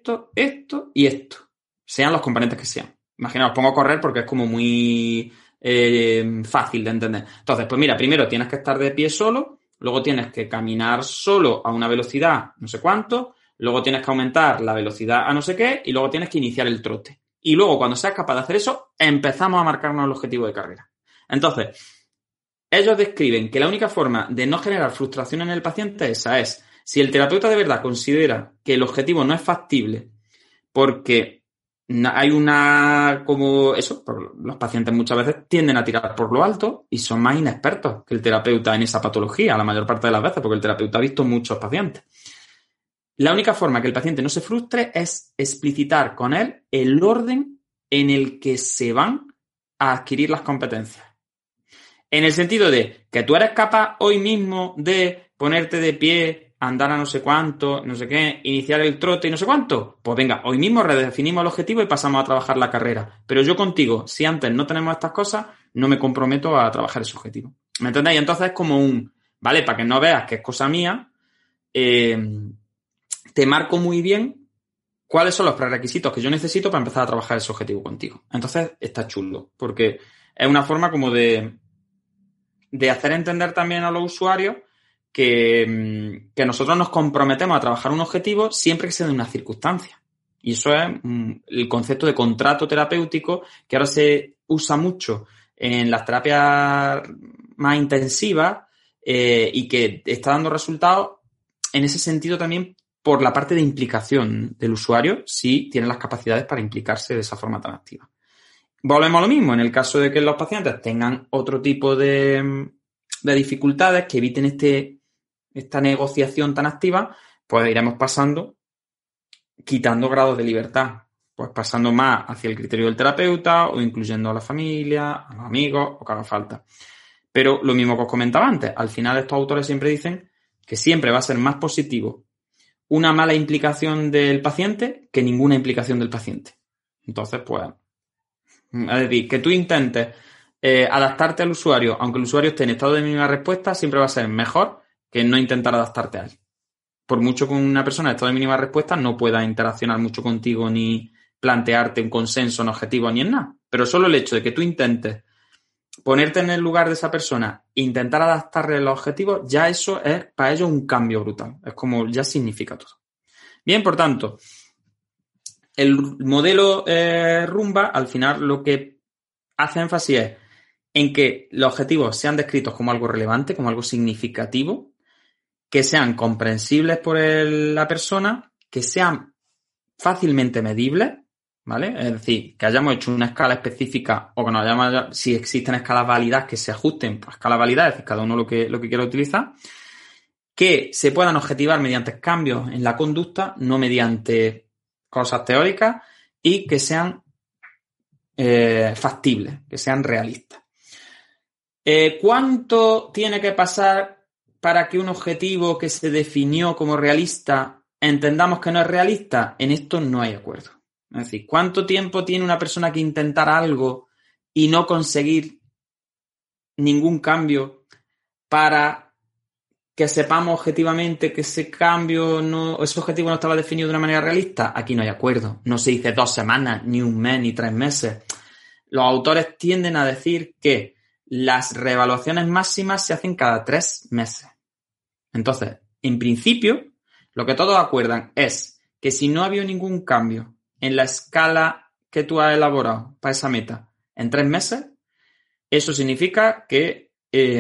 y esto. Sean los componentes que sean. Imaginaos, pongo a correr porque es como muy... fácil de entender. Entonces, pues mira, primero tienes que estar de pie solo, luego tienes que caminar solo a una velocidad no sé cuánto, luego tienes que aumentar la velocidad a no sé qué y luego tienes que iniciar el trote. Y luego, cuando seas capaz de hacer eso, empezamos a marcarnos el objetivo de carrera. Entonces, ellos describen que la única forma de no generar frustración en el paciente es si el terapeuta de verdad considera que el objetivo no es factible porque hay los pacientes muchas veces tienden a tirar por lo alto y son más inexpertos que el terapeuta en esa patología, la mayor parte de las veces, porque el terapeuta ha visto muchos pacientes. La única forma que el paciente no se frustre es explicitar con él el orden en el que se van a adquirir las competencias. En el sentido de que tú eres capaz hoy mismo de ponerte de pie, andar a no sé cuánto, no sé qué, iniciar el trote y no sé cuánto. Pues venga, hoy mismo redefinimos el objetivo y pasamos a trabajar la carrera. Pero yo contigo, si antes no tenemos estas cosas, no me comprometo a trabajar ese objetivo. ¿Me entendéis? Y entonces es como ¿vale? Para que no veas que es cosa mía, te marco muy bien cuáles son los prerequisitos que yo necesito para empezar a trabajar ese objetivo contigo. Entonces está chulo, porque es una forma como de hacer entender también a los usuarios que nosotros nos comprometemos a trabajar un objetivo siempre que sea de una circunstancia. Y eso es el concepto de contrato terapéutico que ahora se usa mucho en las terapias más intensivas y que está dando resultados en ese sentido también por la parte de implicación del usuario si tiene las capacidades para implicarse de esa forma tan activa. Volvemos a lo mismo, en el caso de que los pacientes tengan otro tipo de dificultades que eviten esta negociación tan activa, pues iremos quitando grados de libertad, pues pasando más hacia el criterio del terapeuta o incluyendo a la familia, a los amigos o que haga falta. Pero lo mismo que os comentaba antes, al final estos autores siempre dicen que siempre va a ser más positivo una mala implicación del paciente que ninguna implicación del paciente. Entonces, pues, es decir, que tú intentes adaptarte al usuario, aunque el usuario esté en estado de mínima respuesta, siempre va a ser mejor que no intentar adaptarte a él. Por mucho que una persona en estado de mínima respuesta no pueda interaccionar mucho contigo ni plantearte un consenso en objetivos ni en nada. Pero solo el hecho de que tú intentes ponerte en el lugar de esa persona e intentar adaptarle los objetivos, ya eso es para ellos un cambio brutal. Es como ya significa todo. Bien, por tanto, el modelo Rumba, al final, lo que hace énfasis es en que los objetivos sean descritos como algo relevante, como algo significativo, que sean comprensibles por la persona, que sean fácilmente medibles, ¿vale? Es decir, que hayamos hecho una escala específica o que nos hayamos, si existen escalas válidas, que se ajusten a escalas válidas, es decir, cada uno lo que quiera utilizar, que se puedan objetivar mediante cambios en la conducta, no mediante cosas teóricas, y que sean factibles, que sean realistas. ¿Cuánto tiene que pasar para que un objetivo que se definió como realista entendamos que no es realista? En esto no hay acuerdo. Es decir, ¿cuánto tiempo tiene una persona que intentar algo y no conseguir ningún cambio para que sepamos objetivamente que ese objetivo no estaba definido de una manera realista? Aquí no hay acuerdo. No se dice 2 semanas, ni un mes, ni 3 meses. Los autores tienden a decir que las reevaluaciones máximas se hacen cada 3 meses. Entonces, en principio, lo que todos acuerdan es que si no ha habido ningún cambio en la escala que tú has elaborado para esa meta en 3 meses, eso significa que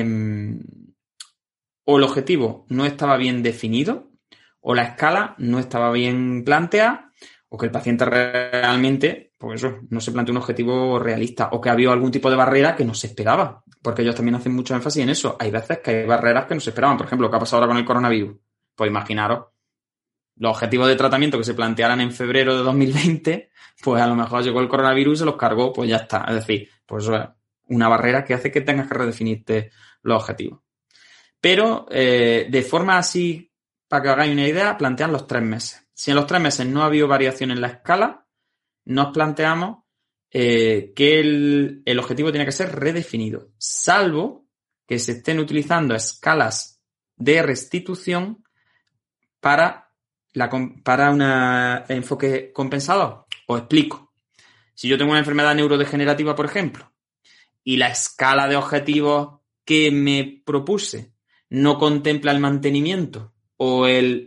o el objetivo no estaba bien definido, o la escala no estaba bien planteada, o que el paciente realmente, pues eso, no se planteó un objetivo realista, o que había algún tipo de barrera que no se esperaba, porque ellos también hacen mucho énfasis en eso. Hay veces que hay barreras que no se esperaban. Por ejemplo, lo que ha pasado ahora con el coronavirus. Pues imaginaros, los objetivos de tratamiento que se plantearan en febrero de 2020, pues a lo mejor llegó el coronavirus y se los cargó, pues ya está. Es decir, pues eso es una barrera que hace que tengas que redefinirte los objetivos. Pero de forma así, para que os hagáis una idea, plantean los 3 meses. Si en los 3 meses no ha habido variación en la escala, nos planteamos que el objetivo tiene que ser redefinido, salvo que se estén utilizando escalas de restitución para un enfoque compensador. Os explico. Si yo tengo una enfermedad neurodegenerativa, por ejemplo, y la escala de objetivos que me propuse no contempla el mantenimiento o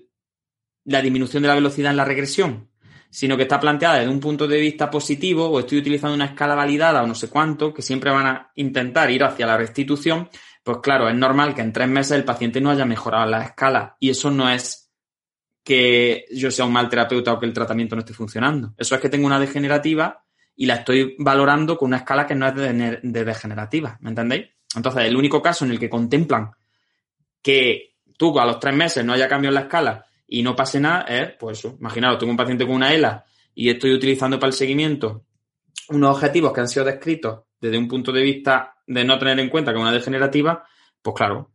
la disminución de la velocidad en la regresión, sino que está planteada desde un punto de vista positivo, o estoy utilizando una escala validada o no sé cuánto, que siempre van a intentar ir hacia la restitución, pues claro, es normal que en 3 meses el paciente no haya mejorado la escala, y eso no es que yo sea un mal terapeuta o que el tratamiento no esté funcionando. Eso es que tengo una degenerativa y la estoy valorando con una escala que no es de degenerativa, ¿me entendéis? Entonces, el único caso en el que contemplan que tú a los 3 meses no haya cambio en la escala y no pase nada es, pues eso, imaginaos, tengo un paciente con una ELA y estoy utilizando para el seguimiento unos objetivos que han sido descritos desde un punto de vista de no tener en cuenta que es una degenerativa, pues claro,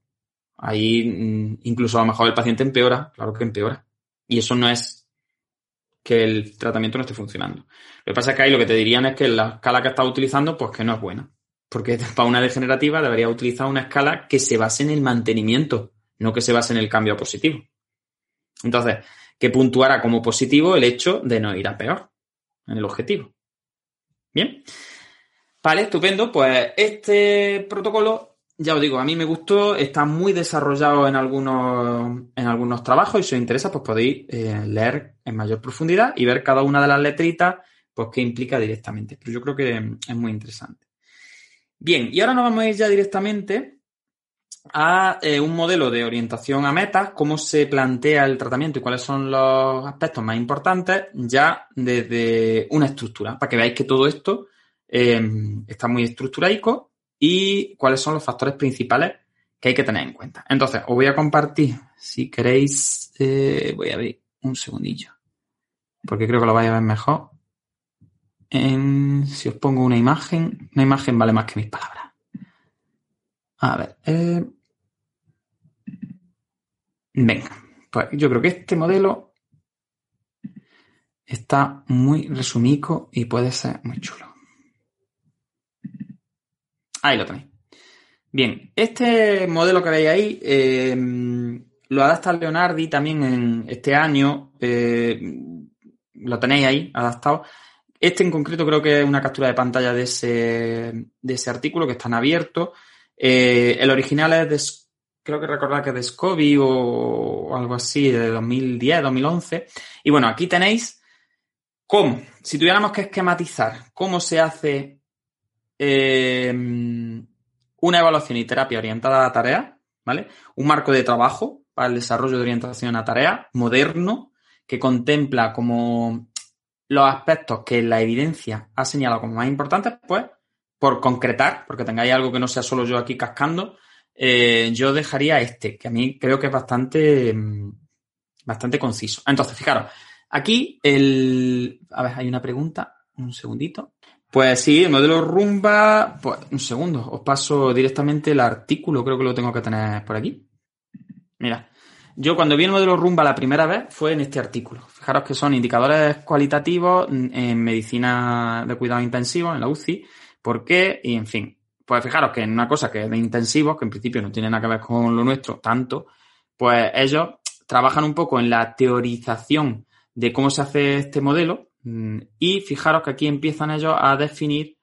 ahí incluso a lo mejor el paciente empeora, claro que empeora. Y eso no es que el tratamiento no esté funcionando. Lo que pasa es que ahí lo que te dirían es que la escala que estás utilizando, pues que no es buena. Porque para una degenerativa deberías utilizar una escala que se base en el mantenimiento, no que se base en el cambio a positivo. Entonces, que puntuara como positivo el hecho de no ir a peor en el objetivo. Bien. Vale, estupendo. Pues este protocolo, ya os digo, a mí me gustó, está muy desarrollado en algunos trabajos y si os interesa, pues podéis leer en mayor profundidad y ver cada una de las letritas, pues qué implica directamente. Pero yo creo que es muy interesante. Bien, y ahora nos vamos a ir ya directamente a un modelo de orientación a metas, cómo se plantea el tratamiento y cuáles son los aspectos más importantes ya desde una estructura, para que veáis que todo esto está muy estructuraico y cuáles son los factores principales que hay que tener en cuenta. Entonces, os voy a compartir, si queréis, voy a ver un segundillo, porque creo que lo vais a ver mejor. Si os pongo una imagen vale más que mis palabras. A ver, venga, pues yo creo que este modelo Está muy resumido y puede ser muy chulo. Ahí lo tenéis. Bien, este modelo que veis ahí lo adapta Leonardi también en este año. Lo tenéis ahí adaptado. Este en concreto creo que es una captura de pantalla de ese artículo que está en abierto. El original es creo que recordar que es de Scobie o algo así, de 2010, 2011. Y bueno, aquí tenéis cómo, si tuviéramos que esquematizar cómo se hace una evaluación y terapia orientada a tareas, ¿vale? Un marco de trabajo para el desarrollo de orientación a tareas moderno que contempla como los aspectos que la evidencia ha señalado como más importantes, pues, por concretar, porque tengáis algo que no sea solo yo aquí cascando, yo dejaría este, que a mí creo que es bastante conciso. Entonces, fijaros, aquí a ver, hay una pregunta, un segundito. Pues sí, el modelo Rumba, pues un segundo, os paso directamente el artículo, creo que lo tengo que tener por aquí. Mira, yo cuando vi el modelo Rumba la primera vez fue en este artículo. Fijaros que son indicadores cualitativos en medicina de cuidado intensivo, en la UCI, ¿por qué? Y en fin, pues fijaros que en una cosa que es de intensivos, que en principio no tiene nada que ver con lo nuestro tanto, pues ellos trabajan un poco en la teorización de cómo se hace este modelo y fijaros que aquí empiezan ellos a definir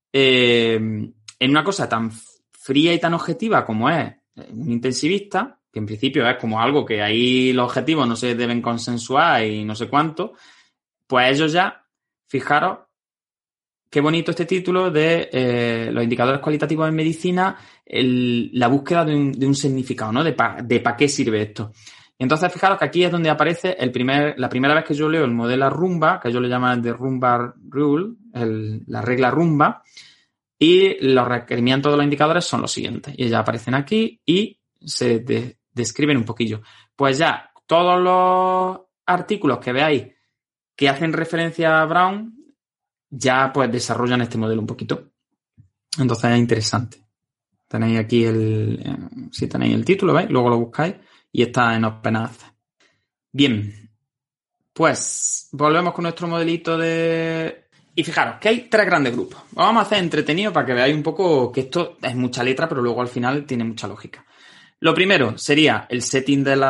en una cosa tan fría y tan objetiva como es un intensivista, que en principio es como algo que ahí los objetivos no se deben consensuar y no sé cuánto, pues ellos ya, fijaros, qué bonito este título de los indicadores cualitativos en medicina, la búsqueda de un significado, ¿no? De para qué sirve esto. Y entonces, fijaros que aquí es donde aparece la primera vez que yo leo el modelo Rumba, que ellos le llaman The Rumba Rule, la regla Rumba, y los requerimientos de los indicadores son los siguientes. Y ya aparecen aquí y se describen un poquillo. Pues ya, todos los artículos que veáis que hacen referencia a Brown, ya pues desarrollan este modelo un poquito. Entonces es interesante. Tenéis aquí si tenéis el título, ¿veis? Luego lo buscáis y está en Open Access. Bien, pues volvemos con nuestro modelito Y fijaros que hay 3 grandes grupos. Lo vamos a hacer entretenido para que veáis un poco que esto es mucha letra, pero luego al final tiene mucha lógica. Lo primero sería el setting de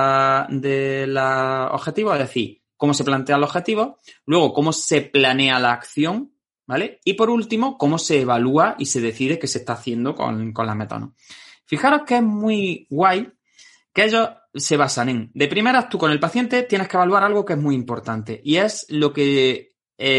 la objetivo, es decir, cómo se plantea el objetivo, luego cómo se planea la acción, ¿vale? Y por último, cómo se evalúa y se decide qué se está haciendo con las metas, ¿no? Fijaros que es muy guay que ellos se basan en, de primeras, tú con el paciente tienes que evaluar algo que es muy importante y es lo que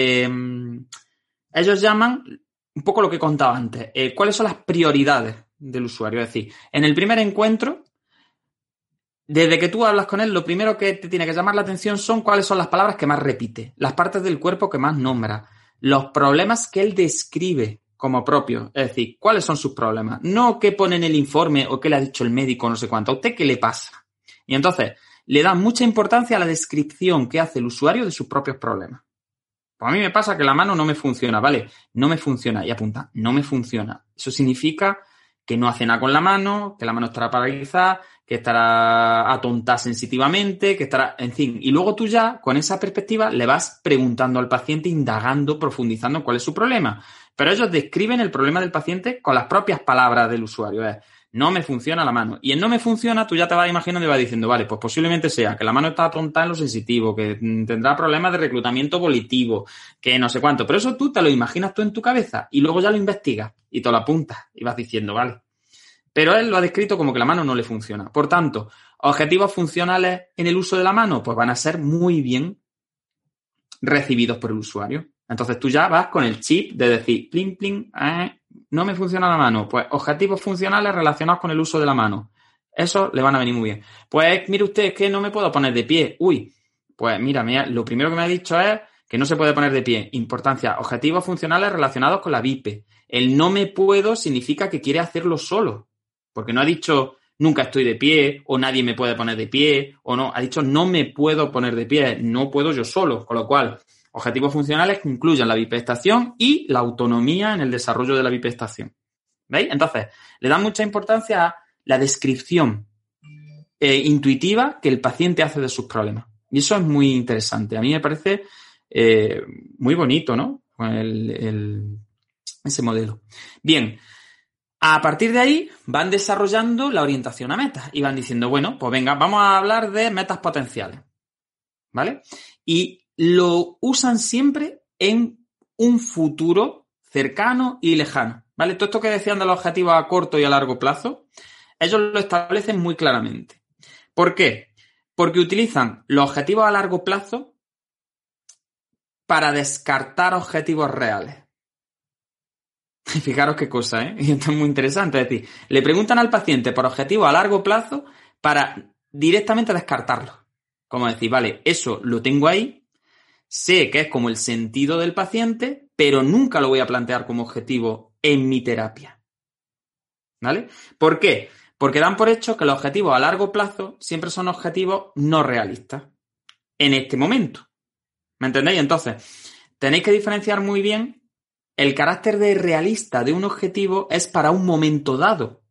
ellos llaman, un poco lo que contaba antes, cuáles son las prioridades del usuario. Es decir, en el primer encuentro, desde que tú hablas con él, lo primero que te tiene que llamar la atención son cuáles son las palabras que más repite, las partes del cuerpo que más nombra, los problemas que él describe como propios. Es decir, cuáles son sus problemas. No qué pone en el informe o qué le ha dicho el médico, no sé cuánto. ¿A usted qué le pasa? Y entonces, le dan mucha importancia a la descripción que hace el usuario de sus propios problemas. Pues a mí me pasa que la mano no me funciona, ¿vale? No me funciona. Y apunta, no me funciona. Eso significa que no hace nada con la mano, que la mano estará paralizada, que estará atontada sensitivamente, que estará, en fin. Y luego tú ya, con esa perspectiva, le vas preguntando al paciente, indagando, profundizando en cuál es su problema. Pero ellos describen el problema del paciente con las propias palabras del usuario. No me funciona la mano. Y en no me funciona, tú ya te vas imaginando y vas diciendo, vale, pues posiblemente sea que la mano está atontada en lo sensitivo, que tendrá problemas de reclutamiento volitivo, que no sé cuánto. Pero eso tú te lo imaginas tú en tu cabeza y luego ya lo investigas y te lo apuntas y vas diciendo, vale. Pero él lo ha descrito como que la mano no le funciona. Por tanto, objetivos funcionales en el uso de la mano, pues van a ser muy bien recibidos por el usuario. Entonces tú ya vas con el chip de decir, pling, pling, no me funciona la mano. Pues objetivos funcionales relacionados con el uso de la mano. Eso le van a venir muy bien. Pues mire usted, es que no me puedo poner de pie. Uy, pues mira, lo primero que me ha dicho es que no se puede poner de pie. Importancia, objetivos funcionales relacionados con la BIP. El no me puedo significa que quiere hacerlo solo. Porque no ha dicho nunca estoy de pie o nadie me puede poner de pie o no. Ha dicho no me puedo poner de pie, no puedo yo solo. Con lo cual, objetivos funcionales que incluyan la bipedestación y la autonomía en el desarrollo de la bipedestación. ¿Veis? Entonces, le dan mucha importancia a la descripción intuitiva que el paciente hace de sus problemas. Y eso es muy interesante. A mí me parece muy bonito, ¿no? Con ese modelo. Bien, a partir de ahí van desarrollando la orientación a metas y van diciendo, bueno, pues venga, vamos a hablar de metas potenciales, ¿vale? Y lo usan siempre en un futuro cercano y lejano, ¿vale? Todo esto que decían de los objetivos a corto y a largo plazo, ellos lo establecen muy claramente. ¿Por qué? Porque utilizan los objetivos a largo plazo para descartar objetivos reales. Fijaros qué cosa, ¿eh? Y esto es muy interesante. Es decir, le preguntan al paciente por objetivos a largo plazo para directamente descartarlo. Como decir, vale, eso lo tengo ahí, sé que es como el sentido del paciente, pero nunca lo voy a plantear como objetivo en mi terapia. ¿Vale? ¿Por qué? Porque dan por hecho que los objetivos a largo plazo siempre son objetivos no realistas en este momento. ¿Me entendéis? Entonces, tenéis que diferenciar muy bien. El carácter de realista de un objetivo es para un momento dado.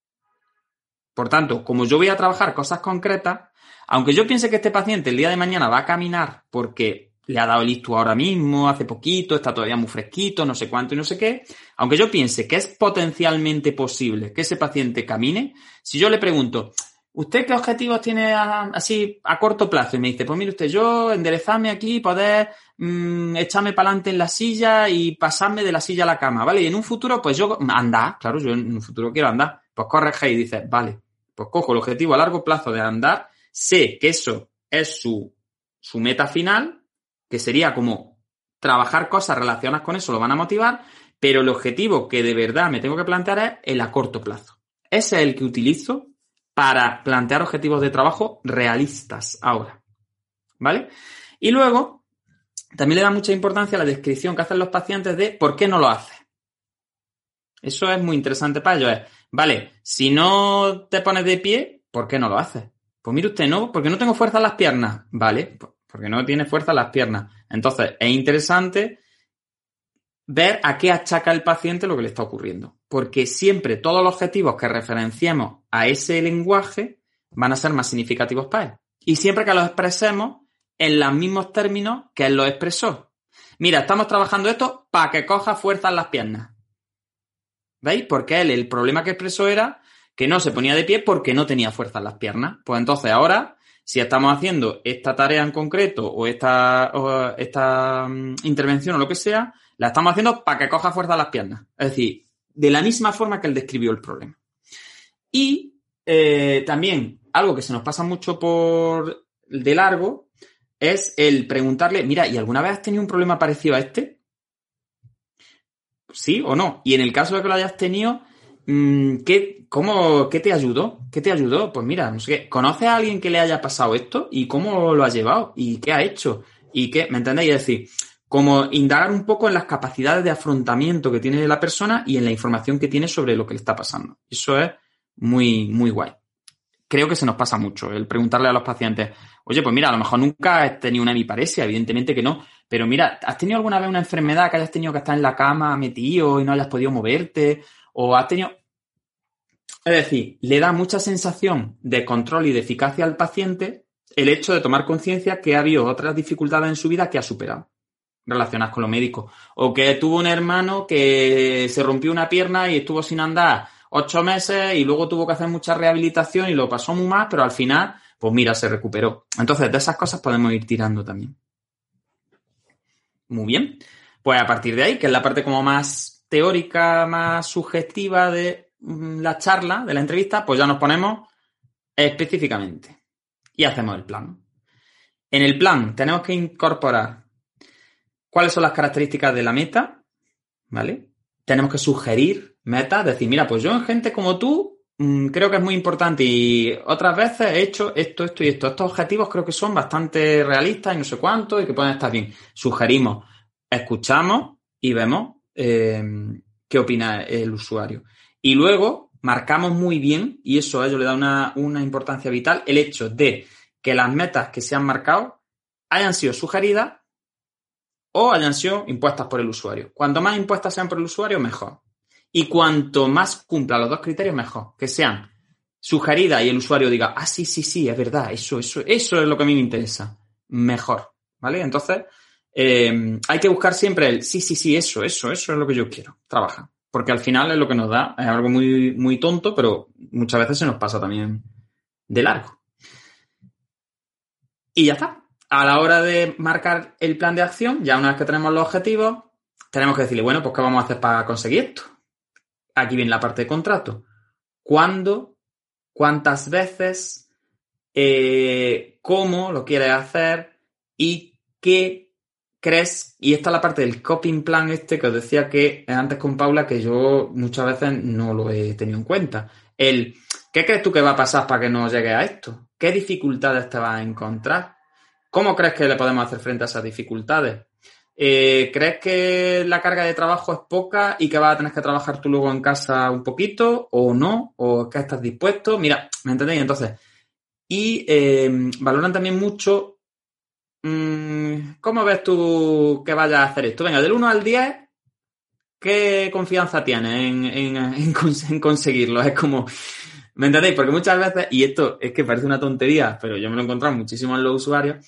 Por tanto, como yo voy a trabajar cosas concretas, aunque yo piense que este paciente el día de mañana va a caminar porque le ha dado el ictus ahora mismo, hace poquito, está todavía muy fresquito, no sé cuánto y no sé qué, aunque yo piense que es potencialmente posible que ese paciente camine, si yo le pregunto, ¿usted qué objetivos tiene así a corto plazo? Y me dice, pues mire usted, yo enderezarme aquí, poder echarme para adelante en la silla y pasarme de la silla a la cama, ¿vale? Y en un futuro, pues yo andar, claro, yo en un futuro quiero andar, pues corre y dices, vale, pues cojo el objetivo a largo plazo de andar, sé que eso es su meta final, que sería como trabajar cosas relacionadas con eso, lo van a motivar, pero el objetivo que de verdad me tengo que plantear es el a corto plazo. Ese es el que utilizo para plantear objetivos de trabajo realistas ahora, ¿vale? Y luego, también le da mucha importancia a la descripción que hacen los pacientes de por qué no lo haces. Eso es muy interesante para ellos. Vale, si no te pones de pie, ¿por qué no lo haces? Pues mire usted, no, porque no tengo fuerza en las piernas. Vale, porque no tiene fuerza en las piernas. Entonces, es interesante ver a qué achaca el paciente lo que le está ocurriendo. Porque siempre todos los objetivos que referenciemos a ese lenguaje van a ser más significativos para él. Y siempre que los expresemos en los mismos términos que él lo expresó. Mira, estamos trabajando esto para que coja fuerza en las piernas. ¿Veis? Porque él, el problema que expresó era que no se ponía de pie porque no tenía fuerza en las piernas. Pues entonces ahora, si estamos haciendo esta tarea en concreto o esta intervención o lo que sea, la estamos haciendo para que coja fuerza en las piernas. Es decir, de la misma forma que él describió el problema. Y también algo que se nos pasa mucho por de largo es el preguntarle, mira, ¿y alguna vez has tenido un problema parecido a este? ¿Sí o no? Y en el caso de que lo hayas tenido, ¿qué te ayudó? ¿Qué te ayudó? Pues mira, no sé qué. ¿Conoces a alguien que le haya pasado esto? ¿Y cómo lo ha llevado? ¿Y qué ha hecho? ¿Y qué? ¿Me entendéis? Es decir, como indagar un poco en las capacidades de afrontamiento que tiene la persona y en la información que tiene sobre lo que le está pasando. Eso es muy, muy guay. Creo que se nos pasa mucho el preguntarle a los pacientes, oye, pues mira, a lo mejor nunca has tenido una hemiparesia, evidentemente que no, pero mira, ¿has tenido alguna vez una enfermedad que hayas tenido que estar en la cama metido y no hayas podido moverte? ¿O has tenido...? Es decir, le da mucha sensación de control y de eficacia al paciente el hecho de tomar conciencia que ha habido otras dificultades en su vida que ha superado, relacionadas con lo médico. O que tuvo un hermano que se rompió una pierna y estuvo sin andar 8 meses y luego tuvo que hacer mucha rehabilitación y lo pasó muy mal, pero al final, pues mira, se recuperó. Entonces, de esas cosas podemos ir tirando también. Muy bien. Pues a partir de ahí, que es la parte como más teórica, más subjetiva de la charla, de la entrevista, pues ya nos ponemos específicamente y hacemos el plan. En el plan tenemos que incorporar cuáles son las características de la meta, ¿vale? Tenemos que sugerir metas, decir, mira, pues yo en gente como tú creo que es muy importante y otras veces he hecho esto y esto. Estos objetivos creo que son bastante realistas y no sé cuánto y que pueden estar bien. Sugerimos, escuchamos y vemos qué opina el usuario. Y luego marcamos muy bien, y eso a ello le da una importancia vital, el hecho de que las metas que se han marcado hayan sido sugeridas o hayan sido impuestas por el usuario. Cuanto más impuestas sean por el usuario, mejor. Y cuanto más cumpla los dos criterios, mejor. Que sean sugeridas y el usuario diga, sí, es verdad, eso es lo que a mí me interesa. Mejor, ¿vale? Entonces, hay que buscar siempre el sí, eso es lo que yo quiero, trabajar. Porque al final es lo que nos da, es algo muy, muy tonto, pero muchas veces se nos pasa también de largo. Y ya está. A la hora de marcar el plan de acción, ya una vez que tenemos los objetivos, tenemos que decirle, bueno, pues ¿qué vamos a hacer para conseguir esto? Aquí viene la parte de contrato. ¿Cuándo? ¿Cuántas veces? ¿Cómo lo quieres hacer? ¿Y qué crees? Y esta es la parte del coping plan que os decía que antes con Paula, que yo muchas veces no lo he tenido en cuenta. ¿Qué crees tú que va a pasar para que no llegue a esto? ¿Qué dificultades te vas a encontrar? ¿Cómo crees que le podemos hacer frente a esas dificultades? ¿Crees que la carga de trabajo es poca y que vas a tener que trabajar tú luego en casa un poquito o no? ¿O que estás dispuesto? Mira, ¿me entendéis? Entonces, valoran también mucho ¿cómo ves tú que vayas a hacer esto? Venga, del 1 al 10, ¿qué confianza tienes en conseguirlo? Es como, ¿me entendéis? Porque muchas veces, y esto es que parece una tontería, pero yo me lo he encontrado muchísimo en los usuarios,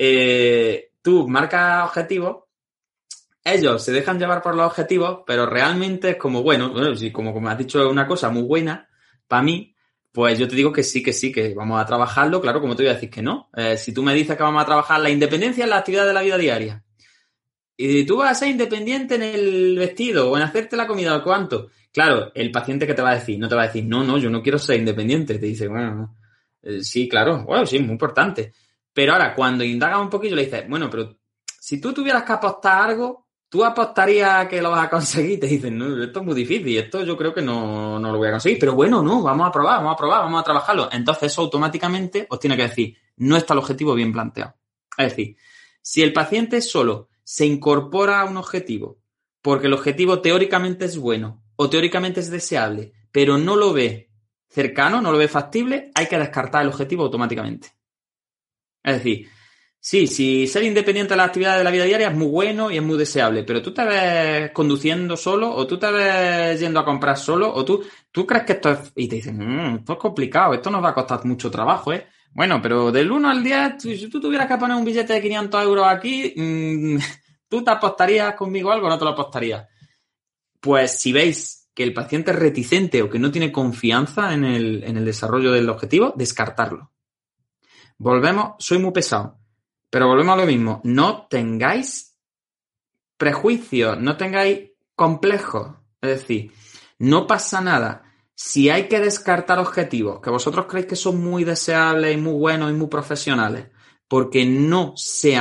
tú marcas objetivos, ellos se dejan llevar por los objetivos, pero realmente es como, bueno, si como me has dicho es una cosa muy buena para mí, pues yo te digo que sí, que vamos a trabajarlo. Claro, como te voy a decir que no. Si tú me dices que vamos a trabajar la independencia en la actividad de la vida diaria y tú vas a ser independiente en el vestido o en hacerte la comida o cuánto, claro, el paciente que te va a decir, no te va a decir, no, yo no quiero ser independiente. Te dice, bueno, sí, claro, bueno, sí, muy importante. Pero ahora, cuando indagas un poquillo, le dices, bueno, pero si tú tuvieras que apostar algo, ¿tú apostarías que lo vas a conseguir? Te dicen, no, esto es muy difícil, esto yo creo que no lo voy a conseguir. Pero bueno, no, vamos a probar, vamos a trabajarlo. Entonces eso automáticamente os tiene que decir, no está el objetivo bien planteado. Es decir, si el paciente solo se incorpora a un objetivo porque el objetivo teóricamente es bueno o teóricamente es deseable, pero no lo ve cercano, no lo ve factible, hay que descartar el objetivo automáticamente. Es decir, sí, si ser independiente de las actividades de la vida diaria es muy bueno y es muy deseable, pero tú te ves conduciendo solo o tú te ves yendo a comprar solo o tú crees que esto es... Y te dicen, esto es complicado, esto nos va a costar mucho trabajo, ¿eh? Bueno, pero del 1 al 10, si tú tuvieras que poner un billete de 500 euros aquí, ¿tú te apostarías conmigo algo o no te lo apostarías? Pues si veis que el paciente es reticente o que no tiene confianza en el desarrollo del objetivo, descartarlo. Volvemos, soy muy pesado. Pero volvemos a lo mismo, no tengáis prejuicios, no tengáis complejos. Es decir, no pasa nada. Si hay que descartar objetivos que vosotros creéis que son muy deseables y muy buenos y muy profesionales, porque no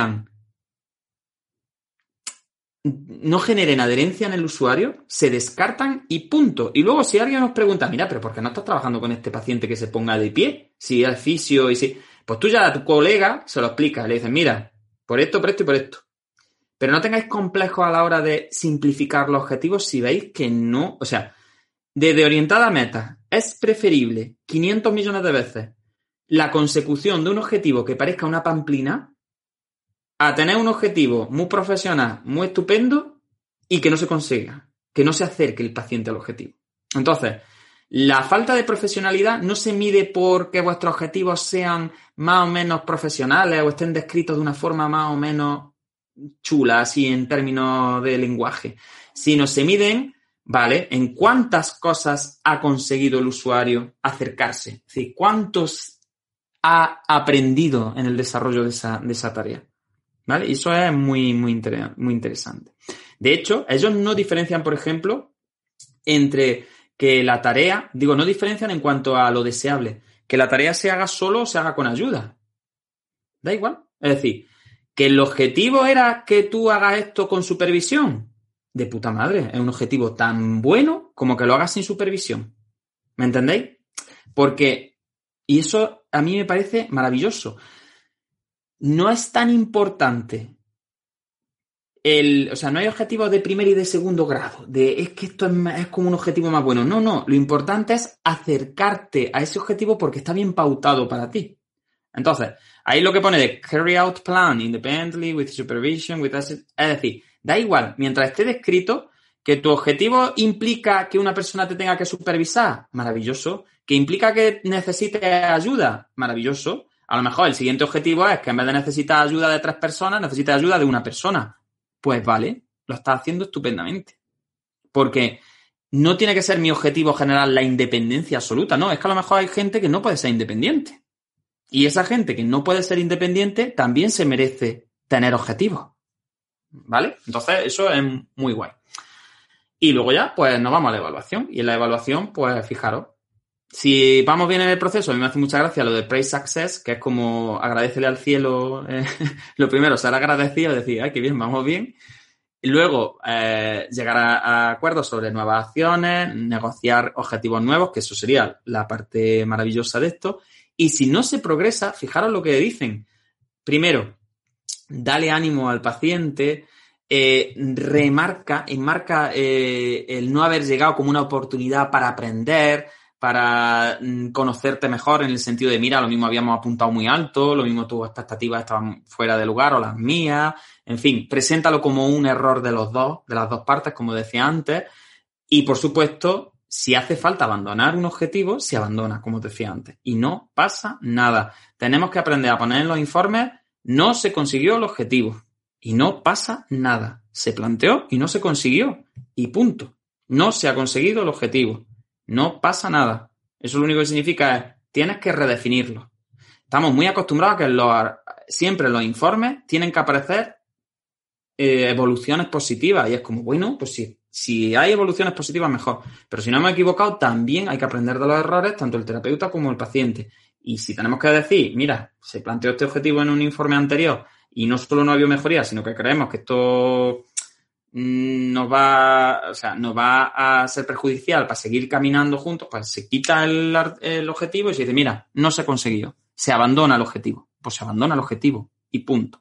generen adherencia en el usuario, se descartan y punto. Y luego si alguien os pregunta, mira, pero ¿por qué no estás trabajando con este paciente que se ponga de pie? Si es fisio y si... Pues tú ya a tu colega se lo explicas, le dices, mira, por esto y por esto. Pero no tengáis complejos a la hora de simplificar los objetivos si veis que no... O sea, desde orientada a meta, es preferible 500 millones de veces la consecución de un objetivo que parezca una pamplina a tener un objetivo muy profesional, muy estupendo y que no se consiga, que no se acerque el paciente al objetivo. Entonces, la falta de profesionalidad no se mide porque vuestros objetivos sean más o menos profesionales o estén descritos de una forma más o menos chula, así en términos de lenguaje, sino se miden, ¿vale?, en cuántas cosas ha conseguido el usuario acercarse. Es decir, cuántos ha aprendido en el desarrollo de esa tarea. ¿Vale? Y eso es muy interesante. De hecho, ellos no diferencian, por ejemplo, entre que la tarea, no diferencian en cuanto a lo deseable, que la tarea se haga solo o se haga con ayuda. Da igual. Es decir, que el objetivo era que tú hagas esto con supervisión. De puta madre. Es un objetivo tan bueno como que lo hagas sin supervisión. ¿Me entendéis? Porque, y eso a mí me parece maravilloso, no es tan importante no hay objetivos de primer y de segundo grado, es que esto es como un objetivo más bueno. No, lo importante es acercarte a ese objetivo porque está bien pautado para ti. Entonces, ahí lo que pone de carry out plan independently with supervision, es decir, da igual, mientras esté descrito que tu objetivo implica que una persona te tenga que supervisar, maravilloso, que implica que necesites ayuda, maravilloso. A lo mejor el siguiente objetivo es que en vez de necesitar ayuda de 3 personas, necesitas ayuda de una persona. Pues vale, lo estás haciendo estupendamente. Porque no tiene que ser mi objetivo general la independencia absoluta, no. Es que a lo mejor hay gente que no puede ser independiente. Y esa gente que no puede ser independiente también se merece tener objetivos. ¿Vale? Entonces, eso es muy guay. Y luego ya, pues nos vamos a la evaluación. Y en la evaluación, pues fijaros, si vamos bien en el proceso, a mí me hace mucha gracia lo de Praise Success, que es como agradecele al cielo, lo primero, ser agradecido y decir, ay, qué bien, vamos bien. Y luego, llegar a acuerdos sobre nuevas acciones, negociar objetivos nuevos, que eso sería la parte maravillosa de esto. Y si no se progresa, fijaros lo que dicen. Primero, dale ánimo al paciente, enmarca el no haber llegado como una oportunidad para aprender, para conocerte mejor en el sentido de, mira, lo mismo habíamos apuntado muy alto, lo mismo tus expectativas estaban fuera de lugar o las mías, en fin, preséntalo como un error de las dos partes, como decía antes, y por supuesto, si hace falta abandonar un objetivo, se abandona, como decía antes, y no pasa nada. Tenemos que aprender a poner en los informes, no se consiguió el objetivo, y no pasa nada. Se planteó y no se consiguió, y punto. No se ha conseguido el objetivo. No pasa nada. Eso lo único que significa es, tienes que redefinirlo. Estamos muy acostumbrados a que siempre en los informes tienen que aparecer evoluciones positivas. Y es como, bueno, pues si hay evoluciones positivas, mejor. Pero si no hemos equivocado, también hay que aprender de los errores, tanto el terapeuta como el paciente. Y si tenemos que decir, mira, se planteó este objetivo en un informe anterior y no solo no ha habido mejoría, sino que creemos que esto nos va a ser perjudicial para seguir caminando juntos, pues se quita el objetivo y se dice, mira, no se ha conseguido. Se abandona el objetivo. Pues se abandona el objetivo y punto.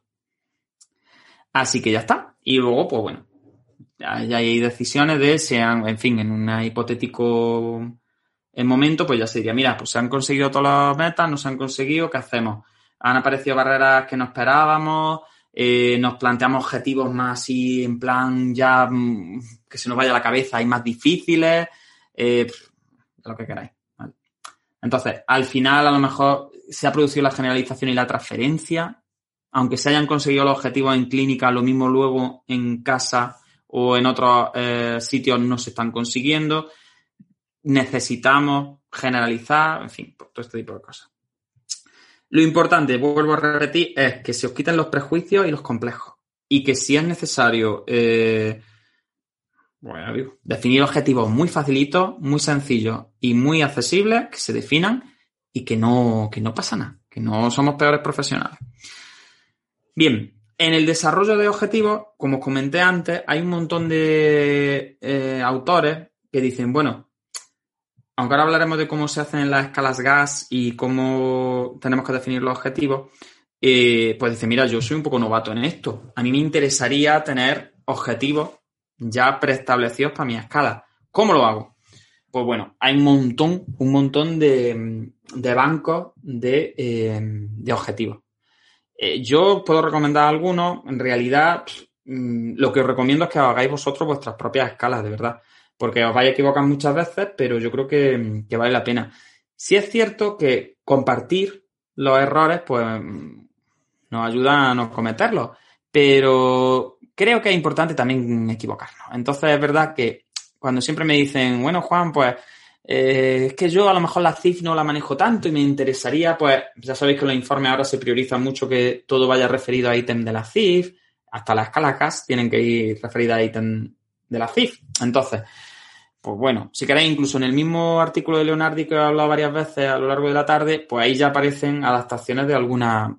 Así que ya está. Y luego, pues bueno, ya hay decisiones de en fin, en un hipotético momento, pues ya se diría, mira, pues se han conseguido todas las metas, no se han conseguido, ¿qué hacemos? Han aparecido barreras que no esperábamos, nos planteamos objetivos más así, en plan ya que se nos vaya a la cabeza y más difíciles, lo que queráis, ¿vale? Entonces, al final a lo mejor se ha producido la generalización y la transferencia, aunque se hayan conseguido los objetivos en clínica, lo mismo luego en casa o en otros sitios no se están consiguiendo. Necesitamos generalizar, en fin, todo este tipo de cosas. Lo importante, vuelvo a repetir, es que se os quiten los prejuicios y los complejos. Y que si es necesario definir objetivos muy facilitos, muy sencillos y muy accesibles, que se definan y que no pasa nada, que no somos peores profesionales. Bien, en el desarrollo de objetivos, como os comenté antes, hay un montón de autores que dicen, bueno, aunque ahora hablaremos de cómo se hacen las escalas GAS y cómo tenemos que definir los objetivos, pues dice, mira, yo soy un poco novato en esto. A mí me interesaría tener objetivos ya preestablecidos para mi escala. ¿Cómo lo hago? Pues bueno, hay un montón de bancos de objetivos. Yo puedo recomendar algunos. En realidad, lo que os recomiendo es que hagáis vosotros vuestras propias escalas, de verdad. Porque os vais a equivocar muchas veces, pero yo creo que vale la pena. Sí es cierto que compartir los errores, pues, nos ayuda a no cometerlos. Pero creo que es importante también equivocarnos. Entonces, es verdad que cuando siempre me dicen, bueno, Juan, pues, es que yo a lo mejor la CIF no la manejo tanto y me interesaría, pues, ya sabéis que en los informes ahora se prioriza mucho que todo vaya referido a ítem de la CIF. Hasta las escalas CAS tienen que ir referidas a ítem de la CIF. Entonces, pues bueno, si queréis, incluso en el mismo artículo de Leonardi que he hablado varias veces a lo largo de la tarde, pues ahí ya aparecen adaptaciones de alguna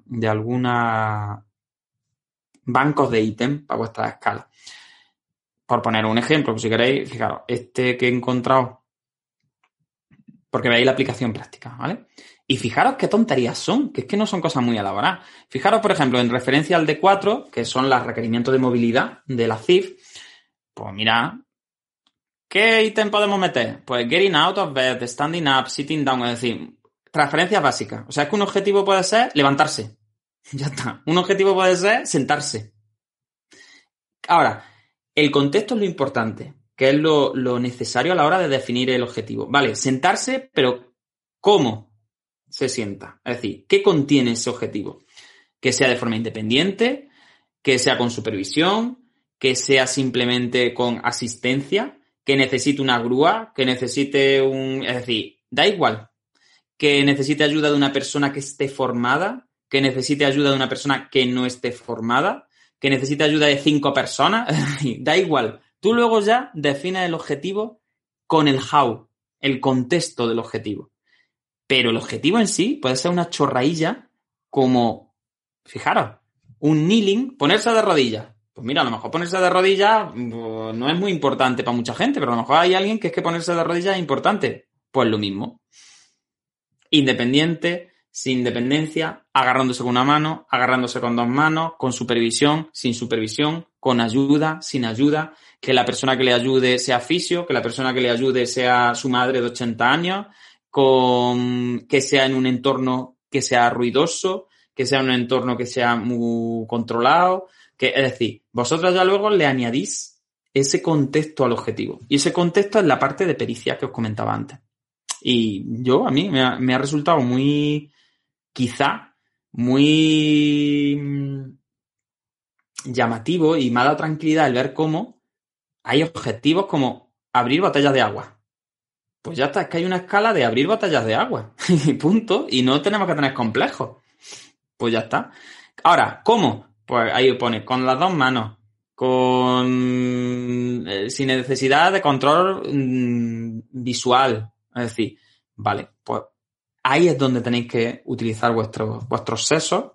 bancos de ítem para vuestras escalas. Por poner un ejemplo, pues si queréis, fijaros, este que he encontrado, porque veáis la aplicación práctica, ¿vale? Y fijaros qué tonterías son, que es que no son cosas muy elaboradas. Fijaros, por ejemplo, en referencia al D4, que son los requerimientos de movilidad de la CIF, pues mira, ¿qué ítem podemos meter? Pues getting out of bed, standing up, sitting down, es decir, transferencias básicas. O sea, es que un objetivo puede ser levantarse. Ya está. Un objetivo puede ser sentarse. Ahora, el contexto es lo importante, que es lo necesario a la hora de definir el objetivo. Vale, sentarse, pero ¿cómo? se sienta. Es decir, ¿qué contiene ese objetivo? Que sea de forma independiente, que sea con supervisión, que sea simplemente con asistencia, que necesite una grúa, que necesite Es decir, da igual. Que necesite ayuda de una persona que esté formada, que necesite ayuda de una persona que no esté formada, que necesite ayuda de 5 personas, da igual. Tú luego ya defines el objetivo con el how, el contexto del objetivo. Pero el objetivo en sí puede ser una chorrailla como, fijaros, un kneeling, ponerse de rodillas. Pues mira, a lo mejor ponerse de rodillas pues, no es muy importante para mucha gente, pero a lo mejor hay alguien que es que ponerse de rodillas es importante. Pues lo mismo. Independiente, sin dependencia, agarrándose con una mano, agarrándose con 2 manos, con supervisión, sin supervisión, con ayuda, sin ayuda, que la persona que le ayude sea fisio, que la persona que le ayude sea su madre de 80 años, que sea en un entorno que sea ruidoso, que sea un entorno que sea muy controlado, es decir, vosotros ya luego le añadís ese contexto al objetivo. Y ese contexto es la parte de pericia que os comentaba antes. Y a mí me ha resultado quizá muy llamativo y me ha dado tranquilidad el ver cómo hay objetivos como abrir botellas de agua. Pues ya está, es que hay una escala de abrir botellas de agua. Y punto. Y no tenemos que tener complejos. Pues ya está. Ahora, ¿cómo? Pues ahí pone, con las 2 manos, sin necesidad de control visual. Es decir, vale, pues ahí es donde tenéis que utilizar vuestros sesos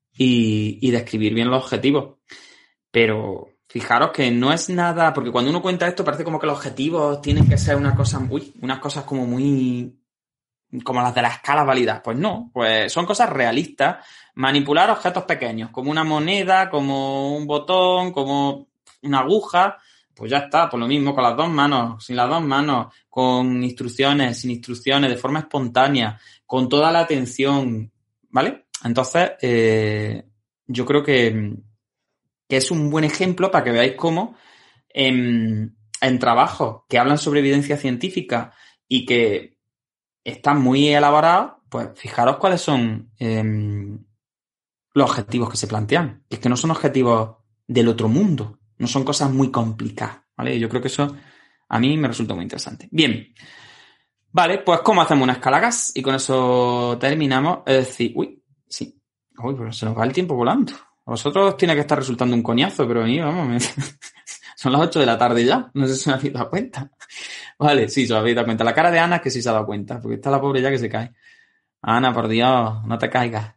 y describir bien los objetivos. Pero fijaros que no es nada, porque cuando uno cuenta esto parece como que los objetivos tienen que ser unas cosas como muy, como las de las escalas válidas. Pues no, pues son cosas realistas. Manipular objetos pequeños, como una moneda, como un botón, como una aguja, pues ya está, por lo mismo, con las 2 manos, sin las 2 manos, con instrucciones, sin instrucciones, de forma espontánea, con toda la atención, ¿vale? Entonces, yo creo que es un buen ejemplo para que veáis cómo en trabajos que hablan sobre evidencia científica y que están muy elaborados, pues fijaros cuáles son los objetivos que se plantean. Es que no son objetivos del otro mundo, no son cosas muy complicadas, ¿vale? Yo creo que eso a mí me resulta muy interesante. Bien, vale, pues ¿cómo hacemos una escala gas? Y con eso terminamos. Es decir, pero se nos va el tiempo volando. A vosotros tiene que estar resultando un coñazo, pero a mí, vamos, son las 8 de la tarde ya. No sé si me habéis dado cuenta. Vale, sí, se os habéis dado cuenta. La cara de Ana es que sí se ha dado cuenta, porque está la pobre ya que se cae. Ana, por Dios, no te caigas.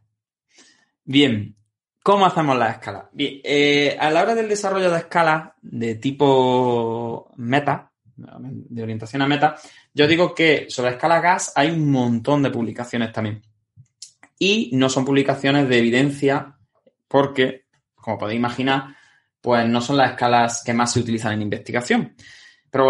Bien, ¿cómo hacemos las escalas? Bien, a la hora del desarrollo de escalas de tipo meta, de orientación a meta, yo digo que sobre escalas gas hay un montón de publicaciones también. Y no son publicaciones de evidencia porque, como podéis imaginar, pues no son las escalas que más se utilizan en investigación. Pero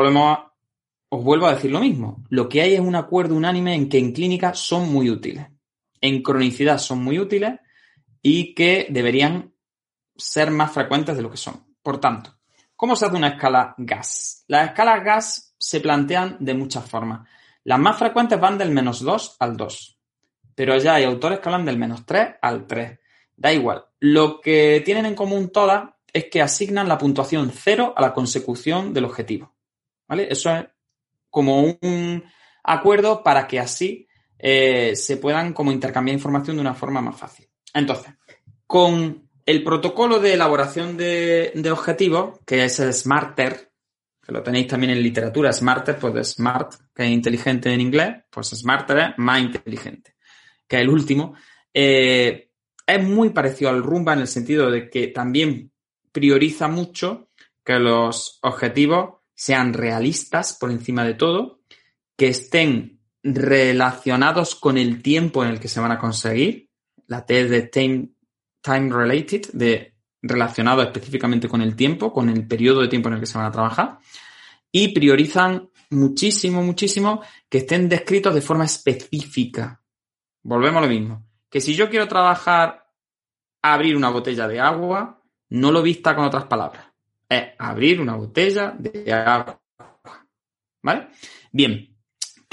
os vuelvo a decir lo mismo. Lo que hay es un acuerdo unánime en que en clínica son muy útiles. En cronicidad son muy útiles y que deberían ser más frecuentes de lo que son. Por tanto, ¿cómo se hace una escala gas? Las escalas gas se plantean de muchas formas. Las más frecuentes van del -2 al 2. Pero ya hay autores que hablan del -3 al 3. Da igual. Lo que tienen en común todas es que asignan la puntuación 0 a la consecución del objetivo. ¿Vale? Eso es como un acuerdo para que así se puedan como intercambiar información de una forma más fácil. Entonces, con el protocolo de elaboración de objetivos, que es el SMARTER, que lo tenéis también en literatura, SMARTER, pues de SMART, que es inteligente en inglés, pues SMARTER es más inteligente, que es el último. Es muy parecido al Rumba en el sentido de que también prioriza mucho que los objetivos sean realistas por encima de todo, que estén relacionados con el tiempo en el que se van a conseguir, la T de time related, de relacionado específicamente con el tiempo, con el periodo de tiempo en el que se van a trabajar, y priorizan muchísimo que estén descritos de forma específica. Volvemos a lo mismo, que si yo quiero trabajar abrir una botella de agua, no lo vista con otras palabras. Es abrir una botella de agua. ¿Vale? Bien.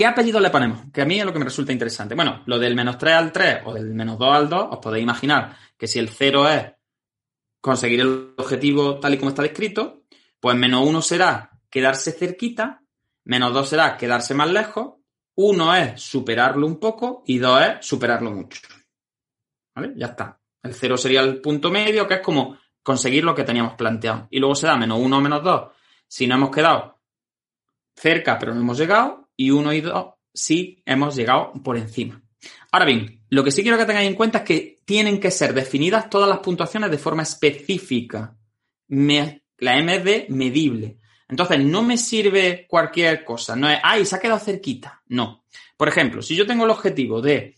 ¿Qué apellido le ponemos? Que a mí es lo que me resulta interesante. Bueno, lo del -3 al 3 o del -2 al 2, os podéis imaginar que si el 0 es conseguir el objetivo tal y como está descrito, pues -1 será quedarse cerquita, -2 será quedarse más lejos, 1 es superarlo un poco y 2 es superarlo mucho. ¿Vale? Ya está. El 0 sería el punto medio, que es como conseguir lo que teníamos planteado. Y luego será -1 o -2 si no hemos quedado cerca pero no hemos llegado, y 1 y 2 si hemos llegado por encima. Ahora bien, lo que sí quiero que tengáis en cuenta es que tienen que ser definidas todas las puntuaciones de forma específica. La M es de medible. Entonces, no me sirve cualquier cosa. No es, ¡ay, se ha quedado cerquita! No. Por ejemplo, si yo tengo el objetivo de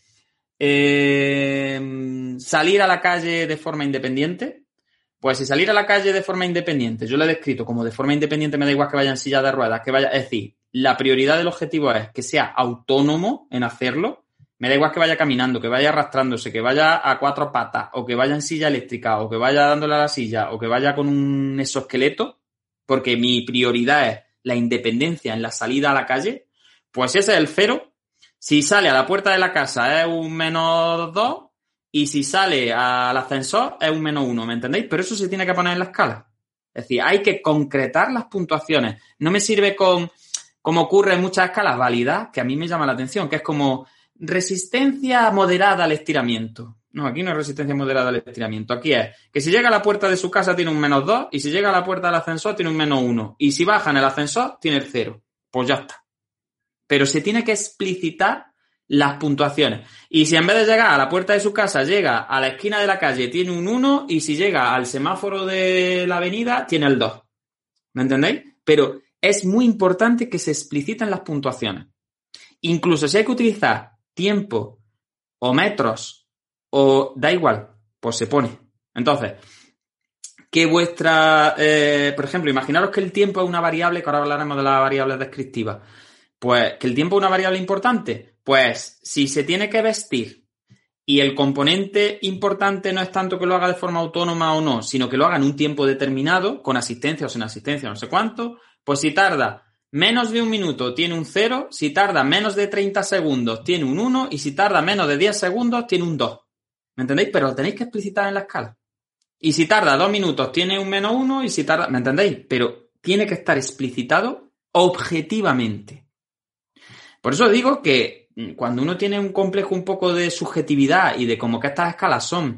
salir a la calle de forma independiente, pues si salir a la calle de forma independiente, yo lo he descrito como de forma independiente, me da igual que vaya en silla de ruedas, que vaya, es decir, la prioridad del objetivo es que sea autónomo en hacerlo, me da igual que vaya caminando, que vaya arrastrándose, que vaya a 4 patas, o que vaya en silla eléctrica, o que vaya dándole a la silla, o que vaya con un exoesqueleto, porque mi prioridad es la independencia en la salida a la calle, pues ese es el 0. Si sale a la puerta de la casa es un -2 y si sale al ascensor es un -1, ¿me entendéis? Pero eso se tiene que poner en la escala. Es decir, hay que concretar las puntuaciones. No me sirve con, como ocurre en muchas escalas, válida, que a mí me llama la atención, que es como resistencia moderada al estiramiento. No, aquí no es resistencia moderada al estiramiento. Aquí es que si llega a la puerta de su casa tiene un -2 y si llega a la puerta del ascensor tiene un -1. Y si baja en el ascensor tiene el 0. Pues ya está. Pero se tiene que explicitar las puntuaciones. Y si en vez de llegar a la puerta de su casa llega a la esquina de la calle tiene un 1 y si llega al semáforo de la avenida tiene el 2. ¿Me entendéis? Pero es muy importante que se expliciten las puntuaciones. Incluso si hay que utilizar tiempo o metros o da igual, pues se pone. Entonces, que vuestra... por ejemplo, imaginaros que el tiempo es una variable, que ahora hablaremos de las variables descriptivas. Pues, que el tiempo es una variable importante. Pues, si se tiene que vestir y el componente importante no es tanto que lo haga de forma autónoma o no, sino que lo haga en un tiempo determinado, con asistencia o sin asistencia, no sé cuánto, pues si tarda menos de un minuto tiene un 0, si tarda menos de 30 segundos tiene un 1 y si tarda menos de 10 segundos tiene un 2. ¿Me entendéis? Pero lo tenéis que explicitar en la escala. Y si tarda 2 minutos tiene un -1 y si tarda... ¿Me entendéis? Pero tiene que estar explicitado objetivamente. Por eso digo que cuando uno tiene un complejo un poco de subjetividad y de como que estas escalas son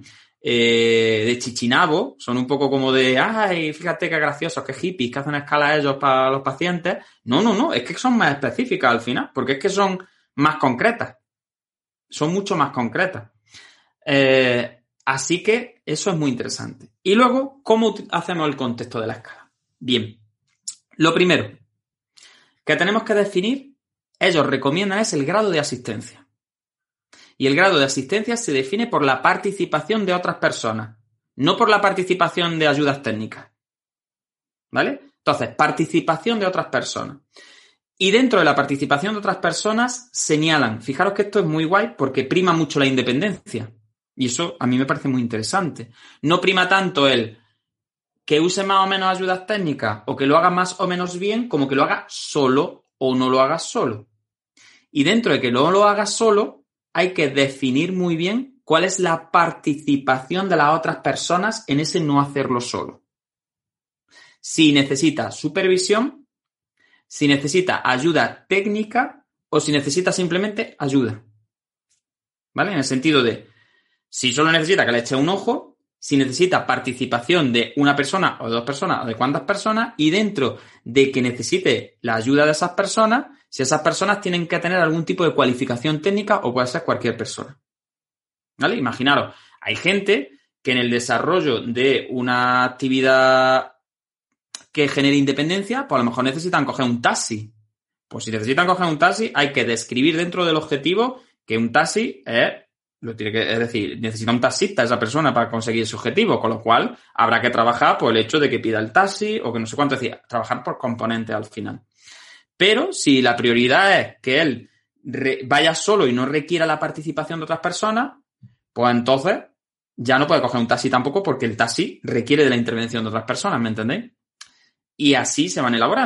de chichinabo, son un poco como de, ay, fíjate qué graciosos, qué hippies, que hacen escalas ellos para los pacientes. No, es que son más específicas al final, porque es que son más concretas. Son mucho más concretas. Así que eso es muy interesante. Y luego, ¿cómo hacemos el contexto de la escala? Bien, lo primero que tenemos que definir, ellos recomiendan, es el grado de asistencia. Y el grado de asistencia se define por la participación de otras personas, no por la participación de ayudas técnicas. ¿Vale? Entonces, participación de otras personas. Y dentro de la participación de otras personas señalan, fijaros que esto es muy guay porque prima mucho la independencia. Y eso a mí me parece muy interesante. No prima tanto el que use más o menos ayudas técnicas o que lo haga más o menos bien como que lo haga solo o no lo haga solo. Y dentro de que no lo haga solo, hay que definir muy bien cuál es la participación de las otras personas en ese no hacerlo solo. Si necesita supervisión, si necesita ayuda técnica o si necesita simplemente ayuda. ¿Vale? En el sentido de, si solo necesita que le eche un ojo, si necesita participación de una persona o de 2 personas o de cuántas personas, y dentro de que necesite la ayuda de esas personas, si esas personas tienen que tener algún tipo de cualificación técnica o puede ser cualquier persona. ¿Vale? Imaginaros, hay gente que en el desarrollo de una actividad que genere independencia, pues a lo mejor necesitan coger un taxi. Pues si necesitan coger un taxi, hay que describir dentro del objetivo que un taxi es decir, necesita un taxista esa persona para conseguir ese objetivo, con lo cual habrá que trabajar por el hecho de que pida el taxi o que no sé cuánto, es decir, trabajar por componentes al final. Pero si la prioridad es que él vaya solo y no requiera la participación de otras personas, pues entonces ya no puede coger un taxi tampoco porque el taxi requiere de la intervención de otras personas, ¿me entendéis? Y así se van elaborando.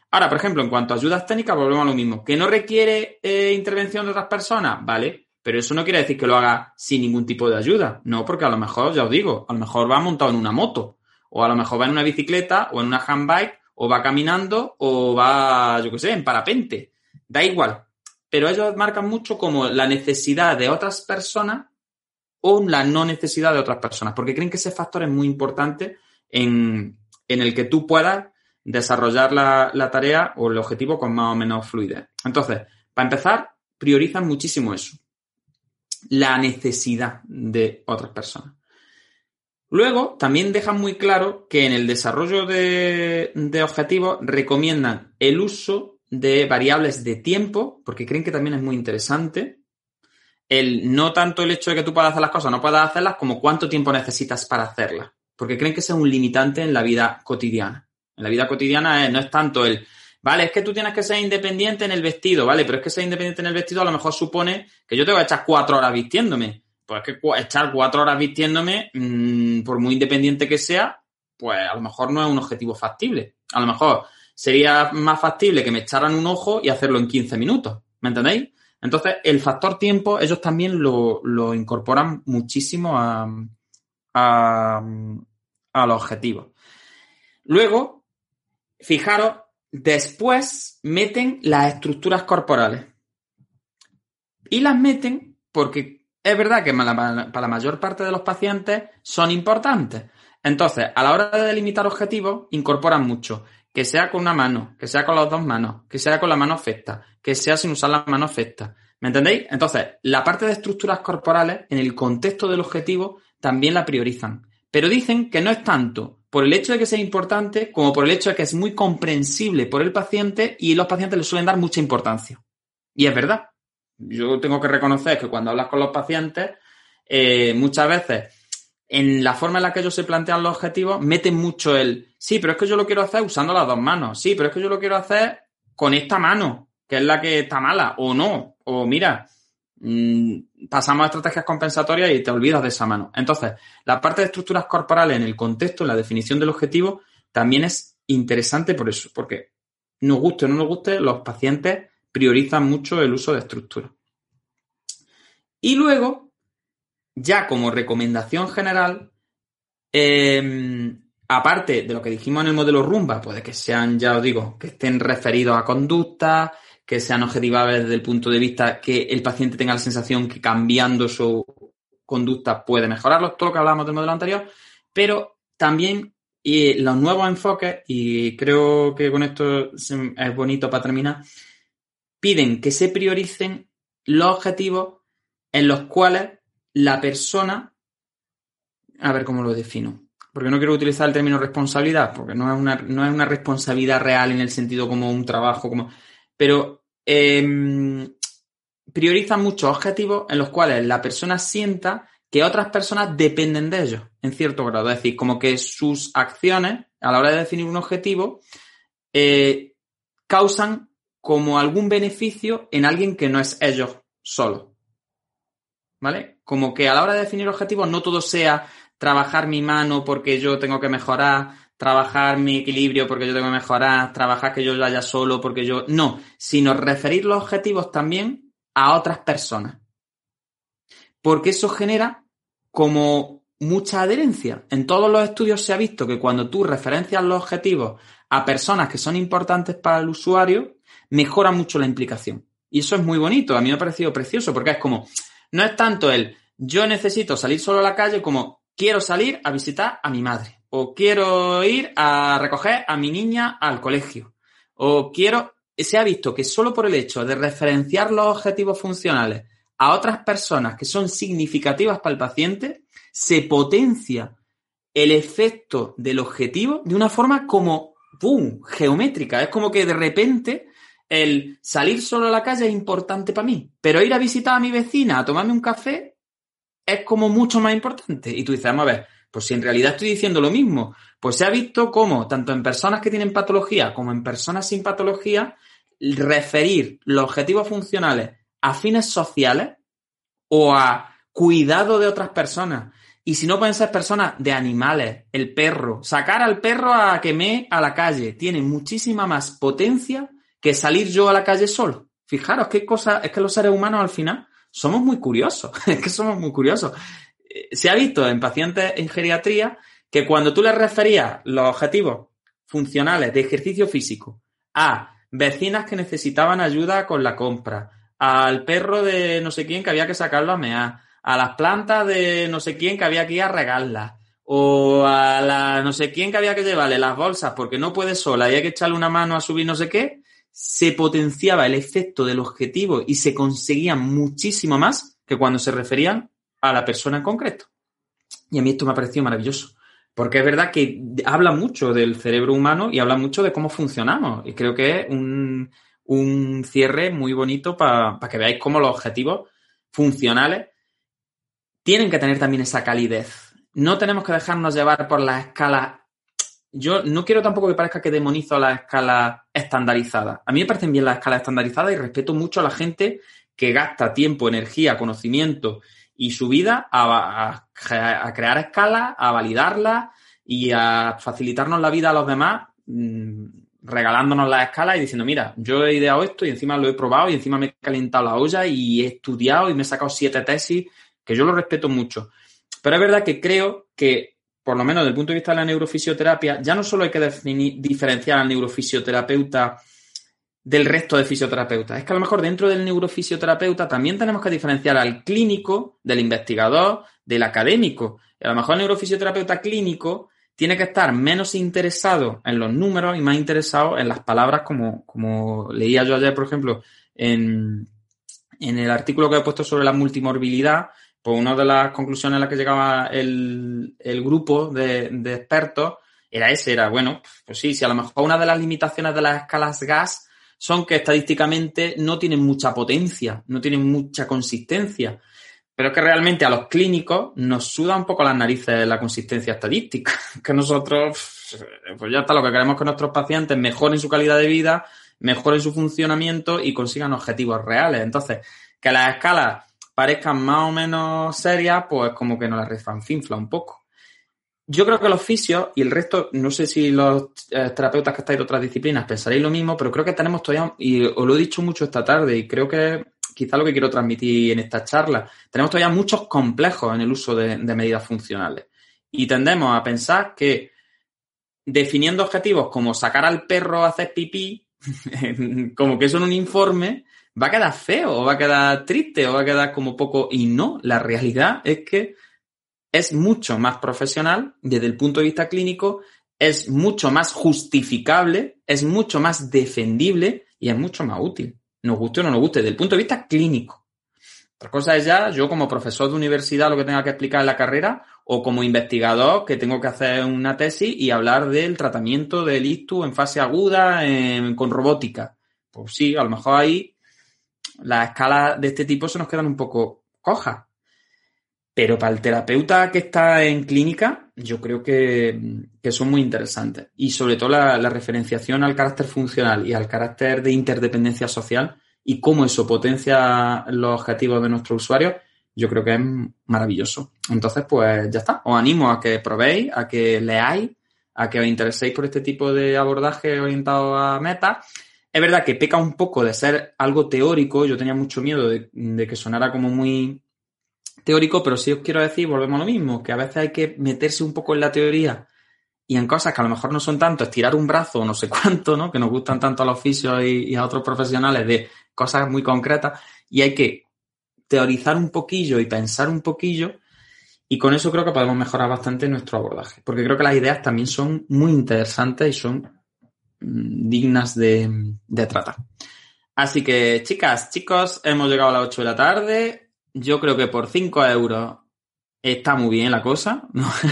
Ahora, por ejemplo, en cuanto a ayudas técnicas, volvemos a lo mismo. ¿Que no requiere intervención de otras personas? Vale, pero eso no quiere decir que lo haga sin ningún tipo de ayuda. No, porque a lo mejor, ya os digo, a lo mejor va montado en una moto, o a lo mejor va en una bicicleta, o en una handbike, o va caminando, o va, yo qué sé, en parapente. Da igual. Pero ellos marcan mucho como la necesidad de otras personas o la no necesidad de otras personas, porque creen que ese factor es muy importante en el que tú puedas desarrollar la tarea o el objetivo con más o menos fluidez. Entonces, para empezar, priorizan muchísimo eso, la necesidad de otras personas. Luego, también dejan muy claro que en el desarrollo de objetivos recomiendan el uso de variables de tiempo, porque creen que también es muy interesante. No tanto el hecho de que tú puedas hacer las cosas, no puedas hacerlas, como cuánto tiempo necesitas para hacerlas, porque creen que ese es un limitante en la vida cotidiana. En la vida cotidiana no es tanto vale, es que tú tienes que ser independiente en el vestido, vale, pero es que ser independiente en el vestido a lo mejor supone que yo tengo que echar 4 horas vistiéndome. Pues es que echar 4 horas vistiéndome, por muy independiente que sea, pues a lo mejor no es un objetivo factible. A lo mejor sería más factible que me echaran un ojo y hacerlo en 15 minutos, ¿me entendéis? Entonces, el factor tiempo, ellos también lo incorporan muchísimo a los objetivos. Luego, fijaros, después meten las estructuras corporales. Y las meten porque es verdad que para la mayor parte de los pacientes son importantes. Entonces, a la hora de delimitar objetivos, incorporan mucho. Que sea con una mano, que sea con las 2 manos, que sea con la mano festa, que sea sin usar la mano festa. ¿Me entendéis? Entonces, la parte de estructuras corporales, en el contexto del objetivo, también la priorizan. Pero dicen que no es tanto por el hecho de que sea importante como por el hecho de que es muy comprensible por el paciente y los pacientes le suelen dar mucha importancia. Y es verdad. Yo tengo que reconocer que cuando hablas con los pacientes, muchas veces en la forma en la que ellos se plantean los objetivos, meten mucho sí, pero es que yo lo quiero hacer usando las 2 manos. Sí, pero es que yo lo quiero hacer con esta mano, que es la que está mala, o no. O mira, pasamos a estrategias compensatorias y te olvidas de esa mano. Entonces, la parte de estructuras corporales en el contexto, en la definición del objetivo, también es interesante por eso, porque nos guste o no nos guste, los pacientes priorizan mucho el uso de estructuras. Y luego, ya como recomendación general, aparte de lo que dijimos en el modelo Rumba, pues de que sean, ya os digo, que estén referidos a conductas, que sean objetivables desde el punto de vista que el paciente tenga la sensación que cambiando su conducta puede mejorarlo, todo lo que hablábamos del modelo anterior, pero también los nuevos enfoques, y creo que con esto es bonito para terminar, piden que se prioricen los objetivos en los cuales la persona, a ver cómo lo defino, porque no quiero utilizar el término responsabilidad, porque no es una responsabilidad real en el sentido como un trabajo, pero priorizan muchos objetivos en los cuales la persona sienta que otras personas dependen de ellos, en cierto grado. Es decir, como que sus acciones, a la hora de definir un objetivo, causan como algún beneficio en alguien que no es ellos solos. ¿Vale? Como que a la hora de definir objetivos no todo sea trabajar mi mano porque yo tengo que mejorar, trabajar mi equilibrio porque yo tengo que mejorar, trabajar que yo vaya solo porque yo... No, sino referir los objetivos también a otras personas. Porque eso genera como mucha adherencia. En todos los estudios se ha visto que cuando tú referencias los objetivos a personas que son importantes para el usuario, mejora mucho la implicación. Y eso es muy bonito. A mí me ha parecido precioso porque es como... No es tanto yo necesito salir solo a la calle como quiero salir a visitar a mi madre o quiero ir a recoger a mi niña al colegio o quiero... Se ha visto que solo por el hecho de referenciar los objetivos funcionales a otras personas que son significativas para el paciente, se potencia el efecto del objetivo de una forma como ¡pum!, geométrica. Es como que de repente... El salir solo a la calle es importante para mí, pero ir a visitar a mi vecina, a tomarme un café, es como mucho más importante. Y tú dices, vamos a ver, pues si en realidad estoy diciendo lo mismo, pues se ha visto cómo, tanto en personas que tienen patología como en personas sin patología, referir los objetivos funcionales a fines sociales o a cuidado de otras personas Y si no pueden ser personas de animales, el perro, sacar al perro a que mee a la calle, tiene muchísima más potencia que salir yo a la calle solo. Fijaros qué cosa, es que los seres humanos al final somos muy curiosos, es que somos muy curiosos. Se ha visto en pacientes en geriatría que cuando tú les referías los objetivos funcionales de ejercicio físico a vecinas que necesitaban ayuda con la compra, al perro de no sé quién que había que sacarlo a mear, a las plantas de no sé quién que había que ir a regarlas, o a la no sé quién que había que llevarle las bolsas porque no puede sola y hay que echarle una mano a subir no sé qué, se potenciaba el efecto del objetivo y se conseguía muchísimo más que cuando se referían a la persona en concreto. Y a mí esto me ha parecido maravilloso. Porque es verdad que habla mucho del cerebro humano y habla mucho de cómo funcionamos. Y creo que es un cierre muy bonito para que veáis cómo los objetivos funcionales tienen que tener también esa calidez. No tenemos que dejarnos llevar por las escalas. Yo no quiero tampoco que parezca que demonizo las escalas estandarizadas. A mí me parecen bien las escalas estandarizadas y respeto mucho a la gente que gasta tiempo, energía, conocimiento y su vida a crear escalas, a validarlas y a facilitarnos la vida a los demás, regalándonos las escalas y diciendo, mira, yo he ideado esto y encima lo he probado y encima me he calentado la olla y he estudiado y me he sacado 7 tesis, que yo lo respeto mucho. Pero es verdad que creo que, por lo menos desde el punto de vista de la neurofisioterapia, ya no solo hay que diferenciar al neurofisioterapeuta del resto de fisioterapeutas. Es que a lo mejor dentro del neurofisioterapeuta también tenemos que diferenciar al clínico, del investigador, del académico. Y a lo mejor el neurofisioterapeuta clínico tiene que estar menos interesado en los números y más interesado en las palabras, como leía yo ayer, por ejemplo, en el artículo que he puesto sobre la multimorbilidad. Pues una de las conclusiones a las que llegaba el grupo de expertos era, bueno, pues sí, si a lo mejor una de las limitaciones de las escalas GAS son que estadísticamente no tienen mucha potencia, no tienen mucha consistencia, pero es que realmente a los clínicos nos suda un poco las narices la consistencia estadística, que nosotros, pues ya está, lo que queremos es que nuestros pacientes mejoren su calidad de vida, mejoren su funcionamiento y consigan objetivos reales. Entonces, que las escalas parezcan más o menos serias, pues como que nos las refanfinfla un poco. Yo creo que los fisios y el resto, no sé si los terapeutas que estáis de otras disciplinas pensaréis lo mismo, pero creo que tenemos todavía, y os lo he dicho mucho esta tarde, y creo que quizá lo que quiero transmitir en esta charla, tenemos todavía muchos complejos en el uso de medidas funcionales. Y tendemos a pensar que definiendo objetivos como sacar al perro a hacer pipí, como que eso en un informe, va a quedar feo, o va a quedar triste, o va a quedar como poco. Y no, la realidad es que es mucho más profesional desde el punto de vista clínico, es mucho más justificable, es mucho más defendible y es mucho más útil. Nos guste o no nos guste, desde el punto de vista clínico. Otra cosa es ya, yo como profesor de universidad lo que tenga que explicar en la carrera o como investigador que tengo que hacer una tesis y hablar del tratamiento del ictus en fase aguda con robótica. Pues sí, a lo mejor ahí las escalas de este tipo se nos quedan un poco cojas. Pero para el terapeuta que está en clínica, yo creo que son muy interesantes. Y sobre todo la referenciación al carácter funcional y al carácter de interdependencia social y cómo eso potencia los objetivos de nuestros usuarios, yo creo que es maravilloso. Entonces, pues ya está. Os animo a que probéis, a que leáis, a que os intereséis por este tipo de abordaje orientado a metas. Es verdad que peca un poco de ser algo teórico. Yo tenía mucho miedo de que sonara como muy teórico, pero sí os quiero decir, volvemos a lo mismo, que a veces hay que meterse un poco en la teoría y en cosas que a lo mejor no son tanto estirar un brazo o no sé cuánto, ¿no? Que nos gustan tanto a los fisios y a otros profesionales de cosas muy concretas y hay que teorizar un poquillo y pensar un poquillo y con eso creo que podemos mejorar bastante nuestro abordaje, porque creo que las ideas también son muy interesantes y son dignas de tratar. Así que, chicas, chicos, hemos llegado a las 8 de la tarde. Yo creo que por 5 euros está muy bien la cosa.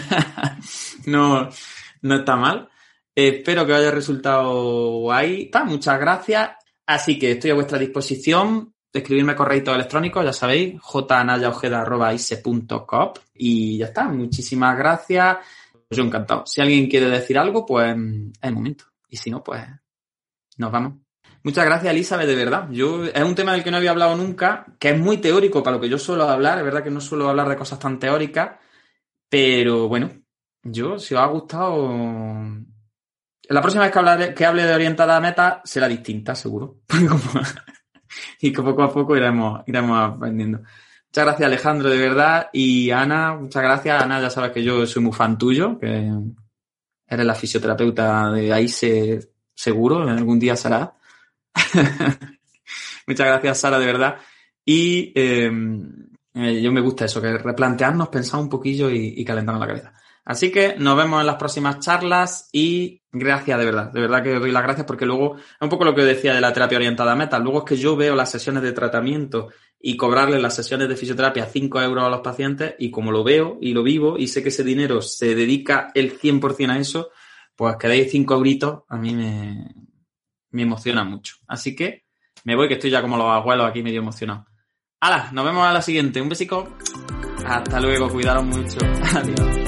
No está mal. Espero que haya resultado guay. Muchas gracias. Así que estoy a vuestra disposición. Escribirme correo electrónico, ya sabéis, jnayaojeda@ise.com y ya está. Muchísimas gracias. Yo encantado. Si alguien quiere decir algo, pues es el momento. Y si no, pues nos vamos. Muchas gracias, Elizabeth, de verdad. Es un tema del que no había hablado nunca, que es muy teórico para lo que yo suelo hablar. Es verdad que no suelo hablar de cosas tan teóricas, Pero bueno, yo, si os ha gustado... La próxima vez que hable de orientada a meta será distinta, seguro. Y que poco a poco iremos aprendiendo. Muchas gracias, Alejandro, de verdad. Y Ana, muchas gracias. Ana, ya sabes que yo soy muy fan tuyo, que eres la fisioterapeuta de AISE, seguro, algún día será. Muchas gracias, Sara, de verdad. Y yo me gusta eso, que replantearnos, pensar un poquillo y calentarnos la cabeza. Así que nos vemos en las próximas charlas y gracias de verdad que os doy las gracias porque luego, es un poco lo que decía de la terapia orientada a meta, luego es que yo veo las sesiones de tratamiento y cobrarles las sesiones de fisioterapia 5 euros a los pacientes y como lo veo y lo vivo y sé que ese dinero se dedica el 100% a eso, pues que deis 5 euritos a mí me emociona mucho. Así que me voy que estoy ya como los abuelos aquí medio emocionado. ¡Hala! Nos vemos a la siguiente. Un besico. Hasta luego. Cuidaros mucho. Adiós.